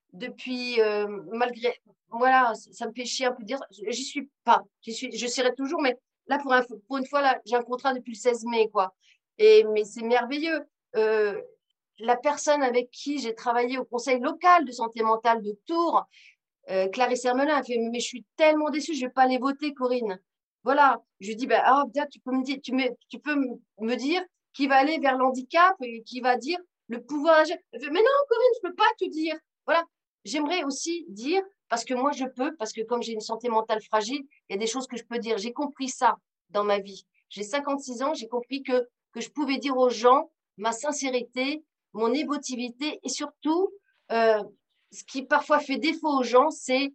depuis euh, malgré, voilà, ça me fait chier un peu de dire, j'y suis pas, j'y suis, je serai toujours, mais là, pour, un, pour une fois, là, j'ai un contrat depuis le seize mai, quoi. Et, mais c'est merveilleux. Euh, la personne avec qui j'ai travaillé au conseil local de santé mentale de Tours, euh, Clarisse Hermelin, a fait, mais je suis tellement déçue, je vais pas aller voter, Corinne. Voilà, je lui dis, ben, ah, tu peux me dire, tu me, tu peux me dire qui va aller vers l'handicap et qui va dire le pouvoir d'agir. Mais non, Corinne, je peux pas te dire. Voilà, j'aimerais aussi dire, parce que moi je peux, parce que comme j'ai une santé mentale fragile, il y a des choses que je peux dire. J'ai compris ça dans ma vie. J'ai cinquante-six ans, j'ai compris que, que je pouvais dire aux gens ma sincérité, mon émotivité et surtout, euh, ce qui parfois fait défaut aux gens, c'est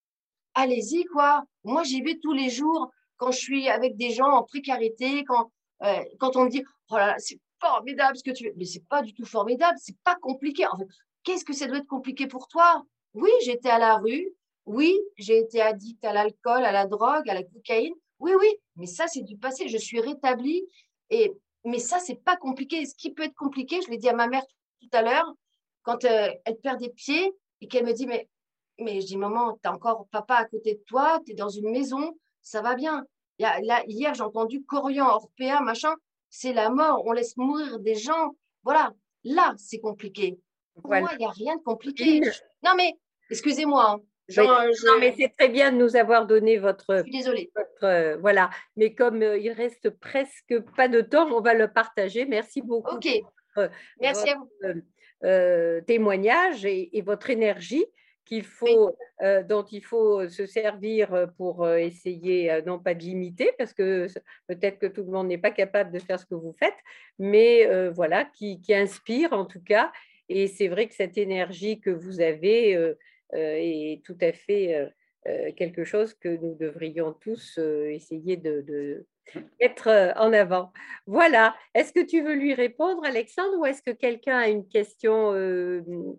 allez-y, quoi. Moi, j'y vais tous les jours quand je suis avec des gens en précarité, quand, euh, quand on me dit oh là là, c'est formidable ce que tu fais. Mais c'est pas du tout formidable, c'est pas compliqué. En fait, qu'est-ce que ça doit être compliqué pour toi? Oui, j'étais à la rue. Oui, j'ai été addict à l'alcool, à la drogue, à la cocaïne. Oui, oui, mais ça, c'est du passé. Je suis rétablie. Et, mais ça, c'est pas compliqué. Ce qui peut être compliqué, je l'ai dit à ma mère tout à l'heure, quand euh, elle perd des pieds et qu'elle me dit, mais, mais je dis, maman, tu as encore papa à côté de toi, tu es dans une maison, ça va bien. Il y a, là, hier, j'ai entendu Corian, Orpea, machin, c'est la mort, on laisse mourir des gens. Voilà, là, c'est compliqué. Pour Voilà. moi, il n'y a rien de compliqué. Non, mais, excusez-moi, hein. Oui. Genre, je... Non, mais c'est très bien de nous avoir donné votre. Je suis désolée. votre euh, voilà. Mais comme euh, il reste presque pas de temps, on va le partager. Merci beaucoup Ok, pour votre, merci à vous. votre, euh, témoignage et, et votre énergie qu'il faut, euh, dont il faut se servir pour euh, essayer, euh, non pas de limiter, parce que peut-être que tout le monde n'est pas capable de faire ce que vous faites, mais euh, voilà, qui, qui inspire en tout cas. Et c'est vrai que cette énergie que vous avez euh, euh, est tout à fait euh, euh, quelque chose que nous devrions tous euh, essayer de, de mettre euh, en avant. Voilà. Est-ce que tu veux lui répondre, Alexandre, ou est-ce que quelqu'un a une question euh,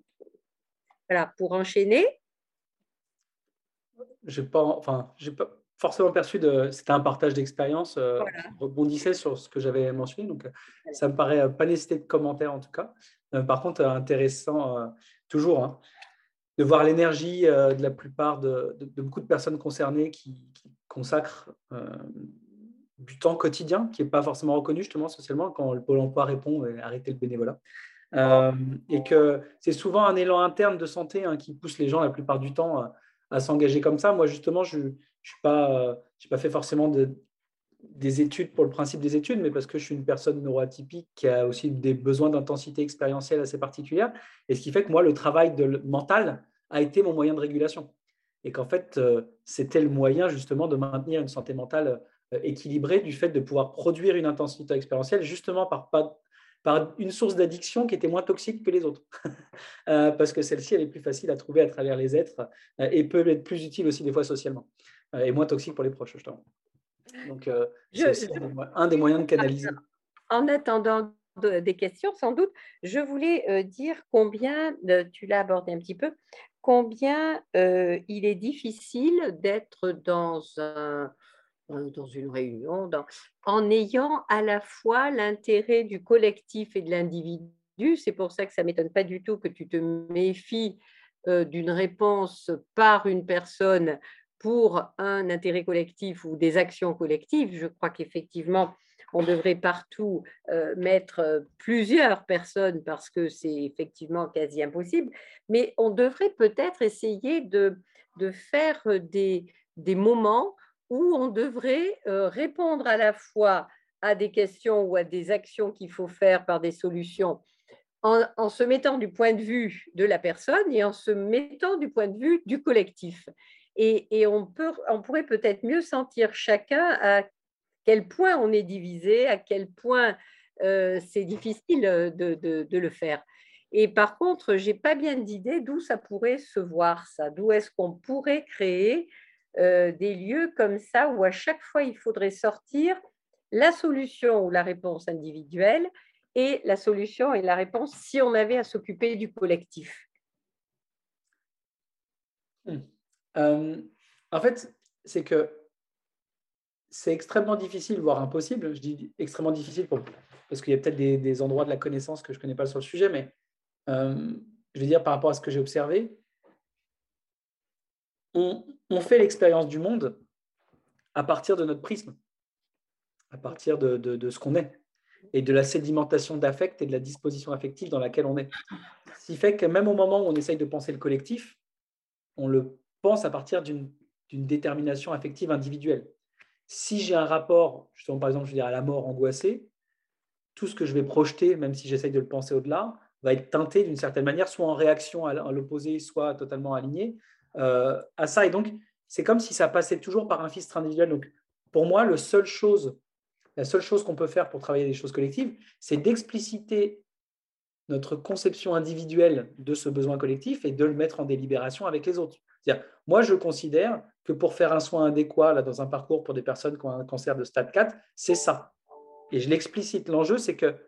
voilà, pour enchaîner? Je n'ai pas, enfin, j'ai pas forcément perçu de. C'était un partage d'expérience euh, Voilà. qui rebondissait sur ce que j'avais mentionné. Donc, ça me paraît euh, pas nécessiter de commentaires en tout cas. Euh, par contre, euh, intéressant euh, toujours hein, de voir l'énergie euh, de la plupart de, de, de beaucoup de personnes concernées qui, qui consacrent euh, du temps quotidien qui n'est pas forcément reconnu justement socialement quand le Pôle emploi répond euh, arrêtez le bénévolat. Euh, et que c'est souvent un élan interne de santé hein, qui pousse les gens la plupart du temps à, à s'engager comme ça. Moi, justement, je n'ai pas, j'ai pas fait forcément de, des études pour le principe des études, mais parce que je suis une personne neuroatypique qui a aussi des besoins d'intensité expérientielle assez particulière. Et ce qui fait que moi, le travail de, mental a été mon moyen de régulation. Et qu'en fait, euh, c'était le moyen justement de maintenir une santé mentale euh, équilibrée du fait de pouvoir produire une intensité expérientielle justement par pas par une source d'addiction qui était moins toxique que les autres. euh, parce que celle-ci, elle est plus facile à trouver à travers les êtres euh, et peut être plus utile aussi des fois socialement euh, et moins toxique pour les proches, justement. Donc, euh, c'est aussi je, un des moyens de canaliser. En attendant de, des questions, sans doute, je voulais euh, dire combien, euh, tu l'as abordé un petit peu, combien euh, il est difficile d'être dans un dans une réunion, dans, en ayant à la fois l'intérêt du collectif et de l'individu. C'est pour ça que ça ne m'étonne pas du tout que tu te méfies euh, d'une réponse par une personne pour un intérêt collectif ou des actions collectives. Je crois qu'effectivement, on devrait partout euh, mettre plusieurs personnes parce que c'est effectivement quasi impossible, mais on devrait peut-être essayer de, de faire des, des moments où on devrait euh, répondre à la fois à des questions ou à des actions qu'il faut faire par des solutions en, en se mettant du point de vue de la personne et en se mettant du point de vue du collectif. Et, et on, peut, on pourrait peut-être mieux sentir chacun à quel point on est divisé, à quel point euh, c'est difficile de, de, de le faire. Et par contre, je n'ai pas bien d'idée d'où ça pourrait se voir, ça. D'où est-ce qu'on pourrait créer euh, des lieux comme ça où à chaque fois, il faudrait sortir la solution ou la réponse individuelle et la solution et la réponse si on avait à s'occuper du collectif. Hmm. Euh, en fait, c'est que c'est extrêmement difficile, voire impossible. Je dis extrêmement difficile pour, parce qu'il y a peut-être des, des endroits de la connaissance que je ne connais pas sur le sujet, mais euh, je vais dire par rapport à ce que j'ai observé, on, on fait l'expérience du monde à partir de notre prisme, à partir de, de, de ce qu'on est, et de la sédimentation d'affect et de la disposition affective dans laquelle on est. Ce qui fait que même au moment où on essaye de penser le collectif, on le pense à partir d'une d'une détermination affective individuelle. Si j'ai un rapport, justement, par exemple, je veux dire, à la mort angoissée, tout ce que je vais projeter, même si j'essaye de le penser au-delà, va être teinté d'une certaine manière, soit en réaction à l'opposé, soit totalement aligné euh, à ça. Et donc, c'est comme si ça passait toujours par un filtre individuel. Donc, pour moi, le seul chose, la seule chose qu'on peut faire pour travailler les choses collectives, c'est d'expliciter notre conception individuelle de ce besoin collectif et de le mettre en délibération avec les autres. C'est-à-dire, moi, je considère que pour faire un soin adéquat là, dans un parcours pour des personnes qui ont un cancer de stade quatre, c'est ça. Et je l'explicite. L'enjeu, c'est que,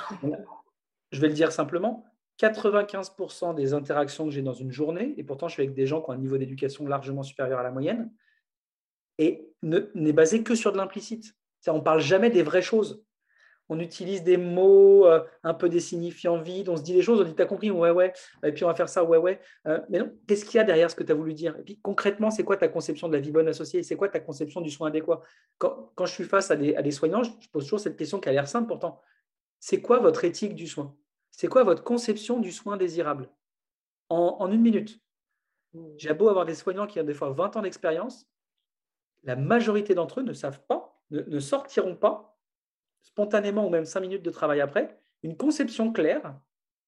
je vais le dire simplement, quatre-vingt-quinze pour cent des interactions que j'ai dans une journée, et pourtant je suis avec des gens qui ont un niveau d'éducation largement supérieur à la moyenne, et n'est basé que sur de l'implicite. On ne parle jamais des vraies choses. On utilise des mots euh, un peu des signifiants vides, on se dit des choses, on dit, t'as compris, ouais, ouais, et puis on va faire ça, ouais, ouais. Euh, mais non, qu'est-ce qu'il y a derrière ce que tu as voulu dire? Et puis concrètement, c'est quoi ta conception de la vie bonne associée? C'est quoi ta conception du soin adéquat? Quand, quand je suis face à des, à des soignants, je pose toujours cette question qui a l'air simple pourtant. C'est quoi votre éthique du soin? C'est quoi votre conception du soin désirable? En, en une minute. J'ai beau avoir des soignants qui ont des fois vingt ans d'expérience, la majorité d'entre eux ne savent pas, ne, ne sortiront pas spontanément ou même cinq minutes de travail après, une conception claire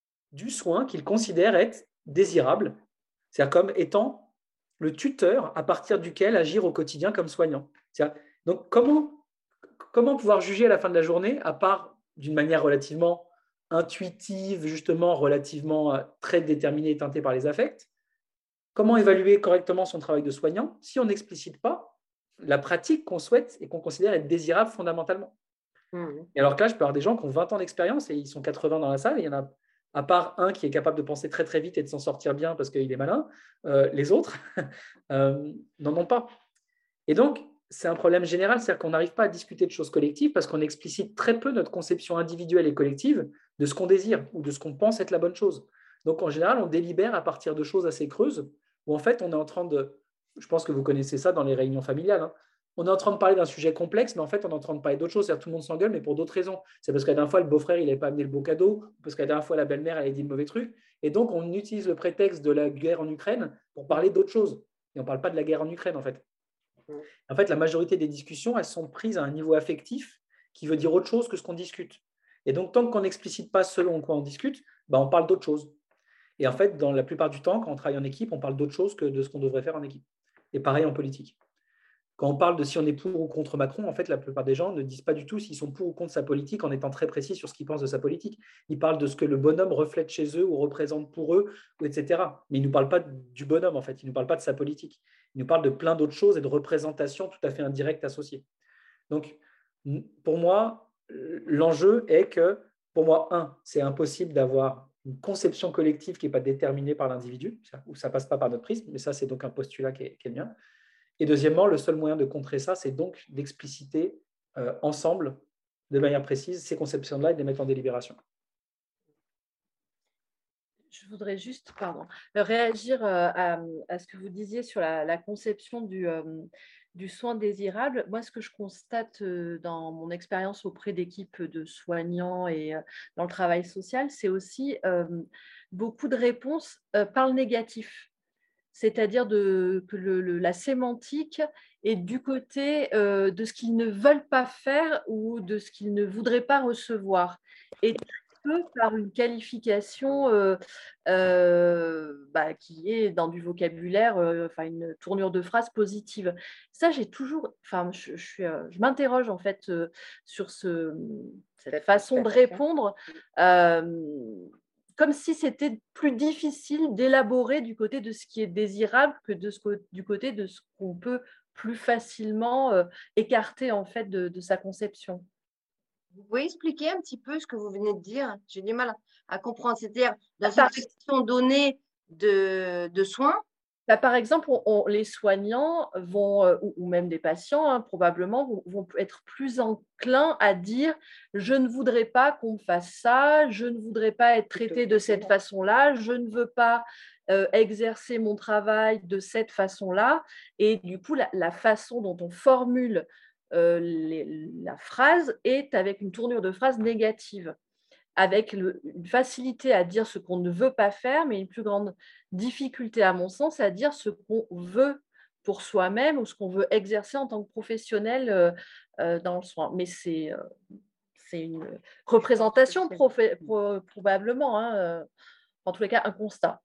du soin qu'ils considèrent être désirable, c'est-à-dire comme étant le tuteur à partir duquel agir au quotidien comme soignant. Donc, comment, comment pouvoir juger à la fin de la journée, à part d'une manière relativement intuitive, justement, relativement euh, très déterminée et teintée par les affects, comment évaluer correctement son travail de soignant si on n'explicite pas la pratique qu'on souhaite et qu'on considère être désirable fondamentalement. Mmh. Et alors que là, je peux avoir des gens qui ont vingt ans d'expérience et ils sont quatre-vingts dans la salle. Et il y en a, à part un qui est capable de penser très très vite et de s'en sortir bien parce qu'il est malin, euh, les autres euh, n'en ont pas. Et donc, c'est un problème général, c'est-à-dire qu'on n'arrive pas à discuter de choses collectives parce qu'on explicite très peu notre conception individuelle et collective de ce qu'on désire ou de ce qu'on pense être la bonne chose. Donc, en général, on délibère à partir de choses assez creuses où en fait, on est en train de… Je pense que vous connaissez ça dans les réunions familiales, hein. On est en train de parler d'un sujet complexe, mais en fait, on est en train de parler d'autre chose. C'est-à-dire tout le monde s'engueule, mais pour d'autres raisons. C'est parce que la dernière fois, le beau-frère, il n'avait pas amené le beau cadeau, parce que la dernière fois, la belle-mère, elle avait dit le mauvais truc. Et donc, on utilise le prétexte de la guerre en Ukraine pour parler d'autre chose. Et on ne parle pas de la guerre en Ukraine, en fait. En fait, la majorité des discussions, elles sont prises à un niveau affectif qui veut dire autre chose que ce qu'on discute. Et donc, tant qu'on n'explicite pas selon quoi on discute, bah, on parle d'autre chose. Et en fait, dans la plupart du temps, quand on travaille en équipe, on parle d'autre chose que de ce qu'on devrait faire en équipe. Et pareil en politique. Quand on parle de si on est pour ou contre Macron, en fait, la plupart des gens ne disent pas du tout s'ils sont pour ou contre sa politique en étant très précis sur ce qu'ils pensent de sa politique. Ils parlent de ce que le bonhomme reflète chez eux ou représente pour eux, et cetera. Mais ils ne nous parlent pas du bonhomme, en fait. Ils ne nous parlent pas de sa politique. Ils nous parlent de plein d'autres choses et de représentations tout à fait indirectes associées. Donc, pour moi, l'enjeu est que, pour moi, un, c'est impossible d'avoir une conception collective qui n'est pas déterminée par l'individu, ou ça ne passe pas par notre prisme, mais ça, c'est donc un postulat qui est, qui est le mien. Et deuxièmement, le seul moyen de contrer ça, c'est donc d'expliciter euh, ensemble, de manière précise, ces conceptions-là et de les mettre en délibération. Je voudrais juste pardon, réagir à, à ce que vous disiez sur la, la conception du, euh, du soin désirable. Moi, ce que je constate dans mon expérience auprès d'équipes de soignants et dans le travail social, c'est aussi euh, beaucoup de réponses euh, par le négatif. C'est-à-dire de, que le, le, la sémantique est du côté euh, de ce qu'ils ne veulent pas faire ou de ce qu'ils ne voudraient pas recevoir. Et peu par une qualification euh, euh, bah, qui est dans du vocabulaire, euh, enfin une tournure de phrase positive. Ça, j'ai toujours, enfin, je, je, suis, euh, je m'interroge en fait euh, sur ce, cette façon de répondre. Euh, comme si c'était plus difficile d'élaborer du côté de ce qui est désirable que de ce, du côté de ce qu'on peut plus facilement euh, écarter en fait de, de sa conception. Vous pouvez expliquer un petit peu ce que vous venez de dire? J'ai du mal à comprendre. C'est-à-dire, dans une question donnée de, de soins, bah, par exemple, on, on, les soignants vont, euh, ou, ou même des patients, hein, probablement, vont, vont être plus enclins à dire « je ne voudrais pas qu'on me fasse ça, je ne voudrais pas être traité de cette façon-là, je ne veux pas euh, exercer mon travail de cette façon-là ». Et du coup, la, la façon dont on formule euh, les, la phrase est avec une tournure de phrase négative, avec le, une facilité à dire ce qu'on ne veut pas faire, mais une plus grande difficulté, à mon sens, à dire ce qu'on veut pour soi-même ou ce qu'on veut exercer en tant que professionnel euh, euh, dans le soin. Mais c'est, euh, c'est une représentation pro pro probablement, hein, euh, en tous les cas, un constat.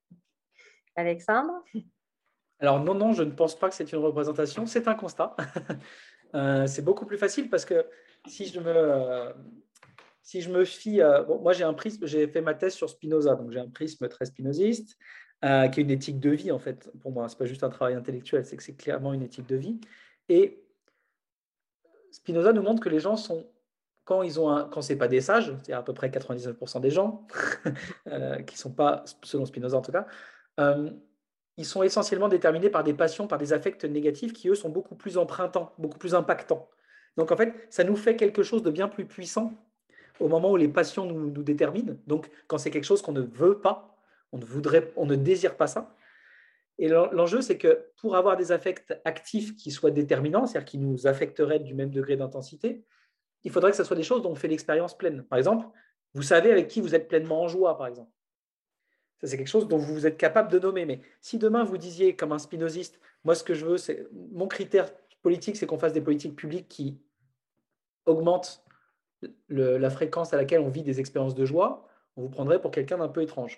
Alexandre? Alors non, non, je ne pense pas que c'est une représentation, c'est un constat. euh, c'est beaucoup plus facile parce que si je me... Euh, Si je me fie, euh, bon, moi j'ai un prisme, j'ai fait ma thèse sur Spinoza, donc j'ai un prisme très spinoziste, euh, qui est une éthique de vie en fait. Pour moi, c'est pas juste un travail intellectuel, c'est que c'est clairement une éthique de vie. Et Spinoza nous montre que les gens sont, quand ils ont, un, quand c'est pas des sages, c'est à peu près quatre-vingt-dix-neuf pour cent des gens euh, qui sont pas, selon Spinoza en tout cas, euh, ils sont essentiellement déterminés par des passions, par des affects négatifs qui eux sont beaucoup plus empruntants, beaucoup plus impactants. Donc en fait, ça nous fait quelque chose de bien plus puissant au moment où les passions nous, nous déterminent, donc quand c'est quelque chose qu'on ne veut pas, on ne, voudrait, on ne désire pas ça. Et l'enjeu, c'est que pour avoir des affects actifs qui soient déterminants, c'est-à-dire qui nous affecteraient du même degré d'intensité, il faudrait que ce soit des choses dont on fait l'expérience pleine. Par exemple, vous savez avec qui vous êtes pleinement en joie, par exemple. Ça, c'est quelque chose dont vous êtes capable de nommer. Mais si demain, vous disiez, comme un spinoziste, moi, ce que je veux, c'est mon critère politique, c'est qu'on fasse des politiques publiques qui augmentent Le, la fréquence à laquelle on vit des expériences de joie, on vous prendrait pour quelqu'un d'un peu étrange.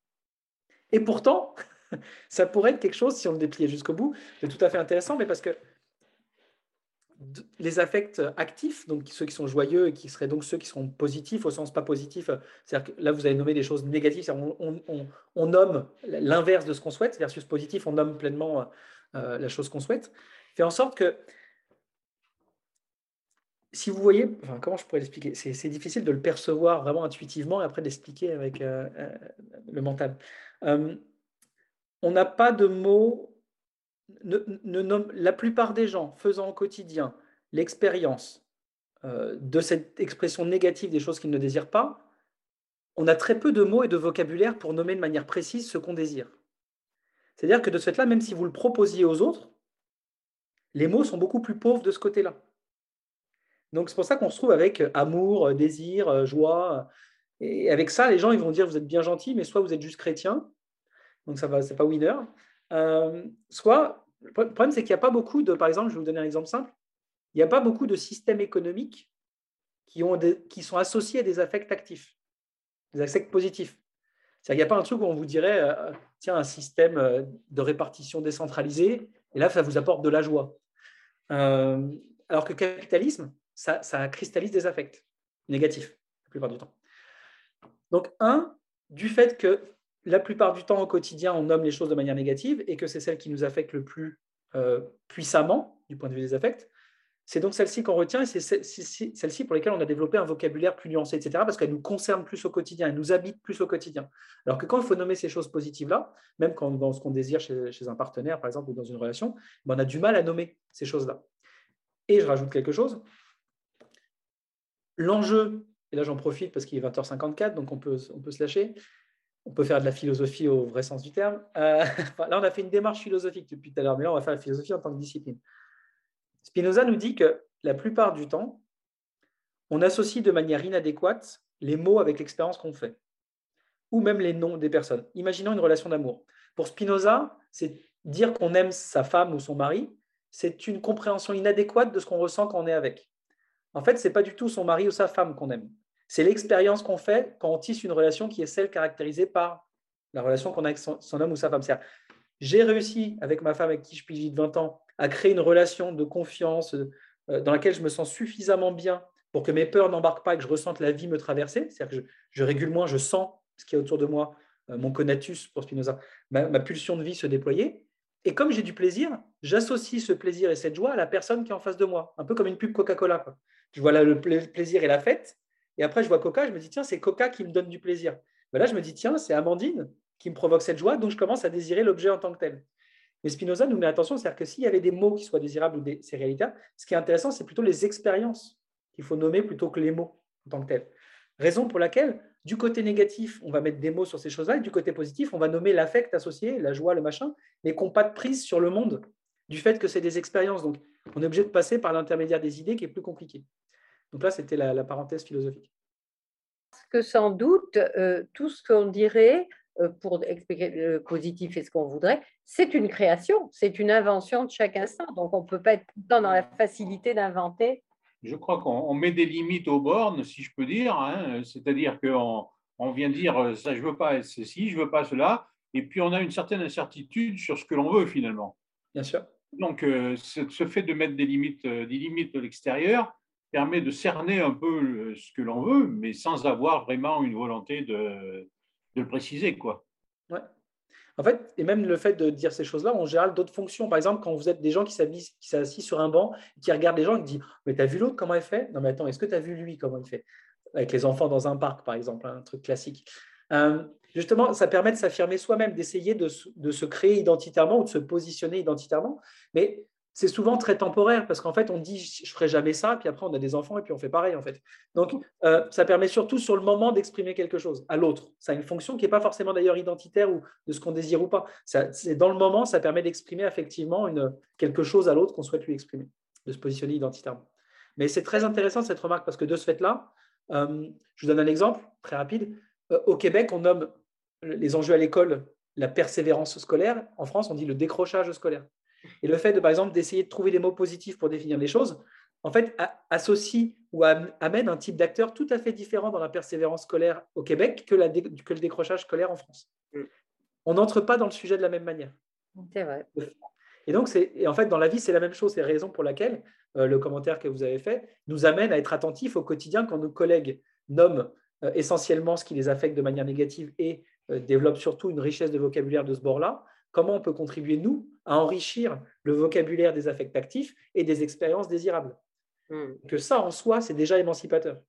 Et pourtant, ça pourrait être quelque chose, si on le dépliait jusqu'au bout, de tout à fait intéressant, mais parce que les affects actifs, donc ceux qui sont joyeux et qui seraient donc ceux qui sont positifs au sens pas positif, c'est-à-dire que là vous avez nommé des choses négatives, on, on, on, on nomme l'inverse de ce qu'on souhaite, versus positif, on nomme pleinement euh, la chose qu'on souhaite, fait en sorte que si vous voyez, enfin, comment je pourrais l'expliquer, c'est difficile de le percevoir vraiment intuitivement et après d'expliquer avec euh, euh, le mental. Euh, on n'a pas de mots, ne, ne nomme, la plupart des gens faisant au quotidien l'expérience euh, de cette expression négative des choses qu'ils ne désirent pas, on a très peu de mots et de vocabulaire pour nommer de manière précise ce qu'on désire. C'est-à-dire que de ce fait-là, même si vous le proposiez aux autres, les mots sont beaucoup plus pauvres de ce côté-là. Donc, c'est pour ça qu'on se trouve avec amour, désir, joie. Et avec ça, les gens ils vont dire, vous êtes bien gentil, mais soit vous êtes juste chrétien, donc ça va, c'est pas winner. Euh, soit, le problème, c'est qu'il n'y a pas beaucoup de, par exemple, je vais vous donner un exemple simple, il n'y a pas beaucoup de systèmes économiques qui, ont des, qui sont associés à des affects actifs, des affects positifs. C'est-à-dire qu'il n'y a pas un truc où on vous dirait, euh, tiens, un système de répartition décentralisé, et là, ça vous apporte de la joie. Euh, alors que le capitalisme, Ça, ça cristallise des affects négatifs, la plupart du temps. Donc, un, du fait que la plupart du temps, au quotidien, on nomme les choses de manière négative et que c'est celle qui nous affecte le plus euh, puissamment, du point de vue des affects, c'est donc celle-ci qu'on retient et c'est celle-ci pour lesquelles on a développé un vocabulaire plus nuancé, et cetera, parce qu'elle nous concerne plus au quotidien, elle nous habite plus au quotidien. Alors que quand il faut nommer ces choses positives-là, même quand, dans ce qu'on désire chez, chez un partenaire, par exemple, ou dans une relation, ben on a du mal à nommer ces choses-là. Et je rajoute quelque chose. L'enjeu, et là j'en profite parce qu'il est vingt heures cinquante-quatre, donc on peut, on peut se lâcher, on peut faire de la philosophie au vrai sens du terme. Euh, enfin, là, on a fait une démarche philosophique depuis tout à l'heure, mais là, on va faire la philosophie en tant que discipline. Spinoza nous dit que la plupart du temps, on associe de manière inadéquate les mots avec l'expérience qu'on fait, ou même les noms des personnes. Imaginons une relation d'amour. Pour Spinoza, c'est dire qu'on aime sa femme ou son mari, c'est une compréhension inadéquate de ce qu'on ressent quand on est avec. En fait, ce n'est pas du tout son mari ou sa femme qu'on aime. C'est l'expérience qu'on fait quand on tisse une relation qui est celle caractérisée par la relation qu'on a avec son, son homme ou sa femme. C'est-à-dire, j'ai réussi avec ma femme avec qui je suis vingt ans à créer une relation de confiance euh, dans laquelle je me sens suffisamment bien pour que mes peurs n'embarquent pas et que je ressente la vie me traverser. C'est-à-dire que je, je régule moins, je sens ce qui est autour de moi, euh, mon conatus pour Spinoza, ma, ma pulsion de vie se déployer. Et comme j'ai du plaisir, j'associe ce plaisir et cette joie à la personne qui est en face de moi, un peu comme une pub Coca-Cola, quoi. Je vois là le plaisir et la fête, et après je vois Coca, je me dis tiens, c'est Coca qui me donne du plaisir. Ben là, je me dis tiens, c'est Amandine qui me provoque cette joie, donc je commence à désirer l'objet en tant que tel. Mais Spinoza nous met attention, c'est-à-dire que s'il y avait des mots qui soient désirables ou des, ces réalités, ce qui est intéressant, c'est plutôt les expériences qu'il faut nommer plutôt que les mots en tant que tels. Raison pour laquelle, du côté négatif, on va mettre des mots sur ces choses-là, et du côté positif, on va nommer l'affect associé, la joie, le machin, mais qui n'ont pas de prise sur le monde, du fait que c'est des expériences. Donc, on est obligé de passer par l'intermédiaire des idées qui est plus compliqué. Donc là, c'était la, la parenthèse philosophique. Parce que sans doute, euh, tout ce qu'on dirait, euh, pour expliquer le positif et ce qu'on voudrait, c'est une création, c'est une invention de chaque instant. Donc, on ne peut pas être tout le temps dans la facilité d'inventer. Je crois qu'on met des limites aux bornes, si je peux dire, hein. C'est-à-dire qu'on on vient dire ça, je ne veux pas ceci, je ne veux pas cela, et puis on a une certaine incertitude sur ce que l'on veut finalement. Bien sûr. Donc, euh, ce fait de mettre des limites, des limites de l'extérieur permet de cerner un peu ce que l'on veut, mais sans avoir vraiment une volonté de, de le préciser, quoi. Ouais. En fait, et même le fait de dire ces choses-là, on gère d'autres fonctions. Par exemple, quand vous êtes des gens qui s'assient sur un banc, qui regardent les gens et qui disent « Mais tu as vu l'autre, comment il fait ?» Non, mais attends, est-ce que tu as vu lui, comment il fait? Avec les enfants dans un parc, par exemple, un truc classique. Euh, justement, ça permet de s'affirmer soi-même, d'essayer de, de se créer identitairement ou de se positionner identitairement. Mais c'est souvent très temporaire parce qu'en fait, on dit « je ne ferai jamais ça », puis après, on a des enfants et puis on fait pareil, en fait. Donc, euh, ça permet surtout sur le moment d'exprimer quelque chose à l'autre. Ça a une fonction qui n'est pas forcément d'ailleurs identitaire ou de ce qu'on désire ou pas. C'est dans le moment, ça permet d'exprimer effectivement une, quelque chose à l'autre qu'on souhaite lui exprimer, de se positionner identitairement. Mais c'est très intéressant cette remarque parce que de ce fait-là, euh, je vous donne un exemple très rapide. Euh, au Québec, on nomme les enjeux à l'école la persévérance scolaire. En France, on dit le décrochage scolaire. Et le fait, de, par exemple, d'essayer de trouver des mots positifs pour définir les choses, en fait, associe ou amène un type d'acteur tout à fait différent dans la persévérance scolaire au Québec que, la, que le décrochage scolaire en France. On n'entre pas dans le sujet de la même manière. C'est vrai. Et donc, et en fait, dans la vie, c'est la même chose. C'est la raison pour laquelle euh, le commentaire que vous avez fait nous amène à être attentifs au quotidien quand nos collègues nomment euh, essentiellement ce qui les affecte de manière négative et euh, développent surtout une richesse de vocabulaire de ce bord-là. Comment on peut contribuer, nous, à enrichir le vocabulaire des affects actifs et des expériences désirables. Mm. Que ça, en soi, c'est déjà émancipateur.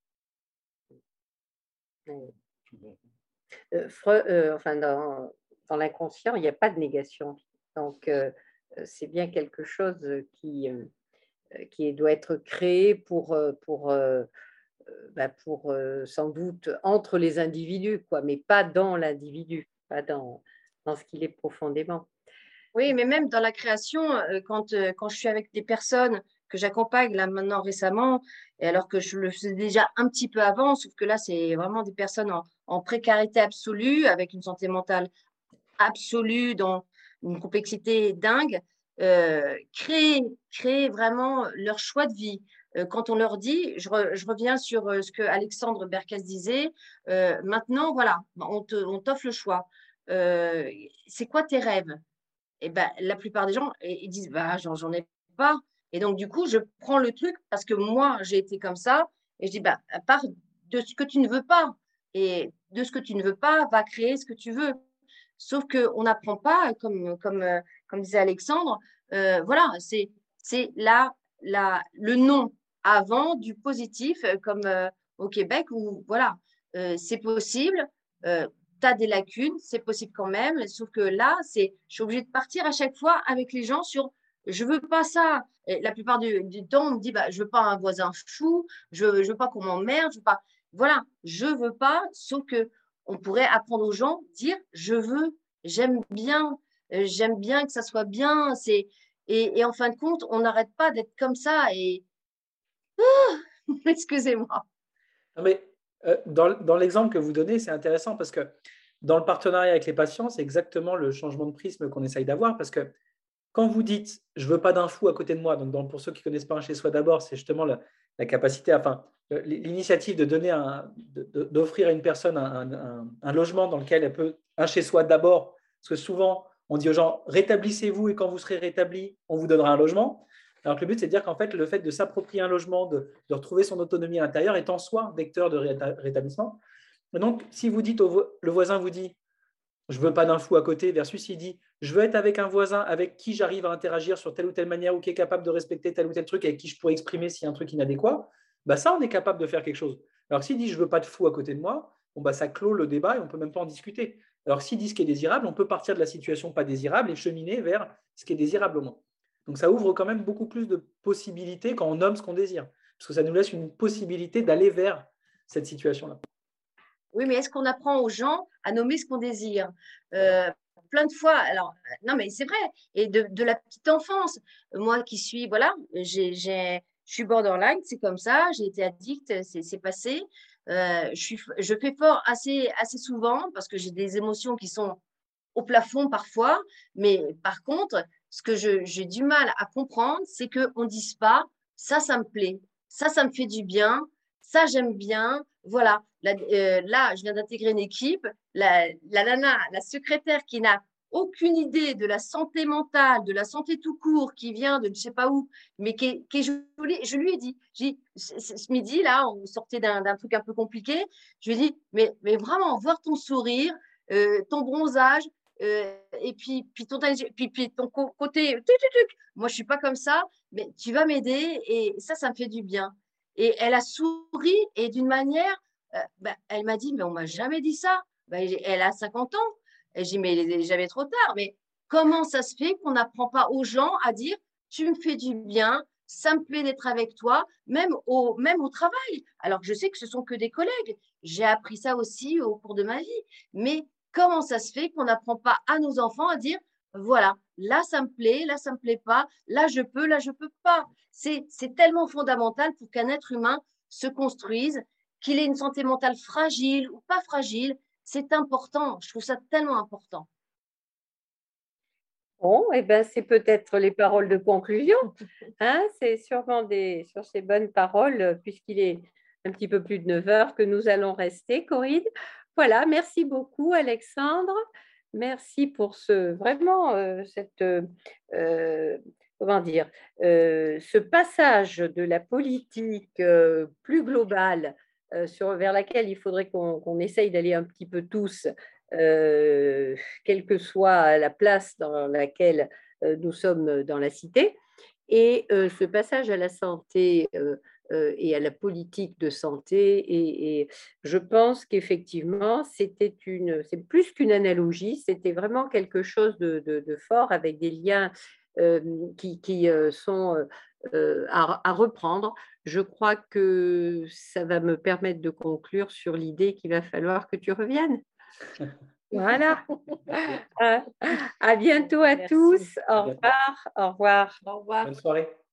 Euh, Freud, euh, enfin, dans, dans l'inconscient, il n'y a pas de négation. Donc, euh, c'est bien quelque chose qui, euh, qui doit être créé pour, pour, euh, bah pour euh, sans doute entre les individus, quoi, mais pas dans l'individu, pas dans... dans ce qu'il est profondément. Oui, mais même dans la création, quand, quand je suis avec des personnes que j'accompagne là maintenant récemment, et alors que je le faisais déjà un petit peu avant, sauf que là, c'est vraiment des personnes en, en précarité absolue, avec une santé mentale absolue, dans une complexité dingue, euh, créer, créer vraiment leur choix de vie. Euh, quand on leur dit, je, re, je reviens sur euh, ce que Alexandre Berkes disait, euh, maintenant, voilà, on te, on t'offre le choix. Euh, c'est quoi tes rêves? Et ben, la plupart des gens ils disent bah, j'en, j'en ai pas. Et donc, du coup, je prends le truc parce que moi, j'ai été comme ça. Et je dis bah, à part de ce que tu ne veux pas. Et de ce que tu ne veux pas, va créer ce que tu veux. Sauf qu'on n'apprend pas, comme, comme, comme disait Alexandre, euh, voilà, c'est, c'est la, la, le non avant du positif, comme euh, au Québec, où voilà, euh, c'est possible. Euh, tu as des lacunes, c'est possible quand même, sauf que là, c'est, je suis obligée de partir à chaque fois avec les gens sur je veux pas ça. Et la plupart du, du temps, on me dit bah, je veux pas un voisin fou, je veux, je veux pas qu'on m'emmerde, je veux pas. Voilà, je veux pas, sauf que on pourrait apprendre aux gens, dire je veux, j'aime bien, euh, j'aime bien que ça soit bien. C'est, et, et en fin de compte, on n'arrête pas d'être comme ça. Et oh, excusez-moi. Non, mais euh, dans, dans l'exemple que vous donnez, c'est intéressant parce que dans le partenariat avec les patients, c'est exactement le changement de prisme qu'on essaye d'avoir parce que quand vous dites je ne veux pas d'un fou à côté de moi, donc dans, pour ceux qui ne connaissent pas un chez soi d'abord, c'est justement la, la capacité, enfin, l'initiative de donner un, de, d'offrir à une personne un, un, un logement dans lequel elle peut, un chez soi d'abord, parce que souvent on dit aux gens rétablissez-vous et quand vous serez rétabli, on vous donnera un logement. Alors que le but, c'est de dire qu'en fait, le fait de s'approprier un logement, de, de retrouver son autonomie à l'intérieur est en soi vecteur de rétablissement. Et donc, si vous dites, au, le voisin vous dit, je ne veux pas d'un fou à côté, versus il dit, je veux être avec un voisin avec qui j'arrive à interagir sur telle ou telle manière ou qui est capable de respecter tel ou tel truc, avec qui je pourrais exprimer s'il y a un truc inadéquat, bah ça, on est capable de faire quelque chose. Alors, s'il dit, je ne veux pas de fou à côté de moi, bon, bah, ça clôt le débat et on ne peut même pas en discuter. Alors, s'il dit ce qui est désirable, on peut partir de la situation pas désirable et cheminer vers ce qui est désirable au moins. Donc, ça ouvre quand même beaucoup plus de possibilités quand on nomme ce qu'on désire, parce que ça nous laisse une possibilité d'aller vers cette situation-là. Oui, mais est-ce qu'on apprend aux gens à nommer ce qu'on désire? euh, Plein de fois. Alors, non, mais c'est vrai. Et de, de la petite enfance, moi qui suis, voilà, j'ai, j'ai, je suis borderline, c'est comme ça. J'ai été addict, c'est, c'est passé. Euh, je, suis, je fais fort assez, assez souvent parce que j'ai des émotions qui sont au plafond parfois. Mais par contre, ce que je, j'ai du mal à comprendre, c'est qu'on ne dise pas ça, ça me plaît, ça, ça me fait du bien, ça, j'aime bien. Voilà. Là, euh, là, je viens d'intégrer une équipe. La, la nana, la secrétaire qui n'a aucune idée de la santé mentale, de la santé tout court, qui vient de je ne sais pas où, mais qui est, qui est jolie. Je lui ai dit, j'ai dit ce midi, là, on sortait d'un, d'un truc un peu compliqué. Je lui ai dit, mais, mais vraiment, voir ton sourire, euh, ton bronzage, euh, et puis, puis, ton, puis, puis ton côté, tuc, tuc, tuc. Moi, je ne suis pas comme ça, mais tu vas m'aider et ça, ça me fait du bien. Et elle a souri et d'une manière, euh, bah, elle m'a dit, mais on ne m'a jamais dit ça. Bah, elle a cinquante ans. Et j'ai dit, mais il est jamais trop tard. Mais comment ça se fait qu'on n'apprend pas aux gens à dire, tu me fais du bien, ça me plaît d'être avec toi, même au, même au travail. Alors que je sais que ce sont que des collègues. J'ai appris ça aussi au cours de ma vie. Mais comment ça se fait qu'on n'apprend pas à nos enfants à dire, voilà, là ça me plaît, là ça me plaît pas, là je peux, là je peux pas. C'est, c'est tellement fondamental pour qu'un être humain se construise, qu'il ait une santé mentale fragile ou pas fragile. C'est important. Je trouve ça tellement important. Bon, et ben, c'est peut-être les paroles de conclusion. Hein, c'est sûrement des, sur ces bonnes paroles, puisqu'il est un petit peu plus de neuf heures, que nous allons rester, Corinne. Voilà, merci beaucoup, Alexandre. Merci pour ce, vraiment, euh, cette, euh, comment dire, euh, ce passage de la politique euh, plus globale euh, sur, vers laquelle il faudrait qu'on qu'on essaye d'aller un petit peu tous, euh, quelle que soit la place dans laquelle euh, nous sommes dans la cité. Et euh, ce passage à la santé euh, euh, et à la politique de santé, et, et je pense qu'effectivement, c'était une, c'est plus qu'une analogie, c'était vraiment quelque chose de, de, de fort avec des liens euh, qui, qui euh, sont euh, à, à reprendre. Je crois que ça va me permettre de conclure sur l'idée qu'il va falloir que tu reviennes. Voilà. À bientôt à Merci. tous. Au revoir. Au revoir. Au revoir. Bonne soirée.